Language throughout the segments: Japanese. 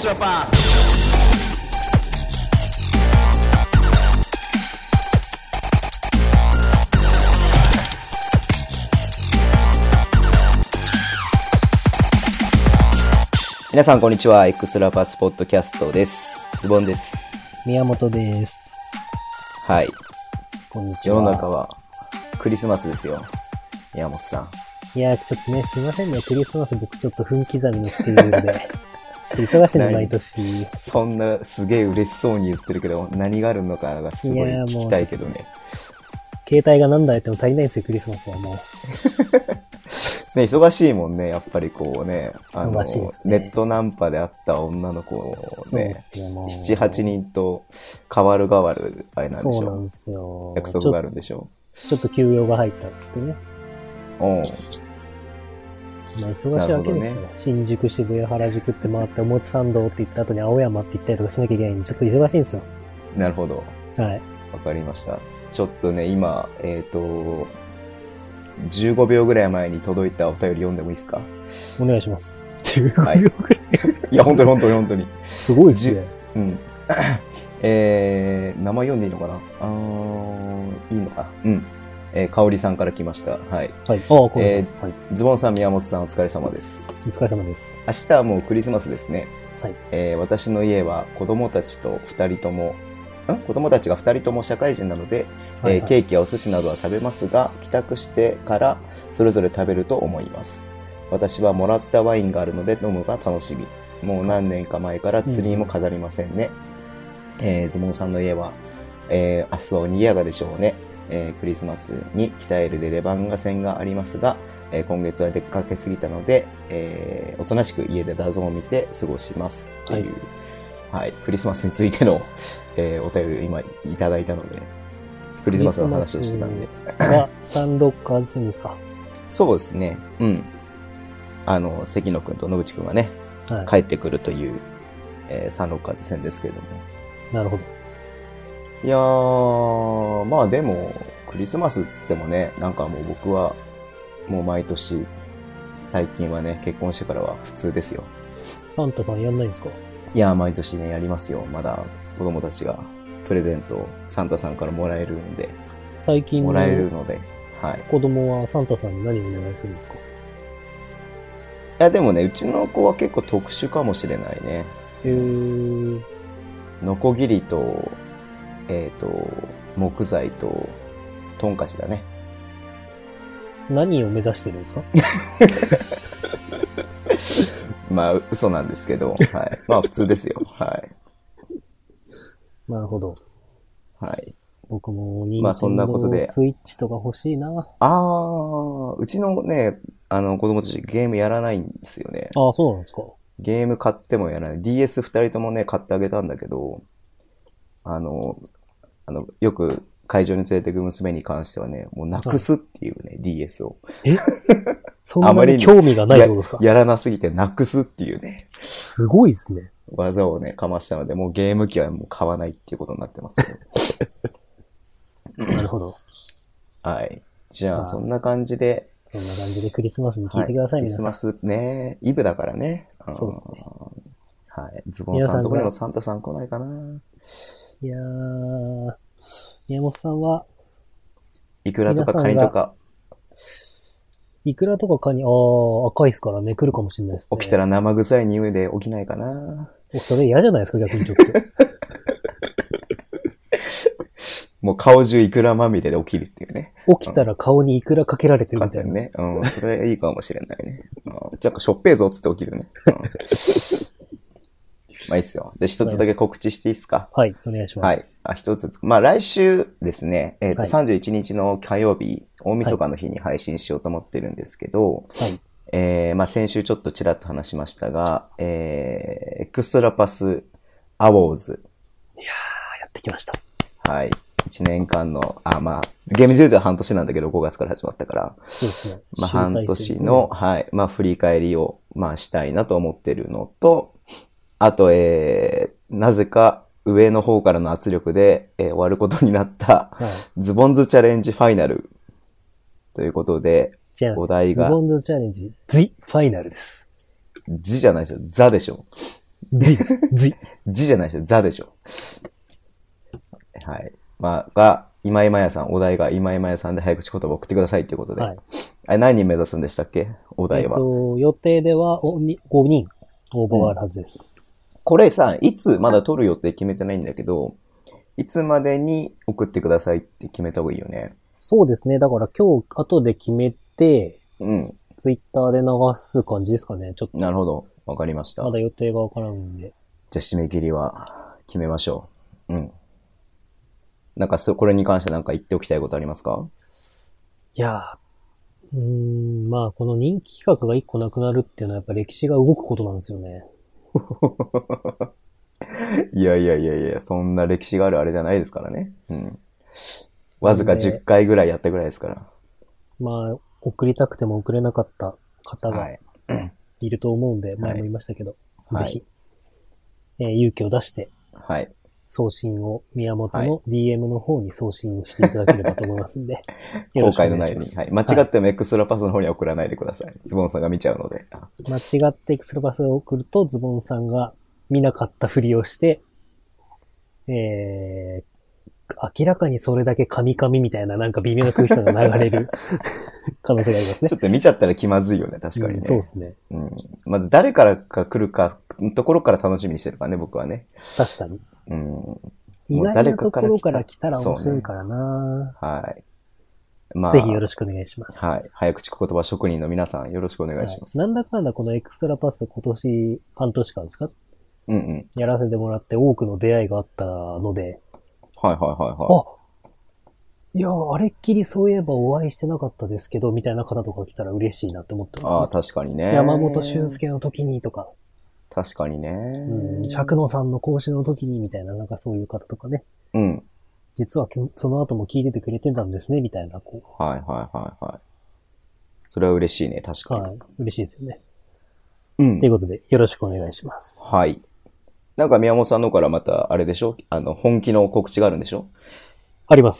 Extra Pass。皆さんこんにちは。エクストラパスポッドキャストです。ズボンです。 宮本です。 はい。 こんにちは。 世の中はクリスマスですよ。宮本さん。いや、ちょっとね、すいませんね。クリスマス僕ちょっと分刻みのスケジュールで。ちょっと忙しいの毎年。 そんなすげえ嬉しそうに言ってるけど、何があるのかがすごい聞きたいけどね。 携帯が何台やっても足りないんですよ、クリスマスはもう。 ね、忙しいもんね、やっぱりこうね、 忙しいですね。 ネットナンパで会った女の子をね、 7、 8人と変わる変わるあれなんでしょう。 そうなんですよ。 約束があるんでしょう。ちょっと休養が入ったんですってね。 おう。 まあ、忙しいわけですよ。ね、新宿、渋谷、原宿って回って、表参道って言った後に青山って言ったりとかしなきゃいけないんで、ちょっと忙しいんですよ。 なるほど。 はい。 わかりました。ちょっとね、今、15秒ぐらい前に届いたお便り読んでもいいですか？ お願いします。15秒ぐらい、はい、 いや、本当に。 すごいですね。 うん。名前読んでいいのかないいのかうん。かおりさんから来ました。はい。 はい。これはい。 ズボンさん、宮本さん、お疲れ様です。 お疲れ様です。 明日はもうクリスマスですね。 はい。 私の家は子供たちが2人とも社会人なので、はいはい、ケーキやお寿司などは食べますが、帰宅してからそれぞれ食べると思います。私はもらったワインがあるので飲むが楽しみ。もう何年か前からツリーも飾りませんね。ズボンさんの家は、明日は賑やかでしょうね。クリスマスに鍛えるでレバンガ戦がありますが、今月は出かけすぎたので、おとなしく家でダゾーンを見て過ごしますという、はい、クリスマスについての、お便りを今いただいたので、クリスマスの話をしてたんで。 サンロッカーズ戦ですか？ そうですね。うん。関野くんと野口くんはね、はい、帰ってくるという、サンロッカーズ戦ですけれども。 なるほど。 いやー、まあでも、クリスマスっつってもね、なんかもう僕は、もう毎年、最近はね、結婚してからは普通ですよ。 サンタさんやんないんですか？ いやー、毎年ね、やりますよ。まだ子供たちがプレゼントをサンタさんからもらえるんで。 最近もらえるので、はい。 子供はサンタさんに何をお願いするんですか？いや、でもね、うちの子は結構特殊かもしれないね。ノコギリと、木材と、トンカチだね。 何を目指してるんですか？ まあ、嘘なんですけど、はい。まあ、普通ですよ。はい。 なるほど。 はい。 僕も任まあ、そんなことで。 スイッチとか欲しいな。 うちのね、子供たちゲームやらないんですよね。 ああ、そうなんですか。 ゲーム買ってもやらない。DS 二人ともね、買ってあげたんだけど、よく会場に連れてく娘に関してはね、もうなくすっていうね、はい、DS を。 そんなに興味がないってことですか？ やらなすぎてなくすっていうね。 すごいですね。 技をね、かましたので、もうゲーム機はもう買わないっていうことになってますけど。なるほど。 はい。じゃあ、そんな感じで。 そんな感じでクリスマスに聞いてください、 皆さん。クリスマスね、イブだからね。 そうですね。 はい。ズボンさんのところにもサンタさん来ないかな。 いやー、宮本さんは、 イクラとかカニとか。 イクラとかカニ、赤いですからね、来るかもしれないですね。 起きたら生臭い匂いで起きないかな。 それ嫌じゃないですか、逆にちょっと。 もう顔中イクラまみれで起きるっていうね。 起きたら顔にイクラかけられてるみたいな。 ね。うん。それいいかもしれないね。じゃあ、しょっぺーぞっつって起きるね。まあいいっすよ。で、一つだけ告知していいっすか？ はい、お願いします。 はい。一つ。まあ来週ですね、31日の火曜日、大晦日の日に配信しようと思ってるんですけど、 はい。 まあ先週ちょっとちらっと話しましたが、エクストラパスアウォーズ。 いやー、やってきました。 はい。1年間の、まあ、ゲーム自体は半年なんだけど、5月から始まったから。 そうですね。 まあ半年の、はい。まあ振り返りを、まあしたいなと思ってるのと、あと、なぜか上の方からの圧力で、終わることになった、はい、ズボンズチャレンジファイナルということで、お題が。 ズボンズチャレンジ、The ファイナルです。 じゃないでしょ。ザでしょ。 随です。随。 じじゃないでしょ。ザでしょ。はい。まあ、今井麻也さん、お題が今井麻也さんで早口言葉を送ってくださいということで。はい。あれ何人目指すんでしたっけ？お題は。 予定では5人応募があるはずです。 これさ、いつまだ取る予定決めてないんだけど、いつまでに送ってくださいって決めた方がいいよね。 そうですね。だから今日後で決めて、 うん。 ツイッターで流す感じですかね。ちょっと。 なるほど。わかりました。 まだ予定がわからんんで。 じゃあ締め切りは決めましょう。うん。なんかこれに関してなんか言っておきたいことありますか？ いやまあこの人気企画が一個なくなるっていうのはやっぱ歴史が動くことなんですよね。 いや、そんな歴史があるあれじゃないですからね。うん。わずか10回ぐらいやったぐらいですから。 まあ、送りたくても送れなかった方がいると思うんで、前も言いましたけど、ぜひ、勇気を出して、 はい。 送信を宮本の DM の方に送信していただければと思いますんで、 後悔のないように。はい。間違ってもエクストラパスの方には送らないでください。ズボンさんが見ちゃうので。 間違ってエクストラパスを送ると、ズボンさんが見なかったふりをして、明らかにそれだけカミカミみたいななんか微妙な空気感が流れる可能性がありますね。 ちょっと見ちゃったら気まずいよね、確かにね。 そうですね。 うん。まず誰からか来るかのところから楽しみにしてるからね、僕はね。 確かに。 うん。 意外なところから来たら面白いからな、 ね、はい。まあ。 ぜひよろしくお願いします。 はい。早口言葉職人の皆さんよろしくお願いします。 なんだかんだこのエクストラパス今年半年間ですか？ うんうん。 やらせてもらって多くの出会いがあったので。いや、あれっきりそういえばお会いしてなかったですけど、みたいな方とか来たら嬉しいなって思ってます、ね。 ああ、確かにね。 山本俊介の時にとか。 確かにね。 釈野さんの講師の時にみたいな、なんかそういう方とかね。 うん。 実はその後も聞いててくれてたんですね、みたいな。 はい。それは嬉しいね、確かに。はい。 嬉しいですよね。 うん。 ということで、よろしくお願いします。 はい。なんか宮本さんのからまた、あれでしょ？本気の告知があるんでしょ？ あります。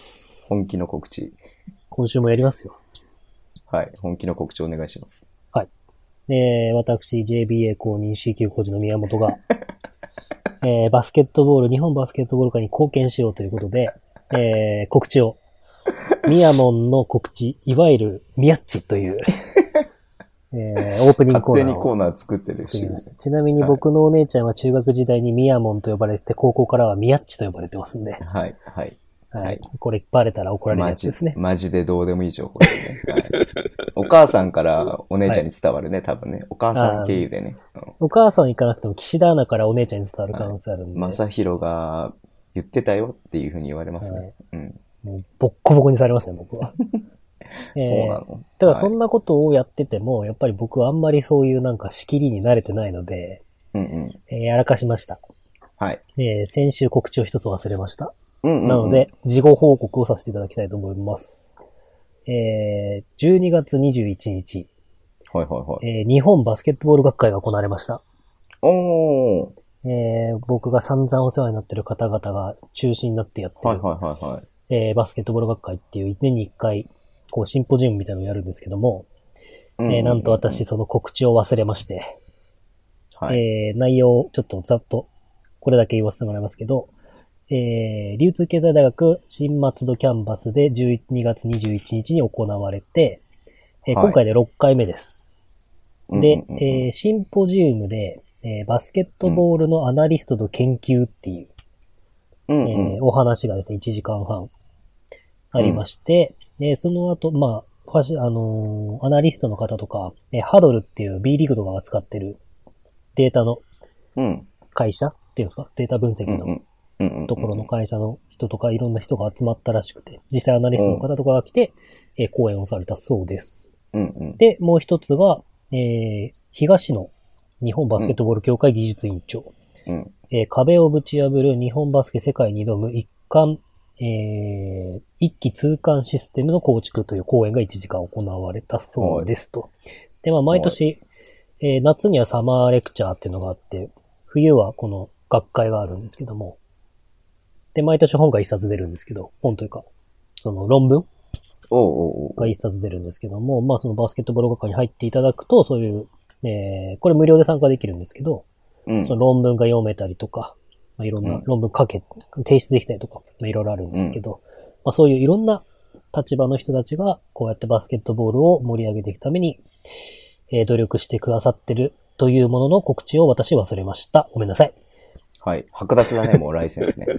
本気の告知。 今週もやりますよ。 はい。本気の告知お願いします。 はい。私、JBA 公認 CQ 工事の宮本が、バスケットボール、日本バスケットボール界に貢献しようということで、告知を、ミヤモンの告知、いわゆるミヤッチという、オープニングコーナーを。 勝手にコーナー作ってるし。 ちなみに僕のお姉ちゃんは中学時代にミヤモンと呼ばれてて、高校からはミヤッチと呼ばれてますんで。 はい。 これバレたら怒られるやつですね。 マジでどうでもいい情報ですね。はい、お母さんからお姉ちゃんに伝わるね、多分ね。お母さん経由でね。 お母さん行かなくても岸田アナからお姉ちゃんに伝わる可能性あるんで。 まさひろが言ってたよっていう風に言われますね。 もうボッコボコにされますね、僕は。 そうなの。 だからそんなことをやってても、やっぱり僕はあんまりそういうなんか仕切りに慣れてないので、やらかしました。 はい。 先週告知を一つ忘れました。なので、事後報告をさせていただきたいと思います。12月21日。日本バスケットボール学会が行われました。僕が散々お世話になっている方々が中心になってやってる、バスケットボール学会っていう年に1回、こうシンポジウムみたいなのをやるんですけども、なんと私その告知を忘れまして、内容ちょっとざっとこれだけ言わせてもらいますけど、流通経済大学新松戸キャンバスで12月21日に行われて、今回で6回目です。で、シンポジウムで、バスケットボールのアナリストと研究っていう、お話がですね、1時間半ありまして、その後、まあ、アナリストの方とか、ハドルっていう B リーグとかが使ってるデータの会社っていうんですか、データ分析のところの会社の人とかいろんな人が集まったらしくて、実際アナリストの方とかが来て、講演をされたそうです。で、もう一つが、東野日本バスケットボール協会技術委員長、壁をぶち破る日本バスケ世界に挑む一気通貫システムの構築という講演が1時間行われたそうですと。で、まあ毎年、夏にはサマーレクチャーっていうのがあって、冬はこの学会があるんですけども、で、毎年本が一冊出るんですけど、本というか、その論文が一冊出るんですけども、まあそのバスケットボール学会に入っていただくと、そういう、これ無料で参加できるんですけど、 その論文が読めたりとか、まあ、いろんな論文提出できたりとか、まあ、いろいろあるんですけど、まあ、そういういろんな立場の人たちが、こうやってバスケットボールを盛り上げていくために、努力してくださってるというものの告知を私忘れました。ごめんなさい。 はい。剥奪だね、もうライセンスね。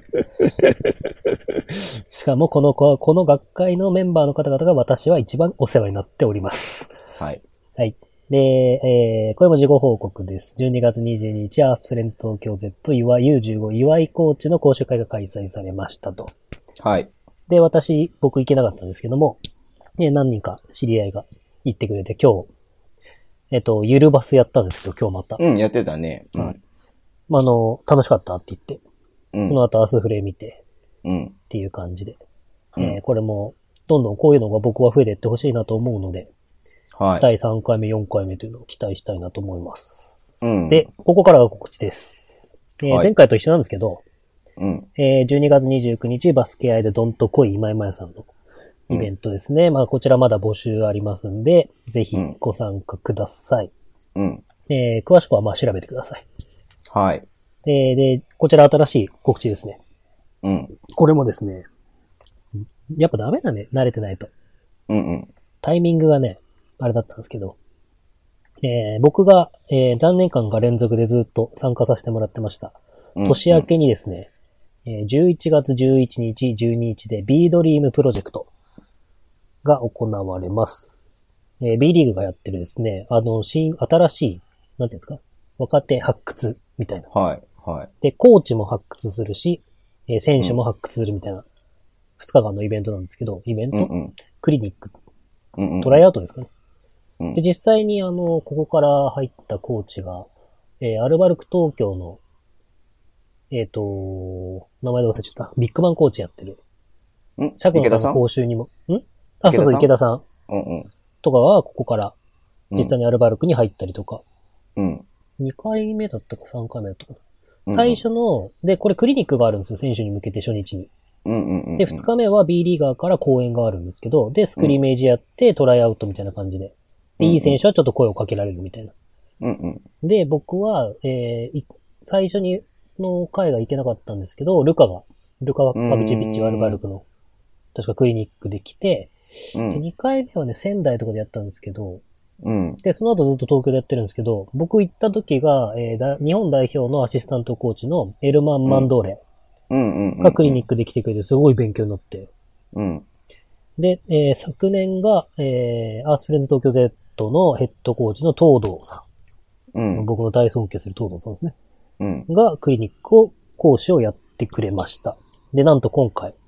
しかもこの学会のメンバーの方々が私は一番お世話になっております。 はい。 はい。で、これも事後報告です。12月22日、アースフレンズ東京 Z 岩井 U15 岩井コーチの講習会が開催されましたと。 はい。 で、僕行けなかったんですけども、何人か知り合いが行ってくれて、今日、ゆるバスやったんですけど、今日また。 うん、やってたね。うん。 まあ、楽しかったって言って、その後アースフレ見て、っていう感じで。これも、どんどんこういうのが僕は増えていってほしいなと思うので、はい。第3回目、4回目というのを期待したいなと思います。で、ここからが告知です。前回と一緒なんですけど、12月29日、バスケアイでドンと来い今井まやさんのイベントですね。まあ、こちらまだ募集ありますんで、ぜひご参加ください。詳しくはまあ調べてください。 はい。 で、こちら新しい告知ですね。これもですね、やっぱダメだね、慣れてないと。タイミングがね、あれだったんですけど、僕が、何年間か連続でずっと参加させてもらってました。年明けにですね、11月11日、12日で B ドリームプロジェクトが行われます。B リーグがやってるですね、新しい、なんていうんですか、若手発掘みたいな。 はい、はい。 で、コーチも発掘するし、選手も発掘するみたいな、2日間のイベントなんですけど、イベント、クリニック、トライアウトですかね。で、実際にここから入ったコーチが、アルバルク東京の、名前で忘れちゃった。ビッグマンコーチやってる。釈野さんの講習にも、そうそう、池田さん。とかは、ここから、実際にアルバルクに入ったりとか。2回目だったか3回目だったかな。最初の、で、これクリニックがあるんですよ、選手に向けて初日に。で、2日目は B リーガーから講演があるんですけど、で、スクリメージやってトライアウトみたいな感じで。で、いい選手はちょっと声をかけられるみたいな。で、僕は、最初に、の回が行けなかったんですけど、ルカパビチビッチがアルバルクの、確かクリニックで来て、で、2回目はね、仙台とかでやったんですけど、で、その後ずっと東京でやってるんですけど、僕行った時が、日本代表のアシスタントコーチのエルマン・マンドーレがクリニックで来てくれて、すごい勉強になって。で、昨年が、アースフレンズ東京 Z のヘッドコーチの東堂さん。僕の大尊敬する東堂さんですね。がクリニックを講師をやってくれました。で、なんと今回、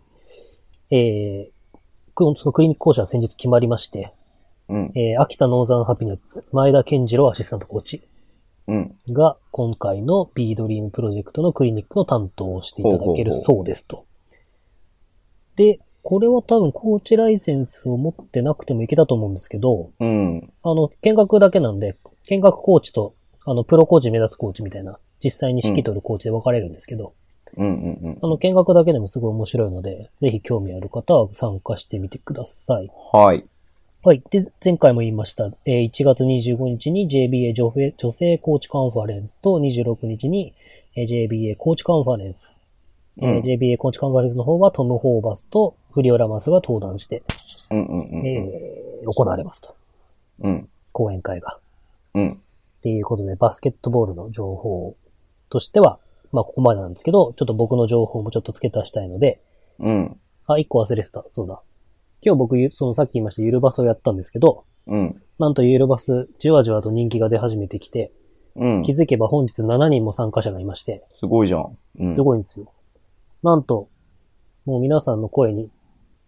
そのクリニック講師は先日決まりまして、秋田ノーザンハピネッツ、前田健次郎アシスタントコーチが今回の B ドリームプロジェクトのクリニックの担当をしていただけるそうですと。で、これは多分コーチライセンスを持ってなくてもいけたと思うんですけど、見学だけなんで、見学コーチとプロコーチ目指すコーチみたいな、実際に指揮取るコーチで分かれるんですけど、見学だけでもすごい面白いので、ぜひ興味ある方は参加してみてください。 はい。 はい。で、前回も言いました。1月25日に JBA 女性コーチカンファレンスと26日に JBA コーチカンファレンス。JBA コーチカンファレンスの方はトム・ホーバスとフリオ・ラマスが登壇して、行われますと。講演会が。っていうことで、バスケットボールの情報としては、まあ、ここまでなんですけど、ちょっと僕の情報もちょっと付け足したいので、一個忘れてた。そうだ。今日僕、さっき言いましたゆるバスをやったんですけど、なんとゆるバス、じわじわと人気が出始めてきて、気づけば本日7人も参加者がいまして。 すごいじゃん。 すごいんですよ。なんと、もう皆さんの声に、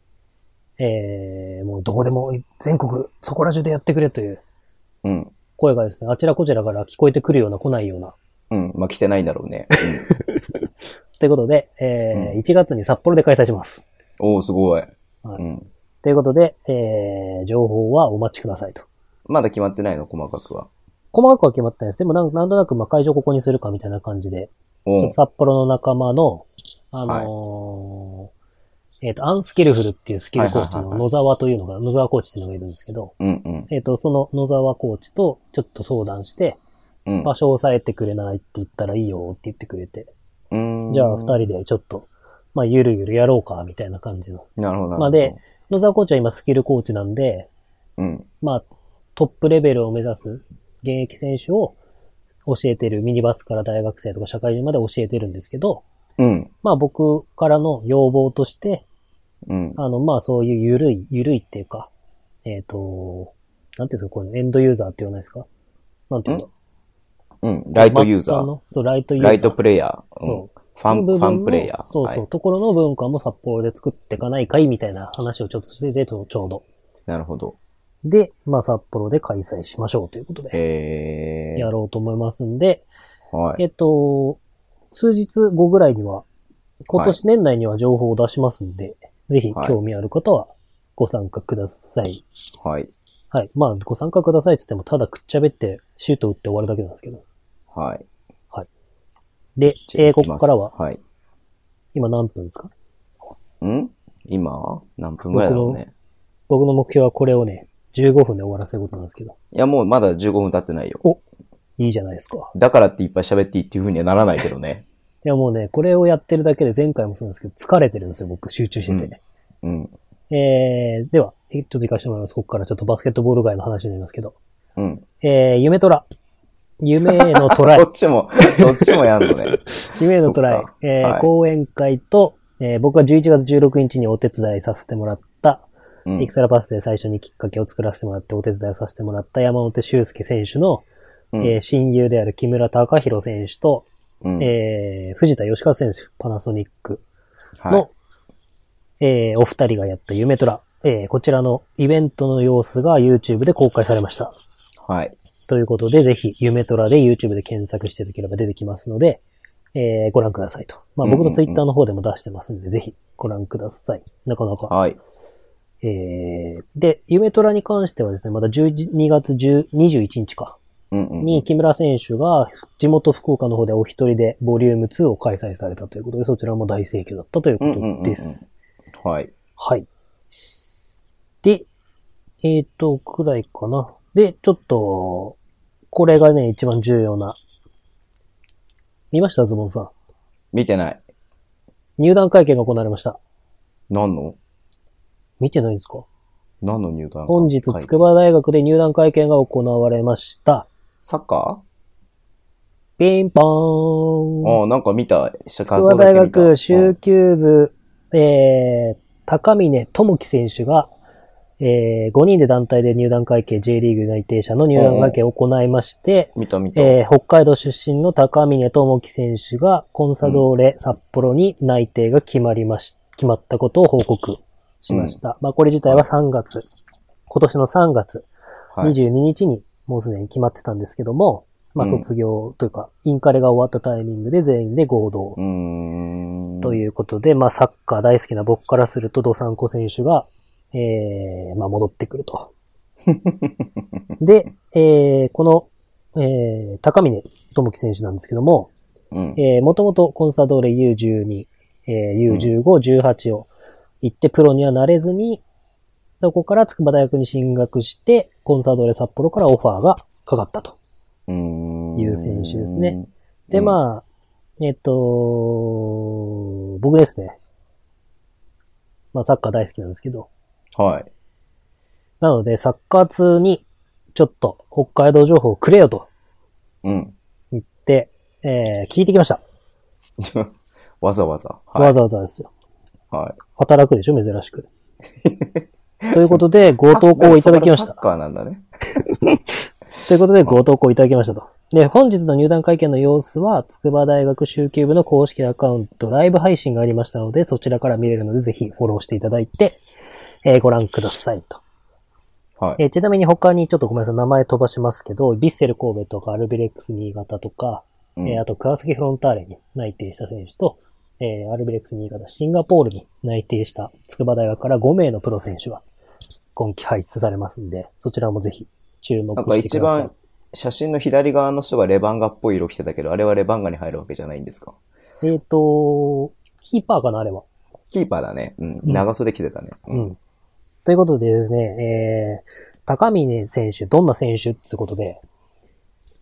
もうどこでも全国、そこら中でやってくれという、声がですね、あちらこちらから聞こえてくるような来ないような。 まあ、来てないんだろうね。 ということで、1月に札幌で開催します。 おー、すごい。 ということで、情報はお待ちくださいと。 まだ決まってないの、細かくは。 細かくは決まってないです。でもなんとなく、まあ、会場ここにするかみたいな感じで、ちょっと札幌の仲間の、アンスキルフルっていうスキルコーチの野沢というのが、野沢コーチっていうのがいるんですけど、その野沢コーチとちょっと相談して、 場所を押さえてくれないって言ったらいいよって言ってくれて。じゃあ二人でちょっと、まあゆるゆるやろうか、みたいな感じの。 なるほど。 まあで、野沢コーチは今スキルコーチなんで、まあトップレベルを目指す現役選手を教えてる、ミニバスから大学生とか社会人まで教えてるんですけど、まあ僕からの要望として、まあそういうゆるいっていうか、なんていうんですか、これエンドユーザーって言わないですか？なんていうの？ ライトユーザー。 そう、ライトユーザー。 ライトプレイヤー。 そう。 ファンプレイヤー。 そうそう、ところの文化も札幌で作っていかないかいみたいな話をちょっとしてて、ちょうど。 なるほど。 で、まあ札幌で開催しましょうということで。やろうと思いますんで、数日後ぐらいには、今年年内には情報を出しますんで、ぜひ興味ある方はご参加ください。はい。まあ、ご参加くださいって言っても、ただくっちゃべってシュート打って終わるだけなんですけど。はい。で、ここからは、今何分ですか？ 今何分ぐらいだろうね。 僕の目標はこれをね、15分で終わらせることなんですけど。 いや、もうまだ15分経ってないよ。 お、いいじゃないですか。 だからっていっぱい喋っていいっていう風にはならないけどね。 いや、もうね、これをやってるだけで前回もそうなんですけど、疲れてるんですよ、僕、集中してて。では、ちょっと行かせてもらいます。ここからちょっとバスケットボール外の話になりますけど。夢トラ。夢へのトライ。 そっちもやんのね。 夢へのトライ。講演会と、僕が11月16日にお手伝いさせてもらった、エクサラパスで最初にきっかけを作らせてもらってお手伝いさせてもらった山手修介選手の、親友である木村隆弘選手と、藤田義和選手、パナソニックの、お二人がやった夢トラ。こちらのイベントの様子が YouTube で公開されました。はい。ということで、ぜひ、夢トラで YouTube で検索していただければ出てきますので、ご覧くださいと。まあ僕の Twitter の方でも出してますので、ぜひご覧ください。なかなか。はい。で、夢トラに関してはですね、まだ12月21日か。に木村選手が地元福岡の方でお一人でボリューム2を開催されたということで、そちらも大盛況だったということです。はい。はい。で、くらいかな。で、ちょっと、これがね、一番重要な。見ましたズボンさん。 見てない。 入団会見が行われました。 何の？ 見てないんですか？ 何の入団会見？ 本日、筑波大学で入団会見が行われました。 サッカー？ピンポーン。 なんか見た。 筑波大学蹴球部、高峰智樹選手が、5人で団体で入団会見、J リーグ内定者の入団会見を行いまして、北海道出身の高峰智樹選手がコンサドーレ札幌に内定が決まったことを報告しました。まあこれ自体は今年の3月22日にもうすでに決まってたんですけども、まあ卒業というか、インカレが終わったタイミングで全員で合同。ということで、まあサッカー大好きな僕からするとドサンコ選手が、まあ戻ってくると。で、この、高峰智樹選手なんですけども、もともとコンサドーレ U12、U15、18を行ってプロにはなれずに、そこから筑波大学に進学して、コンサドーレ札幌からオファーがかかったと。いう選手ですね。で、まあ、僕ですね。まあサッカー大好きなんですけど。はい。なので、サッカー通に、ちょっと、北海道情報をくれよと。言って、聞いてきました。 わざわざ。 わざわざですよ。はい。働くでしょ、珍しく。ということで、ご投稿をいただきました。 サッカーなんだね。 ということで、ご投稿いただきましたと。で、本日の入団会見の様子は、筑波大学蹴球部の公式アカウント、ライブ配信がありましたので、そちらから見れるので、ぜひフォローしていただいて、ご覧くださいと。はい。ちなみに他にちょっとごめんなさい、名前飛ばしますけど、ヴィッセル神戸とかアルビレックス新潟とか、あと川崎フロンターレに内定した選手と、アルビレックス新潟、シンガポールに内定した筑波大学から5名のプロ選手が今季輩出されますんで、そちらもぜひ注目してください。 なんか一番写真の左側の人がレバンガっぽい色着てたけど、あれはレバンガに入るわけじゃないんですか？ キーパーかな、あれは。 キーパーだね。長袖着てたね。 ということでですね、高峰選手、どんな選手ってことで、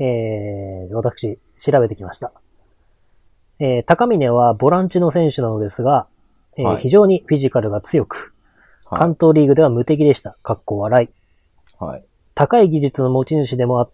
私、調べてきました。高峰はボランチの選手なのですが、はい、非常にフィジカルが強く、はい、関東リーグでは無敵でした。笑い。はい。高い技術の持ち主でもあって、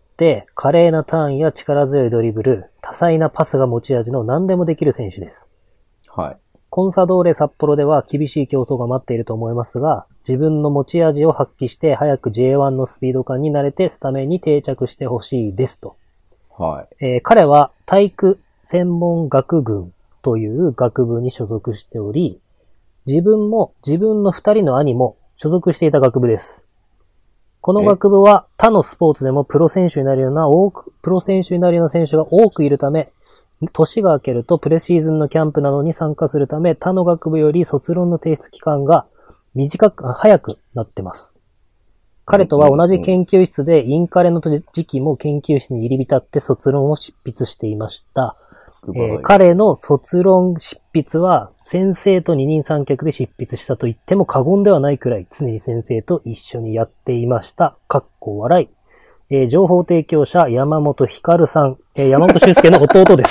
華麗なターンや力強いドリブル、多彩なパスが持ち味の何でもできる選手です。はい。コンサドーレ札幌では厳しい競争が待っていると思いますが、自分の持ち味を発揮して早く J1 のスピード感に慣れてスタメンに定着してほしいですと。はい。彼は体育専門学群という学部に所属しており、自分も自分の2人の兄も所属していた学部です。この学部は他のスポーツでもプロ選手になるような選手が多くいるため、年が明けるとプレシーズンのキャンプなどに参加するため、他の学部より卒論の提出期間が早くなってます。彼とは同じ研究室でインカレの時期も研究室に入り浸って卒論を執筆していました。彼の卒論執筆は先生と二人三脚で執筆したと言っても過言ではないくらい常に先生と一緒にやっていました。笑い。情報提供者山本光さん、山本修介の弟です。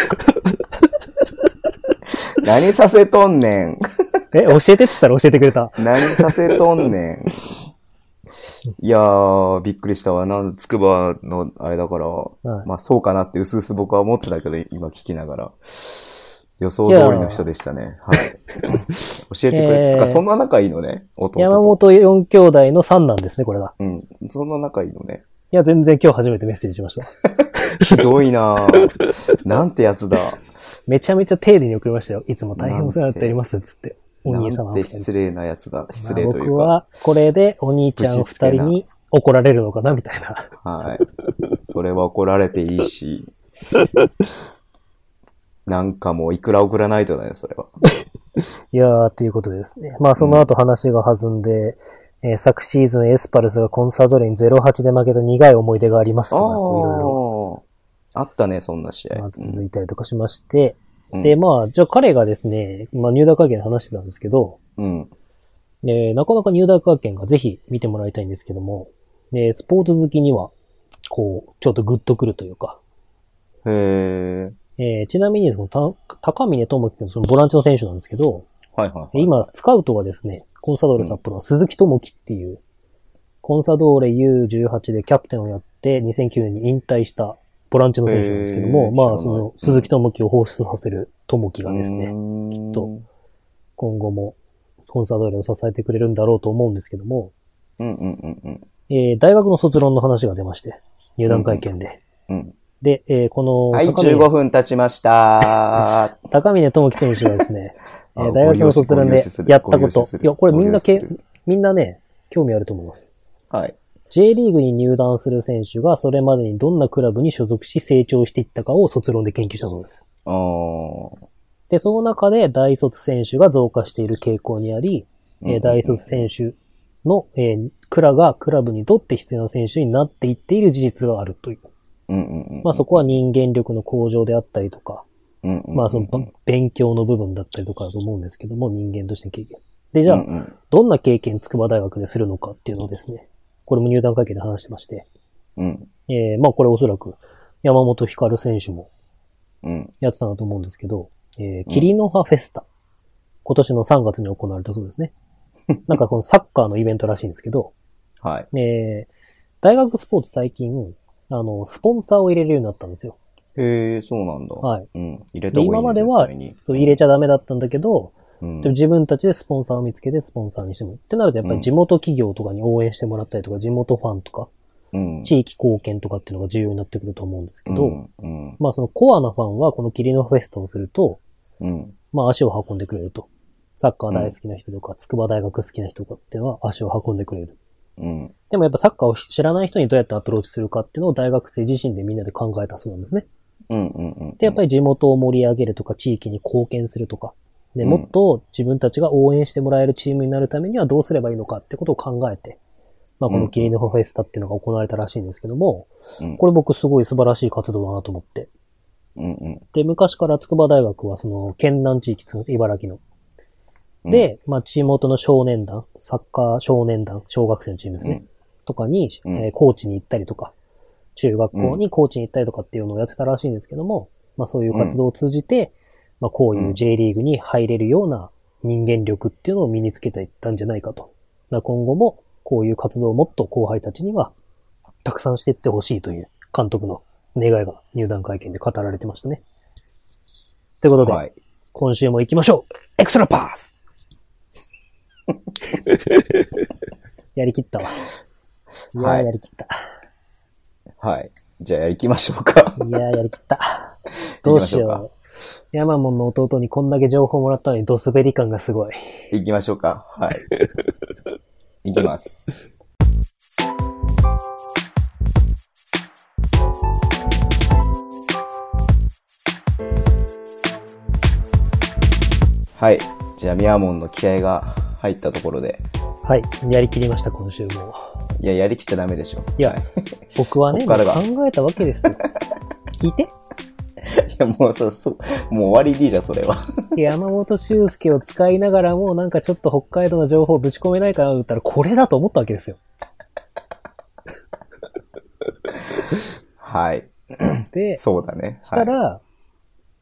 何させとんねん。 教えてって言ったら教えてくれた。 何させとんねん。いやー、びっくりしたわ。つくばのあれだから、はい、まあそうかなって薄々僕は思ってたけど、今聞きながら。予想通りの人でしたね。はい。教えてくれて、そんな仲いいのね、弟と。 山本4兄弟の3男ですね、これが。 うん。そんな仲いいのね。 いや、全然今日初めてメッセージしました。 ひどいなぁ。なんてやつだ。 めちゃめちゃ丁寧に送りましたよ。いつも大変お世話になっております、つって。お兄様。 なんて失礼なやつだ。失礼というか。 僕は、これでお兄ちゃん2人に怒られるのかな、みたいな。 はい。それは怒られていいし。なんかもういくら送らないとだね、それは。 いやー、っていうことでですね。まあその後話が弾んで、昨シーズンエスパルスがコンサドーレに 0-8 で負けた苦い思い出がありますとか、いろいろ。 あったね、そんな試合。 まあ、続いたりとかしまして、で、まあ、じゃあ彼がですね、まあ入団会見で話してたんですけど、なかなか入団会見がぜひ見てもらいたいんですけども、スポーツ好きには、こう、ちょっとグッとくるというか。ちなみに、高峰智樹ってそのボランチの選手なんですけど、今、スカウトがですね、コンサドーレ札幌の鈴木智樹っていう、コンサドーレ U18 でキャプテンをやって、2009年に引退したボランチの選手なんですけども、まあ、その鈴木智樹を放出させる智樹がですね、きっと、今後もコンサドーレを支えてくれるんだろうと思うんですけども、大学の卒論の話が出まして、入団会見で。で、この、 はい、15分経ちました。 高峰智樹選手はですね、大学の卒論でやったこと。いや、これみんなね、興味あると思います。はい。J リーグに入団する選手がそれまでにどんなクラブに所属し成長していったかを卒論で研究したそうです。で、その中で大卒選手が増加している傾向にあり、大卒選手の、クラブにとって必要な選手になっていっている事実があるという。まあそこは人間力の向上であったりとか、まあその勉強の部分だったりとかだと思うんですけども、人間としての経験。で、じゃあ、どんな経験筑波大学でするのかっていうのをですね、これも入団会見で話してまして、まあこれおそらく山本光選手もやってたなと思うんですけど、キリノハフェスタ、今年の3月に行われたそうですね。なんかこのサッカーのイベントらしいんですけど、はい。大学スポーツ最近、スポンサーを入れるようになったんですよ。 へえ、そうなんだ。 はい。 入れた方がいいね。 今までは、入れちゃダメだったんだけど、でも自分たちでスポンサーを見つけてスポンサーにしてもってなるとやっぱり地元企業とかに応援してもらったりとか、地元ファンとか、地域貢献とかっていうのが重要になってくると思うんですけど、まあそのコアなファンはこのキリノフェスタをすると、まあ足を運んでくれると。サッカー大好きな人とか、筑波大学好きな人とかっていうのは足を運んでくれる。でもやっぱサッカーを知らない人にどうやってアプローチするかっていうのを大学生自身でみんなで考えたそうなんですね。で、やっぱり地元を盛り上げるとか、地域に貢献するとか、で、もっと自分たちが応援してもらえるチームになるためにはどうすればいいのかってことを考えて、まあこのキリノフェスタっていうのが行われたらしいんですけども、これ僕すごい素晴らしい活動だなと思って。で、昔から筑波大学はその県南地域、茨城の。で、まあ地元の少年団、サッカー少年団、小学生のチームですね。とかに、コーチに行ったりとか、 中学校にコーチに行ったりとかっていうのをやってたらしいんですけども、まあそういう活動を通じて、まあこういう J リーグに入れるような人間力っていうのを身につけていったんじゃないかと。今後もこういう活動をもっと後輩たちにはたくさんしていってほしいという監督の願いが入団会見で語られてましたね。ということで、はい、今週も行きましょう。エクストラパスやりきったわ。いやー、やりきった。 はい。じゃあ行きましょうか。 いやー、やりきった。どうしよう。ヤマモンの弟にこんだけ情報もらったのにドスベリ感がすごい。 行きましょうか。はい。行きます。はい。じゃあ、ミヤモンの気合が入ったところで。 はい。やりきりました、今週も。 いや、やりきっちゃダメでしょ。 いや、はい、僕はね、考えたわけですよ。聞いて。いや、もうもう終わりでいいじゃん、それは。 山本修介を使いながらも、なんかちょっと北海道の情報をぶち込めないかなと思ったら、これだと思ったわけですよ。 はい。で、そうだね。 したら、はい、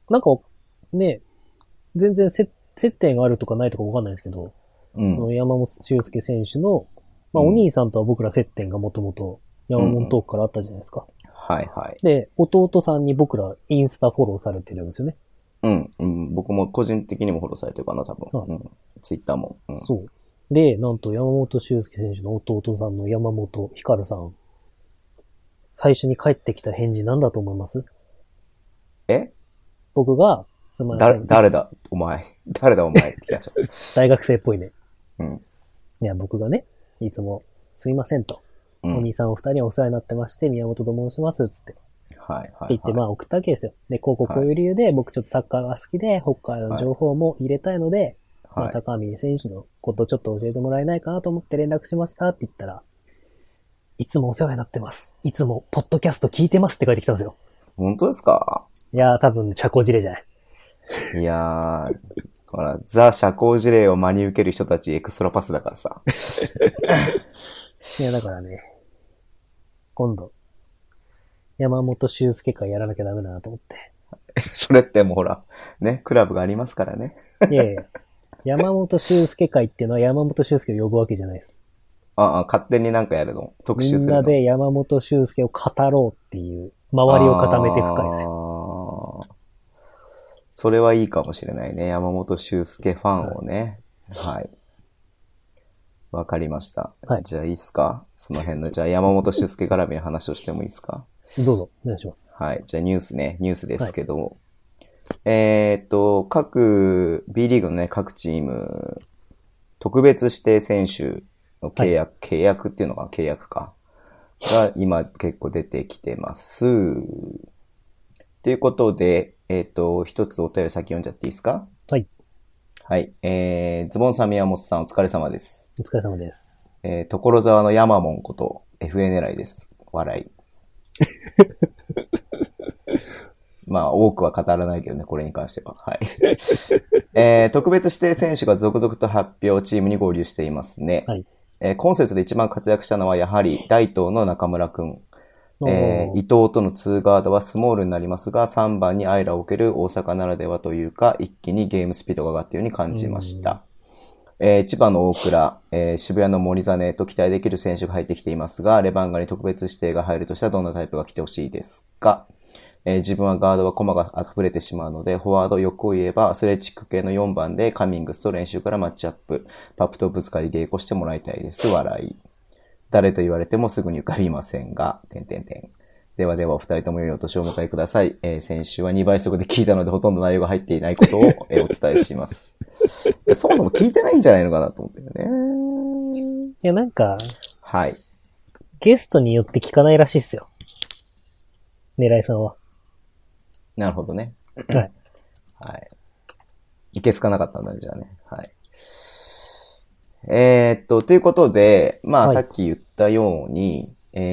なんか、ね、全然接点があるとかないとかわかんないですけど、その山本修介選手の、まあお兄さんとは僕ら接点がもともと山本トークからあったじゃないですか。 はいはい。 で、弟さんに僕らインスタフォローされてるんですよね。 僕も個人的にもフォローされてるかな、多分。ツイッターも。 そう。で、なんと山本修介選手の弟さんの山本光さん。最初に帰ってきた返事なんだと思います？僕が、すみません。 誰だお前って聞かちゃう。 大学生っぽいね。いや、僕がね、いつも、すいませんと。お兄さんお二人お世話になってまして、宮本と申します、つって。 はい。って言って、まあ送ったわけですよ。で、こういう理由で、僕ちょっとサッカーが好きで、北海道の情報も入れたいので、まあ、高見選手のことちょっと教えてもらえないかなと思って連絡しましたって言ったら、いつもお世話になってます。いつも、ポッドキャスト聞いてますって書いてきたんですよ。 本当ですか？ いやー、多分、社交辞令じゃない。 いやー、ほら、ザ社交辞令を真に受ける人たちエクストラパスだからさ。 いや、だからね、今度、山本修介会やらなきゃダメだなと思って。 それってもうほら、ね、クラブがありますからね。 いやいや、山本修介会っていうのは山本修介を呼ぶわけじゃないです。 勝手になんかやるの？特集するの？ みんなで山本修介を語ろうっていう、周りを固めていく会ですよ。 それはいいかもしれないね。山本修介ファンをね。はい。わかりました。はい、じゃあいいっすか？その辺の、じゃあ山本修介絡みの話をしてもいいですか？ どうぞ、お願いします。 はい。じゃあニュースですけど、はい、各 B リーグのね、各チーム、特別指定選手の契約っていうのが契約か。が今結構出てきてます。ということで、一つお便り先読んじゃっていいですか？ はい。 はい。ズボンさん、宮本さん、お疲れ様です。 お疲れ様です。 所沢のヤマモンこと、FA 狙いです。笑い。まあ、多くは語らないけどね、これに関しては。はい。特別指定選手が続々と発表、チームに合流していますね。はい。今節で一番活躍したのは、やはり、大東の中村くん。伊藤との2ガードはスモールになりますが、3番にアイラを受ける大阪ならではというか、一気にゲームスピードが上がったように感じました。千葉の大倉、渋谷の森実と期待できる選手が入ってきていますが、レバンガに特別指定が入るとしたらどんなタイプが来てほしいですか？自分はガードは駒が溢れてしまうので、フォワード欲を言えばアスレチック系の4番でカミングスと練習からマッチアップ、パプとぶつかり稽古してもらいたいです。笑い。誰と言われてもすぐに浮かびませんが、ではお二人とも良いお年をお迎えください。先週は2倍速で聞いたのでほとんど内容が入っていないことを、お伝えします。そもそも聞いてないんじゃないのかなと思ってるね。 いや、なんか、 はい。 ゲストによって聞かないらしいっすよ。狙いさんは。 なるほどね。 はい。 はい。いけつかなかったんだね、じゃあね。はい。ということで、まあ、さっき言ったように、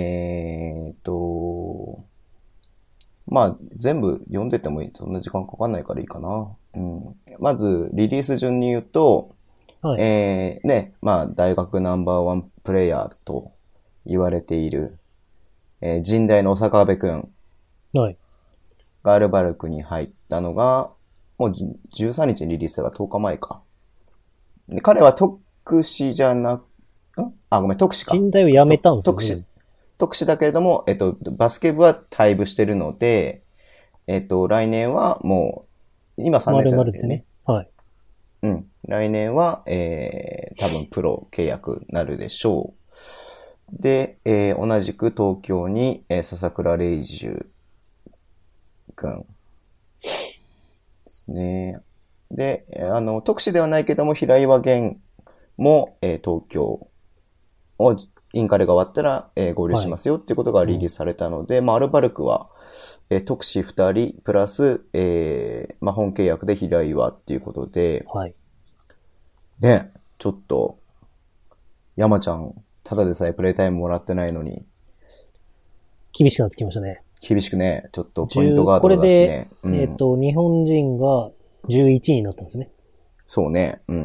まあ、全部読んでてもそんな時間かかんないからいいかな。まず、リリース順に言うと、はい、ね、まあ、大学ナンバーワンプレイヤーと言われている、 神代の小坂部くんはい。 がアルバルクに入ったのが、もう13日にリリースが10日前か。で彼は特使じゃなく、ごめん、特使か。 神代を辞めたんですよね。 特使だけれども、バスケ部は退部してるので、来年はもう、今3年生なんですね。 はい。 うん。来年は、多分プロ契約になるでしょう。で、同じく東京に、笹倉玲樹くんですね。で、特使ではないけども、平岩源も、東京を、インカレが終わったら、合流しますよっていうことがリリースされたので、アルバルクは、特使2人、プラス、本契約で平岩っていうことで、 はい。 ね、ちょっと、山ちゃん、ただでさえプレイタイムもらってないのに。 厳しくなってきましたね。 厳しくね、ちょっとポイントガードだしね。 これで、日本人が11位になったんですね。 そうね、うん。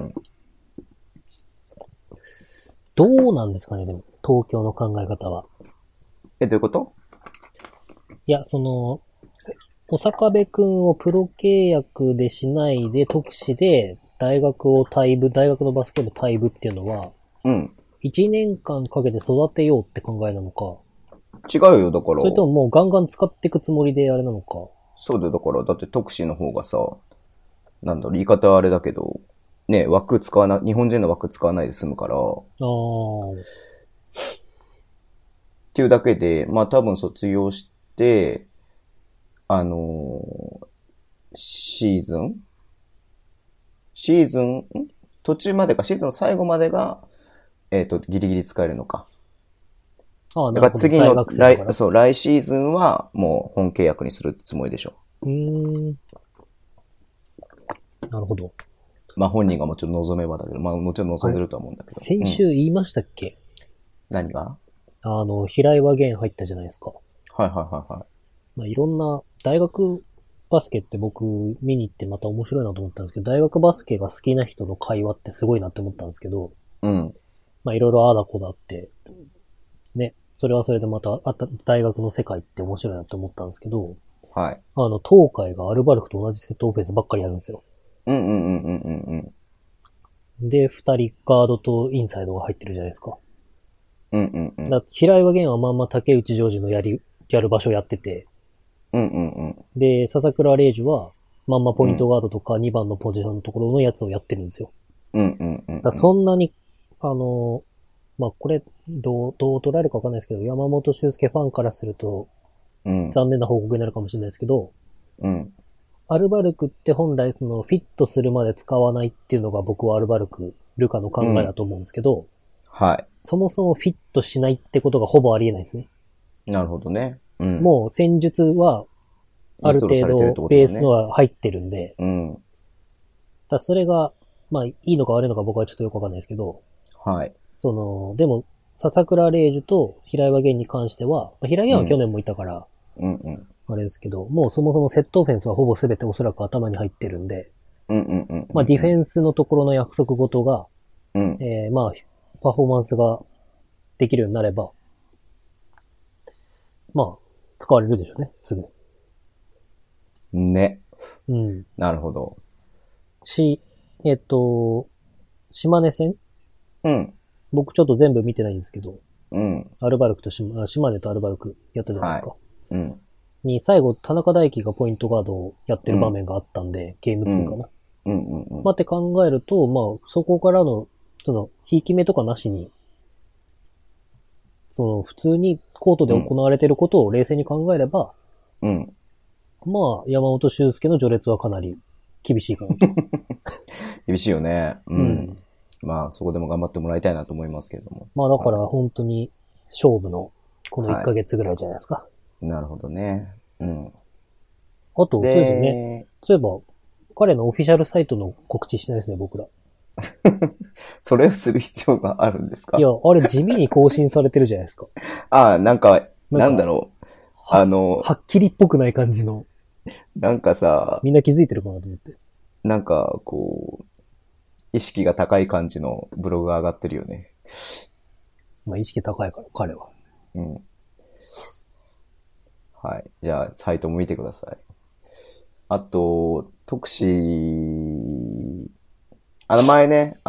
どうなんですかね、でも、東京の考え方は。 どういうこと？ いや、小坂部くんをプロ契約でしないで特使で、大学のバスケ部退部っていうのは、 うん。 1年間かけて育てようって考えなのか。 違うよ、だから。 それとももうガンガン使っていくつもりであれなのか。 そうだよ、だから、だって特使の方がさ、なんだろう、言い方はあれだけど、ね、日本人の枠使わないで済むから。っていうだけで、多分卒業して、シーズン途中までか、シーズン最後までが、ギリギリ使えるのか。だから次の来シーズンはもう本契約にするつもりでしょ。 なるほど。 本人がもちろん望めばだけど、もちろん望んでるとは思うんだけど。 先週言いましたっけ？ 何が？ 平岩源入ったじゃないですか。 はい。 いろんな大学バスケって僕見に行ってまた面白いなと思ったんですけど、大学バスケが好きな人の会話ってすごいなって思ったんですけど、 うん。 いろいろああだこだって、ね、それはそれでまた大学の世界って面白いなって思ったんですけど、 はい。 東海がアルバルクと同じセットオフェンスばっかりやるんですよ。で、二人ガードとインサイドが入ってるじゃないですか。平岩源はまんま竹内ジョージのやる場所やってて、で、笹倉玲樹は、まんまポイントガードとか2番のポジションのところのやつをやってるんですよ。そんなに、これ、どう捉えるかわかんないですけど、山本修介ファンからすると、残念な報告になるかもしれないですけど、アルバルクって本来フィットするまで使わないっていうのが僕はアルバルク、ルカの考えだと思うんですけど、 はい。 そもそもフィットしないってことがほぼありえないですね。 なるほどね。 もう戦術は、ある程度ベースのは入ってるんで、それが、いいのか悪いのか僕はちょっとよくわかんないですけど、 はい。 でも、笹倉玲樹と平岩源に関しては、平岩は去年もいたから、あれですけど、もうそもそもセットオフェンスはほぼ全ておそらく頭に入ってるんで、ディフェンスのところの約束事が、パフォーマンスができるようになれば、使われるでしょうね、すぐ。 ね。なるほど。 島根戦？僕ちょっと全部見てないんですけど、アルバルクと島根とアルバルクやったじゃないですか。に、最後、田中大輝がポイントガードをやってる場面があったんで、ゲーム2かな。って考えると、そこからの、ひいき目とかなしに、普通にコートで行われていることを冷静に考えれば、山本修介の序列はかなり厳しいかなと。 厳しいよね。そこでも頑張ってもらいたいなと思いますけれども。だから本当に勝負のこの1ヶ月ぐらいじゃないですか。 なるほどね。あと、そうですね。そういえば、彼のオフィシャルサイトの告知してないですね、僕ら。 それをする必要があるんですか？ いや、あれ地味に更新されてるじゃないですか。 なんだろう。 はっきりっぽくない感じの。 なんかさ、 みんな気づいてるかなと思って。 なんか、意識が高い感じのブログが上がってるよね。 意識高いから、彼は。 はい。じゃあ、サイトも見てください。あと、特使、前ね、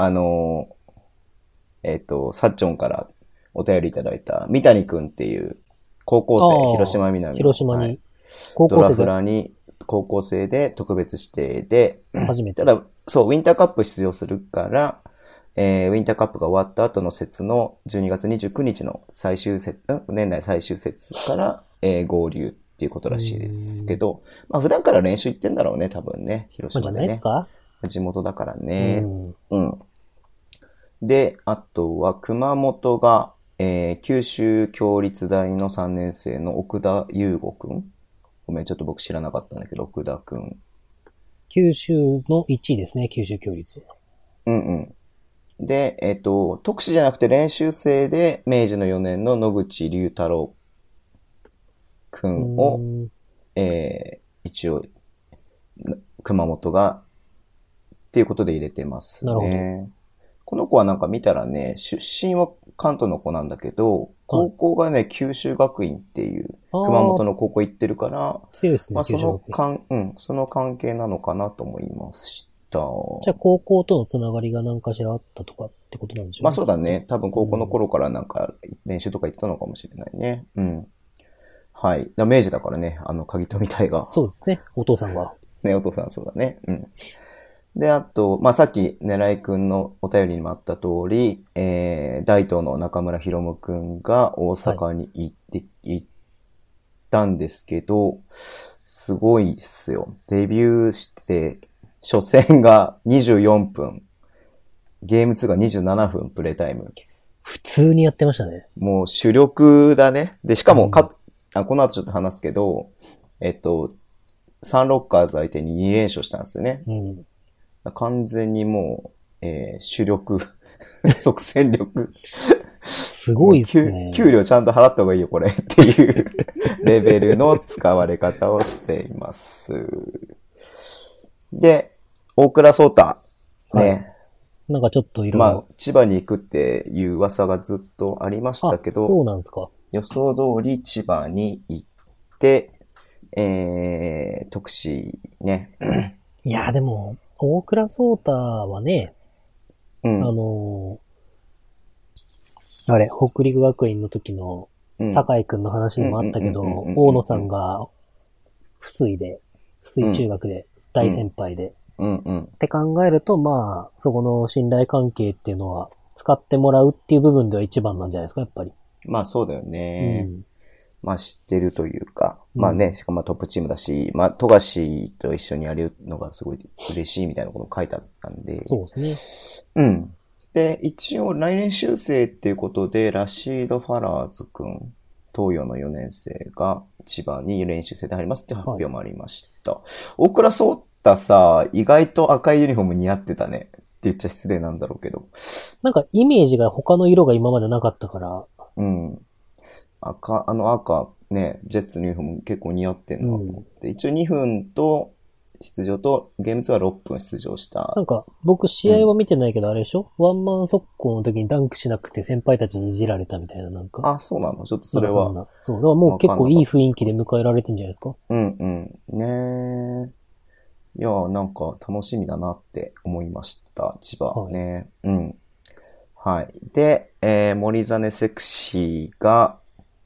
サッチョンからお便りいただいた、三谷くんっていう高校生、広島南の。 広島に、はい、 ドラフラに高校生で特別指定で、 初めて。 ただ、そう、ウィンターカップ出場するから、ウィンターカップが終わった後の節の12月29日の最終節、年内最終節から、合流っていうことらしいですけど、まあ普段から練習行ってんだろうね、多分ね、広島でね。 じゃないですか？ 地元だからね。うん。で、あとは熊本が、九州共立大の3年生の奥田優吾くん。ごめん、ちょっと僕知らなかったんだけど、奥田くん。 九州の1位ですね、九州共立。 うんうん。で、特使じゃなくて練習生で、明治の4年の野口龍太郎くんを、一応、熊本が、っていうことで入れてますね。なるほど。この子はなんか見たらね、出身は関東の子なんだけど、高校がね、九州学院っていう、熊本の高校行ってるから、 強いですね、 まあその関係なのかなと思いました。 じゃあ高校とのつながりが何かしらあったとかってことなんでしょうね。 まあそうだね。多分高校の頃からなんか練習とか行ったのかもしれないね。うん。はい。明治だからね、鍵富隊が。 そうですね、お父さんが。 ね、お父さんそうだね。うん。で、あと、まあ、さっき、狙いくんのお便りにもあった通り、大東の中村博夢くんが大阪に行ったんですけど、すごいっすよ。デビューして、初戦が24分、ゲーム2が27分プレイタイム。 普通にやってましたね。 もう主力だね。で、しかもこの後ちょっと話すけど、サンロッカーズ相手に2連勝したんですよね。うん。完全にもう、主力、即戦力。 すごいですね。 給料ちゃんと払った方がいいよ、これ。っていうレベルの使われ方をしています。で、大倉颯太。ね。はい、 なんかちょっといろいろ。 まあ、千葉に行くっていう噂がずっとありましたけど。 そうなんですか。 予想通り千葉に行って、特使ね。 いや、でも、大倉颯太はね、うん、あれ、北陸学院の時の、酒井くんの話にもあったけど、大野さんが、福井中学で、大先輩で、って考えると、まあ、そこの信頼関係っていうのは、使ってもらうっていう部分では一番なんじゃないですか、やっぱり。 まあそうだよね。まあ知ってるというか、まあね、しかもトップチームだし、まあ富樫と一緒にやるのがすごい嬉しいみたいなことを書いてあったんで。 そうですね。うん。で、一応来年修正っていうことで、ラシード・ファラーズくん、東洋の4年生が千葉に練習生で入りますって発表もありました。はい、大倉颯太さ、意外と赤いユニフォーム似合ってたね。って言っちゃ失礼なんだろうけど。 なんかイメージが他の色が今までなかったから。 うん。赤ね、ジェッツのユニフォーム結構似合ってんなと思って。一応2分と出場と、ゲーム2は6分出場した。 なんか、僕試合は見てないけどあれでしょ、ワンマン速攻の時にダンクしなくて先輩たちにいじられたみたいななんか。 あ、そうなの？ちょっとそれは。 そう。だからもう結構いい雰囲気で迎えられてんじゃないですか？ うんうん。ねえ。いや、なんか楽しみだなって思いました。千葉ね。はい、うん。はい。で、森実セクシーが、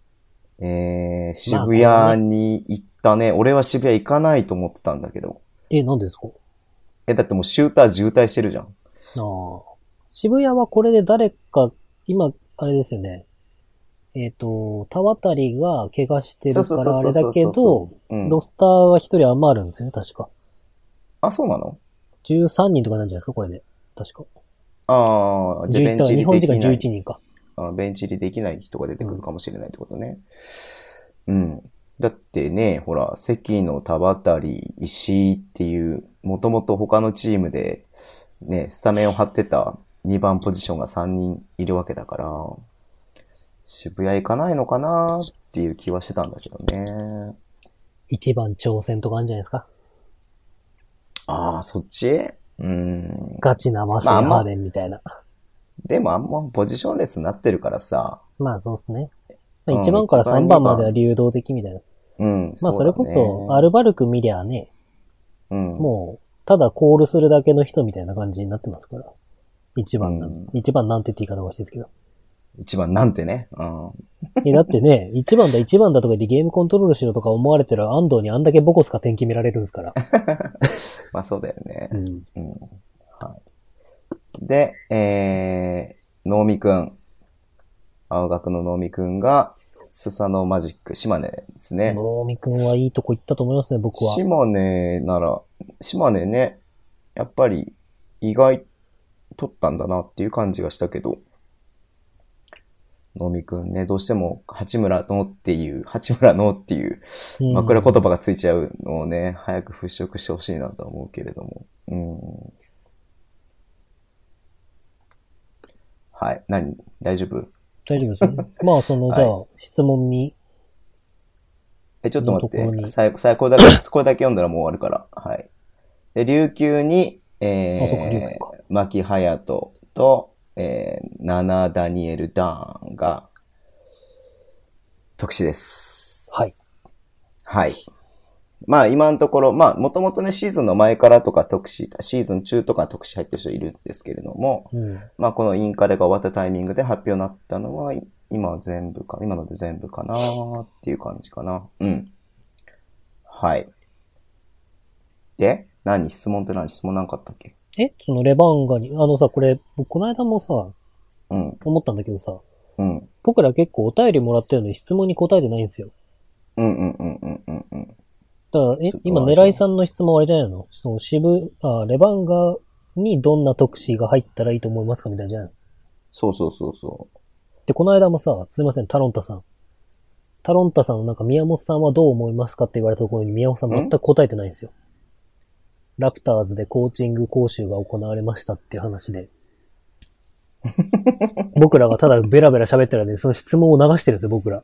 渋谷に行ったね。俺は渋谷行かないと思ってたんだけど。 なんでですか？ だってもうシューター渋滞してるじゃん。 渋谷はこれで誰か、今、あれですよね。田渡が怪我してるからあれだけど、ロスターが一人余るんですよね、確か。 あ、そうなの？ 13 人とかなんじゃないですか、これで。確か。 じゃあベンチ入りできない。 日本人が11人か。 ベンチ入りできない人が出てくるかもしれないってことね。うん。だってね、ほら、関野、田渡、石井っていう、もともと他のチームで、ね、スタメンを張ってた2番ポジションが3人いるわけだから、渋谷行かないのかなっていう気はしてたんだけどね。 1番挑戦とかあるんじゃないですか？ そっち？ ガチなマセイ・ハーデンみたいな。 でもあんまポジションレスになってるからさ。 まあそうですね。1番から3番までは流動的みたいな。 うん。 まあそれこそ、アルバルク見りゃね、 うん。 もう、ただコールするだけの人みたいな感じになってますから。一番なんてって言い方が欲しいですけど。 一番なんてね。うん。 だってね、一番だとか言ってゲームコントロールしろとか思われてる安藤にあんだけボコスか天気見られるんですから。 まあそうだよね。 うん。 うん。はい。で、能見くん。青学の能見くんが、スサノマジック、島根ですね。 能見くんはいいとこ行ったと思いますね、僕は。 島根ね、やっぱり意外取ったんだなっていう感じがしたけど、能見くんね、どうしても八村のっていう枕言葉がついちゃうのをね、早く払拭してほしいなと思うけれども。はい。大丈夫？ 大丈夫ですよ。まあ、じゃあ、質問に。 ちょっと待って。最後これだけ読んだらもう終わるから。はい。で、琉球に、牧隼人と、ナナ・ダニエル・ダーンが、特使です。 はい。 はい。まあ今のところ、まあもともとねシーズンの前からとか特使、シーズン中とか特使入ってる人いるんですけれども、まあこのインカレが終わったタイミングで発表になったのは、今ので全部かなっていう感じかな。うん。はい。で、質問なんかあったっけ？ そのレバンガに、これ、この間もさ、思ったんだけどさ、僕ら結構お便りもらってるのに質問に答えてないんですよ。だから、今、狙いさんの質問あれじゃないの？レバンガにどんな特使が入ったらいいと思いますかみたいなじゃん。 そう。 で、この間もさ、すいません、タロンタさんなんか宮本さんはどう思いますかって言われたところに宮本さん全く答えてないんですよ。ラプターズでコーチング講習が行われましたっていう話で。僕らがただベラベラ喋ってる間にその質問を流してるんですよ、僕ら。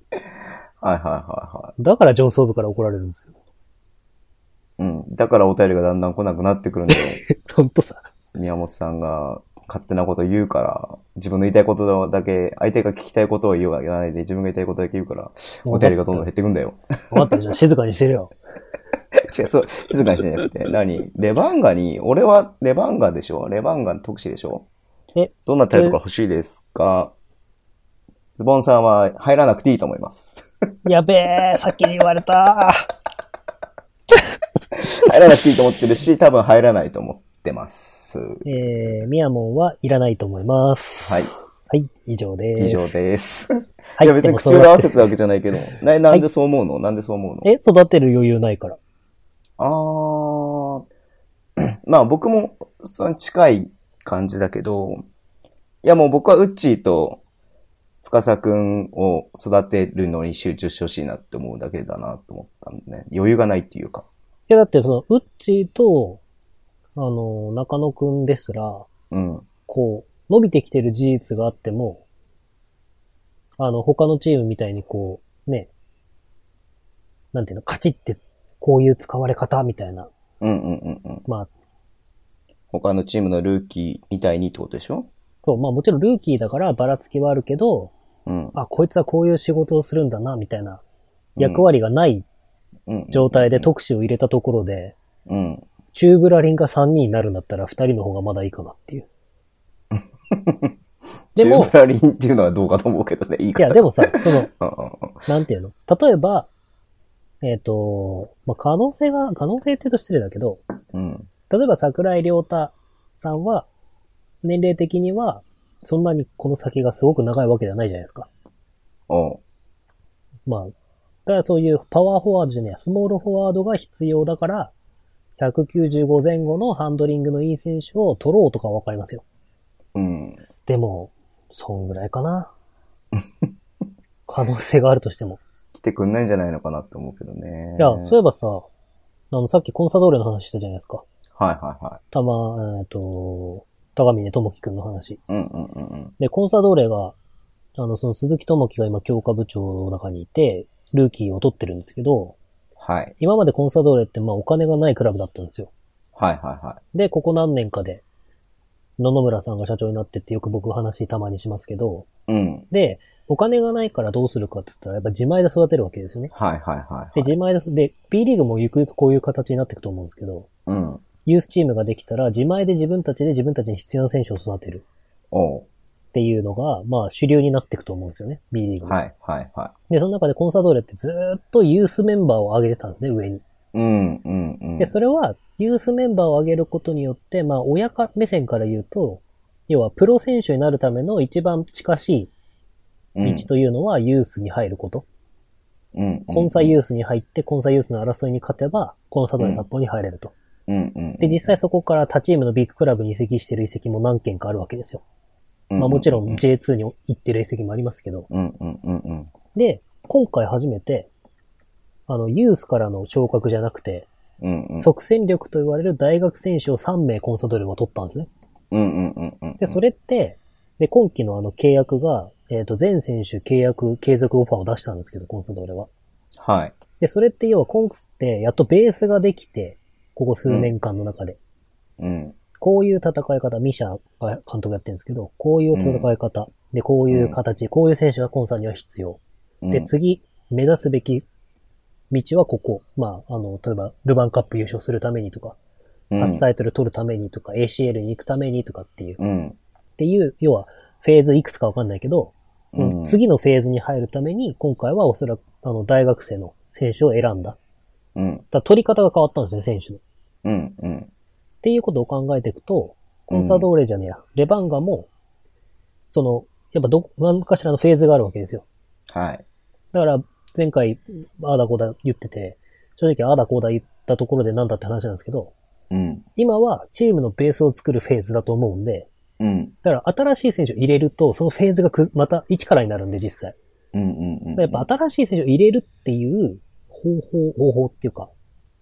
はい。 だから上層部から怒られるんですよ。 だからお便りがだんだん来なくなってくるんで。 ほんとさ。 宮本さんが勝手なこと言うから、自分の言いたいことだけ、相手が聞きたいことを言わないで、自分が言いたいことだけ言うから、お便りがどんどん減ってくんだよ。 わかった、じゃあ静かにしてるよ。 違う、静かにしてなくて。俺はレバンガでしょ？レバンガの特使でしょ？どんなタイプが欲しいですか？ズボンさんは入らなくていいと思います。 やべえ、先に言われた。 入らなくていいと思ってるし、多分入らないと思ってます。 ミヤモンはいらないと思います。 はい。 はい、以上です。 はい。いや別に口裏合わせたわけじゃないけど、なんでそう思うの？なんでそう思うの？ 育てる余裕ないから。 まあ僕もその近い感じだけど、いやもう僕はウッチーと司くんを育てるのに集中してほしいなって思うだけだなと思ったんでね。余裕がないっていうか。 いやだってウッチーと、中野くんですら、こう、伸びてきてる事実があっても、他のチームみたいにこう、ね、なんていうの、カチってこういう使われ方みたいな。まあ、 他のチームのルーキーみたいにってことでしょ？ そう、まあもちろんルーキーだからばらつきはあるけど、こいつはこういう仕事をするんだな、みたいな役割がない状態で特使を入れたところで、チューブラリンが3人になるんだったら2人の方がまだいいかなっていう。 でも、チューブラリンっていうのはどうかと思うけどね、いいか。 いや、でもさ、なんていうの？例えば、まあ、可能性って言うと失礼だけど、例えば桜井亮太さんは、年齢的には、そんなにこの先がすごく長いわけではないじゃないですか。まあ、だからそういうパワーフォワードじゃねえや、スモールフォワードが必要だから、195前後のハンドリングのいい選手を取ろうとかわかりますよ。でも、そんぐらいかな。可能性があるとしても。 来てくんないんじゃないのかなって思うけどね。 いや、そういえばさ、さっきコンサドーレの話したじゃないですか。高峰智樹くんの話。で、コンサドーレが、その鈴木智樹が今強化部長の中にいて、ルーキーを取ってるんですけど、今までコンサドーレってまあお金がないクラブだったんですよ。で、ここ何年かで、野々村さんが社長になってってよく僕話たまにしますけど、で、 お金がないからどうするかって言ったら、やっぱ自前で育てるわけですよね。 はいはいはい、はい。 で、自前で、B リーグもゆくゆくこういう形になっていくと思うんですけど、 うん。 ユースチームができたら、自前で自分たちに必要な選手を育てる。 おう。 っていうのが、まあ主流になっていくと思うんですよね。B リーグも。 はいはいはい。 で、その中でコンサドーレってずーっとユースメンバーを上げてたんですね、上に。 うんうんうん。 で、それは、ユースメンバーを上げることによって、まあ、親目線から言うと、要は、プロ選手になるための一番近しい道というのは、ユースに入ること。 うん。 コンサユースに入って、コンサユースの争いに勝てば、コンサドーレ札幌に入れると。 うんうん。 で、実際そこから他チームのビッグクラブに移籍してる移籍も何件かあるわけですよ。まあもちろん J2 に行ってる移籍もありますけど。 うんうんうんうん。 で、今回初めて、ユースからの昇格じゃなくて、即戦力と言われる大学選手を3名コンサドーレは取ったんですね。で、それって、で、今期の契約が、全選手契約継続オファーを出したんですけど、コンサドーレは。 はい。 で、それって要はコンスってやっとベースができて、ここ数年間の中で。こういう戦い方、ミシャが監督やってるんですけど、こういう戦い方、で、こういう形、こういう選手がコンサには必要。で、次、目指すべき道はここ。まあ、例えば、ルヴァンカップ優勝するためにとか、初タイトル取るためにとか、ACL に行くためにとかっていう。っていう、要は、フェーズいくつかわかんないけど、その次のフェーズに入るために、今回はおそらく、大学生の選手を選んだ。だ取り方が変わったんですね、選手の。っていうことを考えていくと、コンサドーレじゃねえや、レバンガも、やっぱ何かしらのフェーズがあるわけですよ。 はい。 だから、前回、ああだこうだ言ってて、正直ああだこうだ言ったところでなんだって話なんですけど、今はチームのベースを作るフェーズだと思うんで、だから新しい選手を入れると、そのフェーズがまた一からになるんで、実際。やっぱ新しい選手を入れるっていう方法っていうか、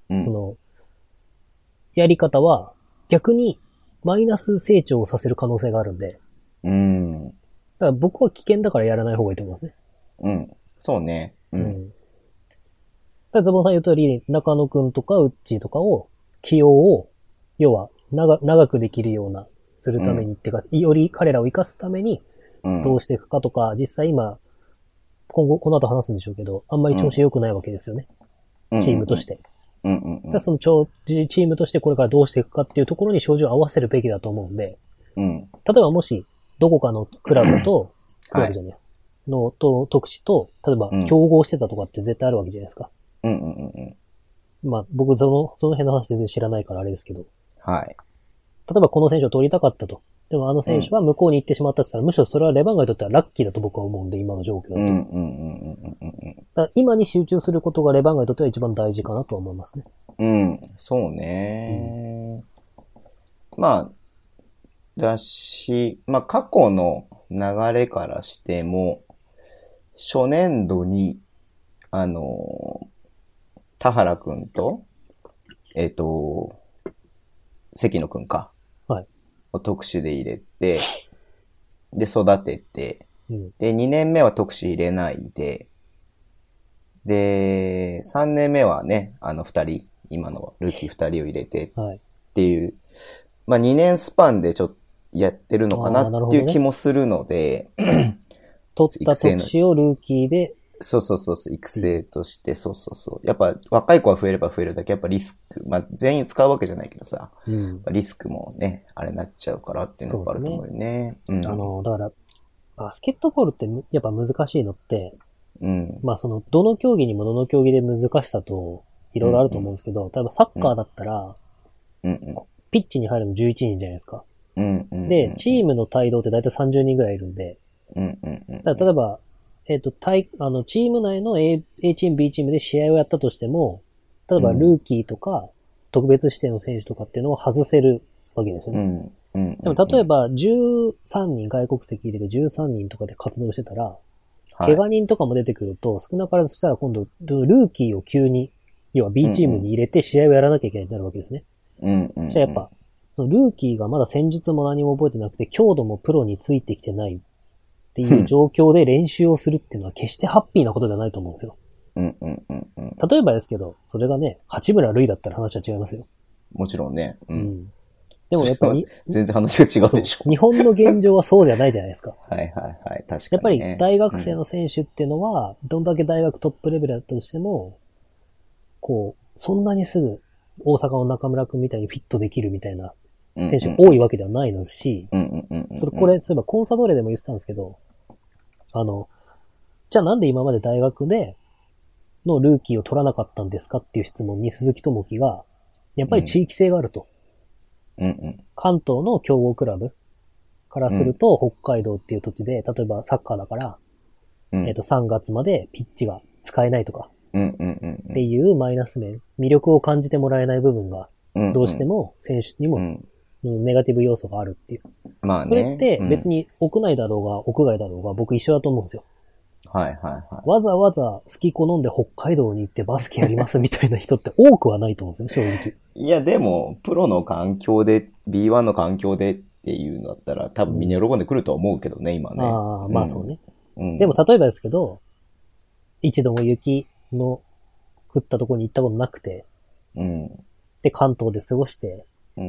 やり方は逆にマイナス成長をさせる可能性があるんで、だから僕は危険だからやらない方がいいと思いますね。 そうね。 だからズボンさん言う通り、中野くんとかウッチーとかを、起用を、要は長くできるような、するためにっていうか、より彼らを生かすために、どうしていくかとか、実際今、今後、この後話すんでしょうけど、あんまり調子良くないわけですよね。チームとして。だそのチームとしてこれからどうしていくかっていうところに照準を合わせるべきだと思うんで、例えばもし、どこかのクラブと、クラブじゃねえ、特使と、例えば、競合してたとかって絶対あるわけじゃないですか。まあ、僕、その辺の話全然知らないからあれですけど。 はい。 例えばこの選手を取りたかったと。でもあの選手は向こうに行ってしまったって言ったら、むしろそれはレバンガにとってはラッキーだと僕は思うんで、今の状況だと。だから今に集中することがレバンガにとっては一番大事かなとは思いますね。 そうね。まあ、だし、まあ過去の流れからしても、初年度に、田原くんと、関野くんか。 はい。 を特使で入れて、で、育てて、で、2年目は特使入れないで、で、3年目はね、2人、今のルーキー2人を入れてっていう、まあ2年スパンでちょっとやってるのかなっていう気もするので、 取った特使をルーキーで、 そう、育成として、やっぱ若い子が増えれば増えるだけ、やっぱリスク、まあ全員使うわけじゃないけどさ、リスクもね、あれになっちゃうからっていうのがあると思うよね。 だから、バスケットボールってやっぱ難しいのって、まあどの競技にもどの競技で難しさといろいろあると思うんですけど、例えばサッカーだったら、ピッチに入るの11人じゃないですか。で、チームの帯同って大体30人ぐらいいるんで、だから例えば、チーム内の A チーム、B チームで試合をやったとしても、例えばルーキーとか、特別指定の選手とかっていうのを外せるわけですよね。でも例えば、13人外国籍入れて13人とかで活動してたら、怪我人とかも出てくると、少なからずしたら今度、ルーキーを急に、要は B チームに入れて試合をやらなきゃいけないってなるわけですね。じゃあやっぱ、そのルーキーがまだ戦術も何も覚えてなくて、強度もプロについてきてないっていう状況で練習をするっていうのは決してハッピーなことではないと思うんですよ。例えばですけど、それがね、八村塁だったら話は違いますよ。 もちろんね。 でもやっぱり、 全然話が違うでしょ。 日本の現状はそうじゃないじゃないですか。 はいはいはい。確かに、ね。 やっぱり大学生の選手っていうのは、どんだけ大学トップレベルだったとしても、こう、そんなにすぐ大阪の中村くんみたいにフィットできるみたいな選手が多いわけではないのし、これ、そういえばコンサドーレでも言ってたんですけど、じゃあなんで今まで大学でのルーキーを取らなかったんですかっていう質問に鈴木智樹が、やっぱり地域性があると。関東の強豪クラブからすると、北海道っていう土地で、例えばサッカーだから、3月までピッチが使えないとか、っていうマイナス面、魅力を感じてもらえない部分が、どうしても選手にも、ネガティブ要素があるっていう。まあね。それって別に屋内だろうが屋外だろうが僕一緒だと思うんですよ。 はいはいはい。 わざわざ好き好んで北海道に行ってバスケやりますみたいな人って多くはないと思うんですよね、正直。 いやでも、プロの環境で、B1 の環境でっていうのだったら多分みんな喜んでくるとは思うけどね、今ね。 ああ、まあそうね。でも例えばですけど、一度も雪の降ったところに行ったことなくて、で、関東で過ごして、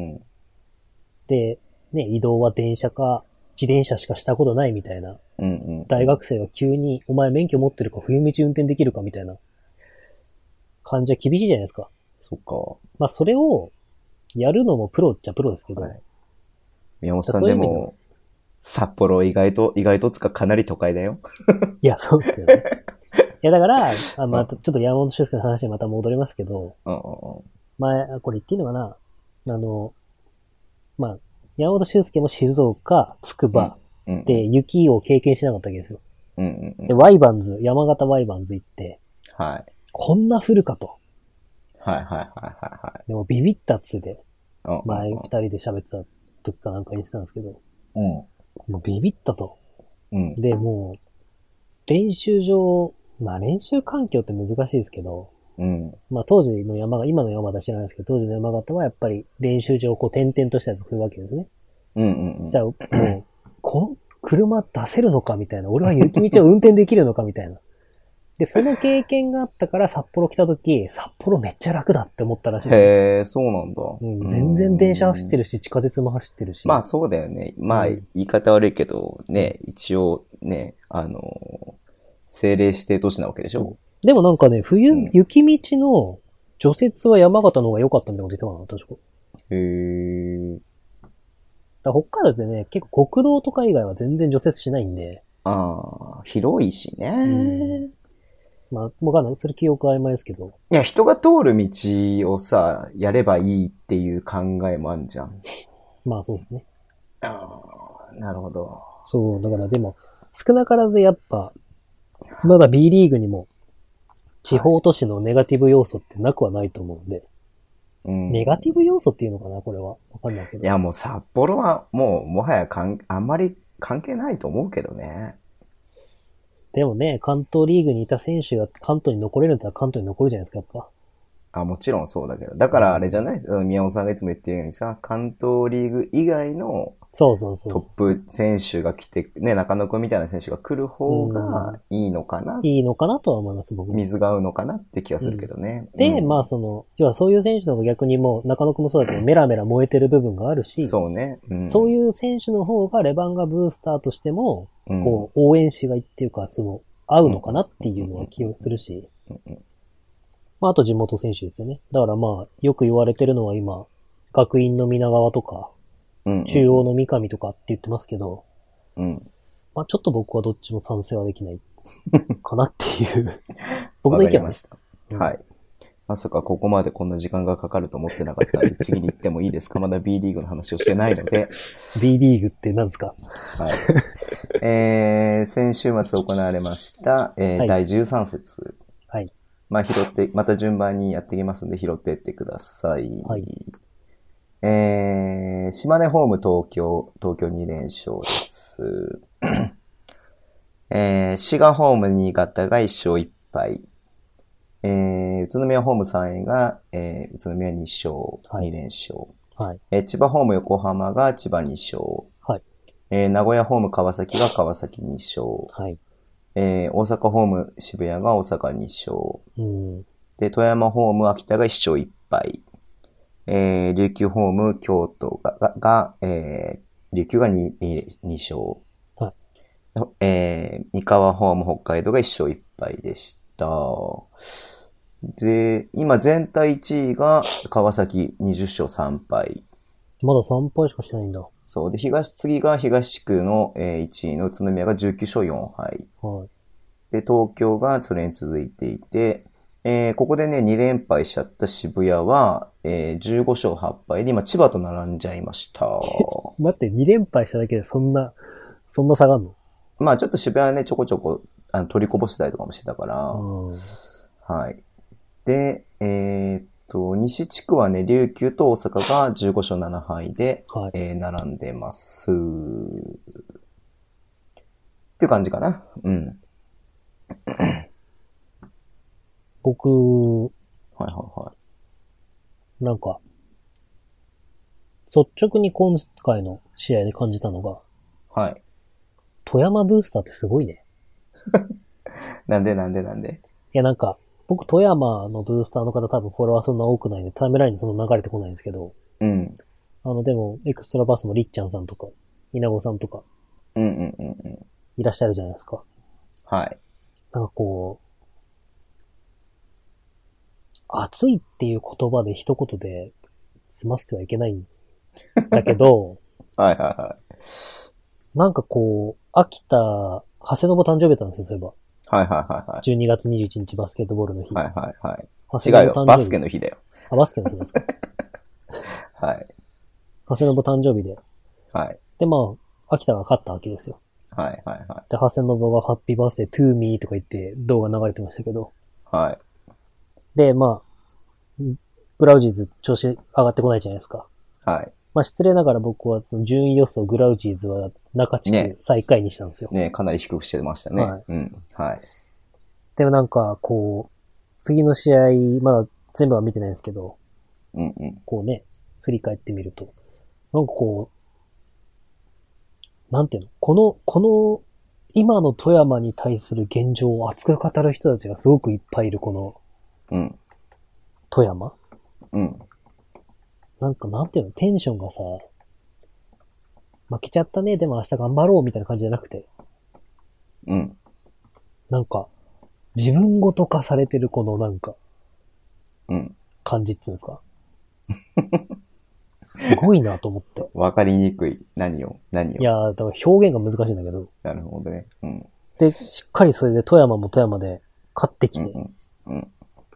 で、ね、移動は電車か自転車しかしたことないみたいな、大学生が急にお前免許持ってるか冬道運転できるかみたいな感じは厳しいじゃないですか。 そっか。 まあそれをやるのもプロっちゃプロですけど。 宮本さんでも、札幌意外とつかかなり都会だよ。 いや、そうですけどね。いやだから、まあ、ちょっと山本修介の話にまた戻りますけど、前、これ言っていいのかなまあ、山本修介も静岡、筑波で雪を経験しなかったわけですよ。で、山形ワイバンズ行って、こんな降るかと。でもビビったっつって、前二人で喋ってた時かなんかにしてたんですけど、もうビビったと。で、もう、練習場、まあ練習環境って難しいですけど、まあ当時の今の山形知らないですけど、当時の山形はやっぱり練習場をこう点々としたやつ作るわけですね。じゃあ、もう、この車出せるのかみたいな。俺は雪道を運転できるのかみたいな。で、その経験があったから札幌来た時、札幌めっちゃ楽だって思ったらしい。 へー、そうなんだ。 全然電車走ってるし、地下鉄も走ってるし。 まあそうだよね。まあ言い方悪いけど、ね、一応ね、政令指定都市なわけでしょ。 でもなんかね、雪道の除雪は山形の方が良かったみたいなこと言ってたかな、確か。 へー。 北海道ってね、結構国道とか以外は全然除雪しないんで。 広いしね。 まあ、わかんない。それ記憶曖昧ですけど。 いや、人が通る道をさ、やればいいっていう考えもあるじゃん。 まあそうですね。 なるほど。 そう、だからでも、少なからずやっぱ、まだ B リーグにも、地方都市のネガティブ要素ってなくはないと思うんで。ネガティブ要素っていうのかなこれは。わかんないけど。 いや、もう札幌はもはやあんまり関係ないと思うけどね。 でもね、関東リーグにいた選手が関東に残れるんだったら関東に残るじゃないですか、やっぱ。もちろんそうだけど。だからあれじゃない、宮本さんがいつも言ってるようにさ、関東リーグ以外のトップ選手が来て、ね、中野くんみたいな選手が来る方がいいのかな。 いいのかなとは思います、僕も。 水が合うのかなって気がするけどね。 で、まあ要はそういう選手の方が逆にもう、中野くんもそうだけど、メラメラ燃えてる部分があるし、 そうね。 そういう選手の方がレバンガブースターとしても、こう、応援しがいっていうか、合うのかなっていうのは気をするし、まあ、あと地元選手ですよね。だからまあ、よく言われてるのは今、学院の皆川とか、中央の三上とかって言ってますけど、まあちょっと僕はどっちも賛成はできないかなっていう僕の意見はね。 はい。まさかここまでこんな時間がかかると思ってなかったので、次に行ってもいいですか？まだ B リーグの話をしてないので。 B リーグって何ですか？ はい。先週末行われました、第13節。 はい。 まあまた順番にやっていきますので拾っていってください。 はい。 島根ホーム東京2連勝です。滋賀ホーム新潟が1勝1敗。宇都宮ホーム3位が、宇都宮2勝、2連勝。 はい。 千葉ホーム横浜が千葉2勝。 はい。 名古屋ホーム川崎が川崎2勝。 はい。 大阪ホーム渋谷が大阪2勝。で、富山ホーム秋田が1勝1敗。 琉球ホーム、京都が、琉球が 2勝。 はい。 三河ホーム、北海道が1勝1敗でした。で、今全体1位が川崎20勝3敗。 まだ3敗しかしてないんだ。 そう。で、次が東地区の1位の宇都宮が19勝4敗。 はい。 で、東京がそれに続いていて、ここでね、2連敗しちゃった渋谷は、15勝8敗で今千葉と並んじゃいました。 待って、2連敗しただけでそんな差があんの？ まあちょっと渋谷はね、ちょこちょこ取りこぼしたりとかもしてたから、はい。で、西地区はね、琉球と大阪が15勝7敗で、 はい、 並んでます。っていう感じかな。うん。 僕、 はいはいはい。 なんか、率直に今回の試合で感じたのが、 はい。 富山ブースターってすごいね。 なんでいやなんか、僕富山のブースターの方多分フォロワーそんな多くないんで、タイムラインにその流れてこないんですけど、 うん。 でも、エクストラバスのりっちゃんさんとか、稲子さんとか、いらっしゃるじゃないですか。 はい。 なんかこう、熱いっていう言葉で一言で済ませてはいけないんだけど、 はいはいはい。 なんかこう、秋田、長谷信誕生日だったんですよ、そういえば。 はいはいはいはい。 12月21日バスケットボールの日。 はいはいはい。 長谷信誕生日。 違うよ、バスケの日だよ。 あ、バスケの日ですか。 はい。 長谷信誕生日で。 はい。 で、まあ、秋田が勝ったわけですよ。 はいはいはい。 で、長谷信がハッピーバースデートゥーミーとか言って動画流れてましたけど。 はい。 で、まあ、グラウジーズ調子上がってこないじゃないですか。 はい。 まあ失礼ながら僕はその順位予想グラウジーズは中地区最下位にしたんですよ。 ね、かなり低くしてましたね。 はい。 うん。はい。 でもなんか、こう、次の試合、まだ全部は見てないんですけど、 うんうん。 こうね、振り返ってみると、なんかこう、なんていうのこの、今の富山に対する現状を熱く語る人たちがすごくいっぱいいるこの、 うん。 富山うん。 なんかなんていうのテンションがさ、負けちゃったね、でも明日頑張ろうみたいな感じじゃなくて、 うん。 なんか、自分ごと化されてるこのなんか、 うん。 感じっつうんですかすごいなと思って。 わかりにくい。何をいやー、だから表現が難しいんだけど。 なるほどね。うん。 で、しっかりそれで富山も富山で勝ってきて。 うん。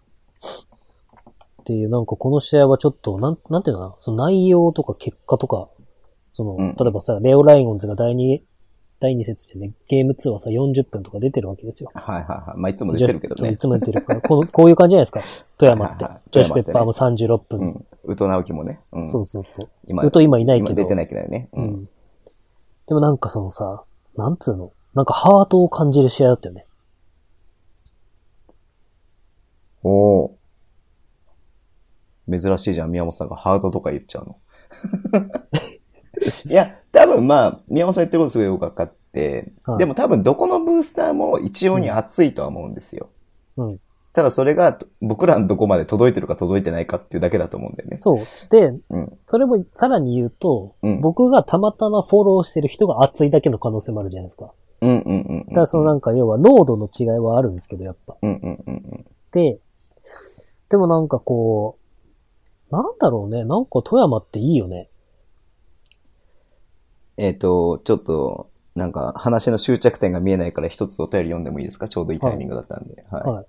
っていう、なんかこの試合はちょっと、なんていうのかな、その内容とか結果とか、その、例えばさ、レオライオンズが第2節でね、ゲーム2はさ、40分とか出てるわけですよ。 はいはいはい。まあ、いつも出てるけどね。 いつも出てるから、こういう感じじゃないですか。富山って。ジョシュ・ペッパーも36分。 うん。宇都直樹もね。うん。 そう。宇都今いないけど。 今出てないけどね。 うん。でもなんかそのさ、なんつうの、なんかハートを感じる試合だったよね。 おー。珍しいじゃん、宮本さんがハートとか言っちゃうの。いや、多分まあ、宮本さん言ってることすごいよくわかって、はい、でも多分どこのブースターも一様に熱いとは思うんですよ。 うん。 ただそれが僕らのどこまで届いてるか届いてないかっていうだけだと思うんだよね。 そう。で、それもさらに言うと、僕がたまたまフォローしてる人が熱いだけの可能性もあるじゃないですか。だからそのなんか要は濃度の違いはあるんですけど、やっぱ。で、でもなんかこう、なんだろうね。なんか富山っていいよね。 ちょっと、なんか話の終着点が見えないから一つお便り読んでもいいですか？ちょうどいいタイミングだったんで。はい。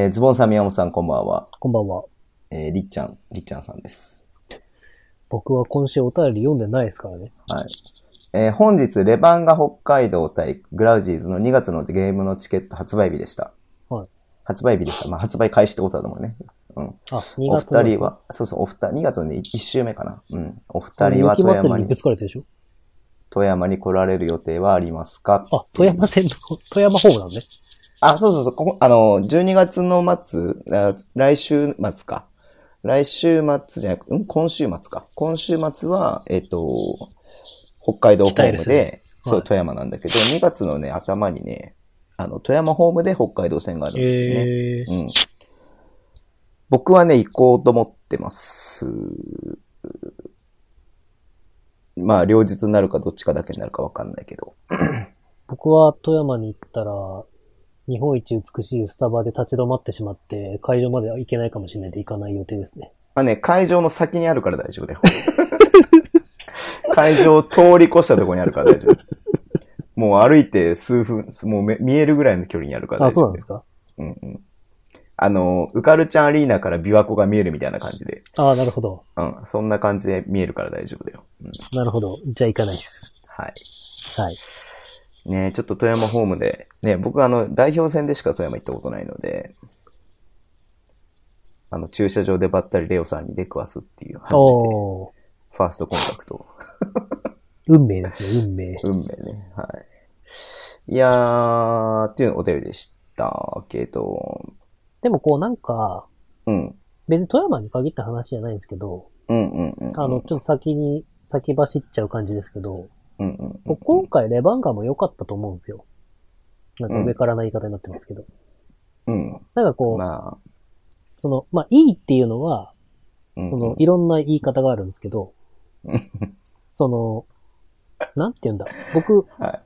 ズボンさん、宮本さん、こんばんは。 こんばんは。 りっちゃんさんです。 僕は今週お便り読んでないですからね。 はい。本日、レバンガ北海道対グラウジーズの2月のゲームのチケット発売日でした。 はい。 発売日でした。まあ、発売開始ってことだと思うね。うん。 あ、2月の。 お二人は、そう、2月の1週目かな。うん。お二人は富山にぶつかれてるでしょ？ 富山に来られる予定はありますか？ あ、富山ホームなんね。 あ、そう。12月の末、来週末か。来週末じゃなく、今週末か。今週末は、北海道ホームで、そう、富山なんだけど、2月のね、頭にね、富山ホームで北海道戦があるんですよね。 僕はね、行こうと思ってます。まあ、両日になるかどっちかだけになるかわかんないけど。 僕は富山に行ったら、日本一美しいスタバで立ち止まってしまって、会場まで行けないかもしれないんで行かない予定ですね。 まあね、会場の先にあるから大丈夫だよ。会場を通り越したところにあるから大丈夫。もう歩いて数分、もう見えるぐらいの距離にあるから大丈夫。 あ、そうなんですか？ うんうん。ウカルチャンアリーナから琵琶湖が見えるみたいな感じで。 ああ、なるほど。 うん。そんな感じで見えるから大丈夫だよ。うん、 なるほど。じゃあ行かないです。 はい。 はい。 ね、ちょっと富山ホームで、ね、僕代表戦でしか富山行ったことないので、駐車場でばったりレオさんに出くわすっていう初めて、ファーストコンタクト。 運命ですね、運命。 運命ね。はい。いやー、っていうお便りでしたけど。 でもこうなんか、 うん。 別に富山に限った話じゃないんですけど、 うんうんうん、うん。 ちょっと先走っちゃう感じですけど、 うんうんうん、今回レバンガも良かったと思うんですよ。なんか上からな言い方になってますけど。 うん。 なんかこう、まあ、いいっていうのは、いろんな言い方があるんですけど、なんて言うんだ。僕、はい、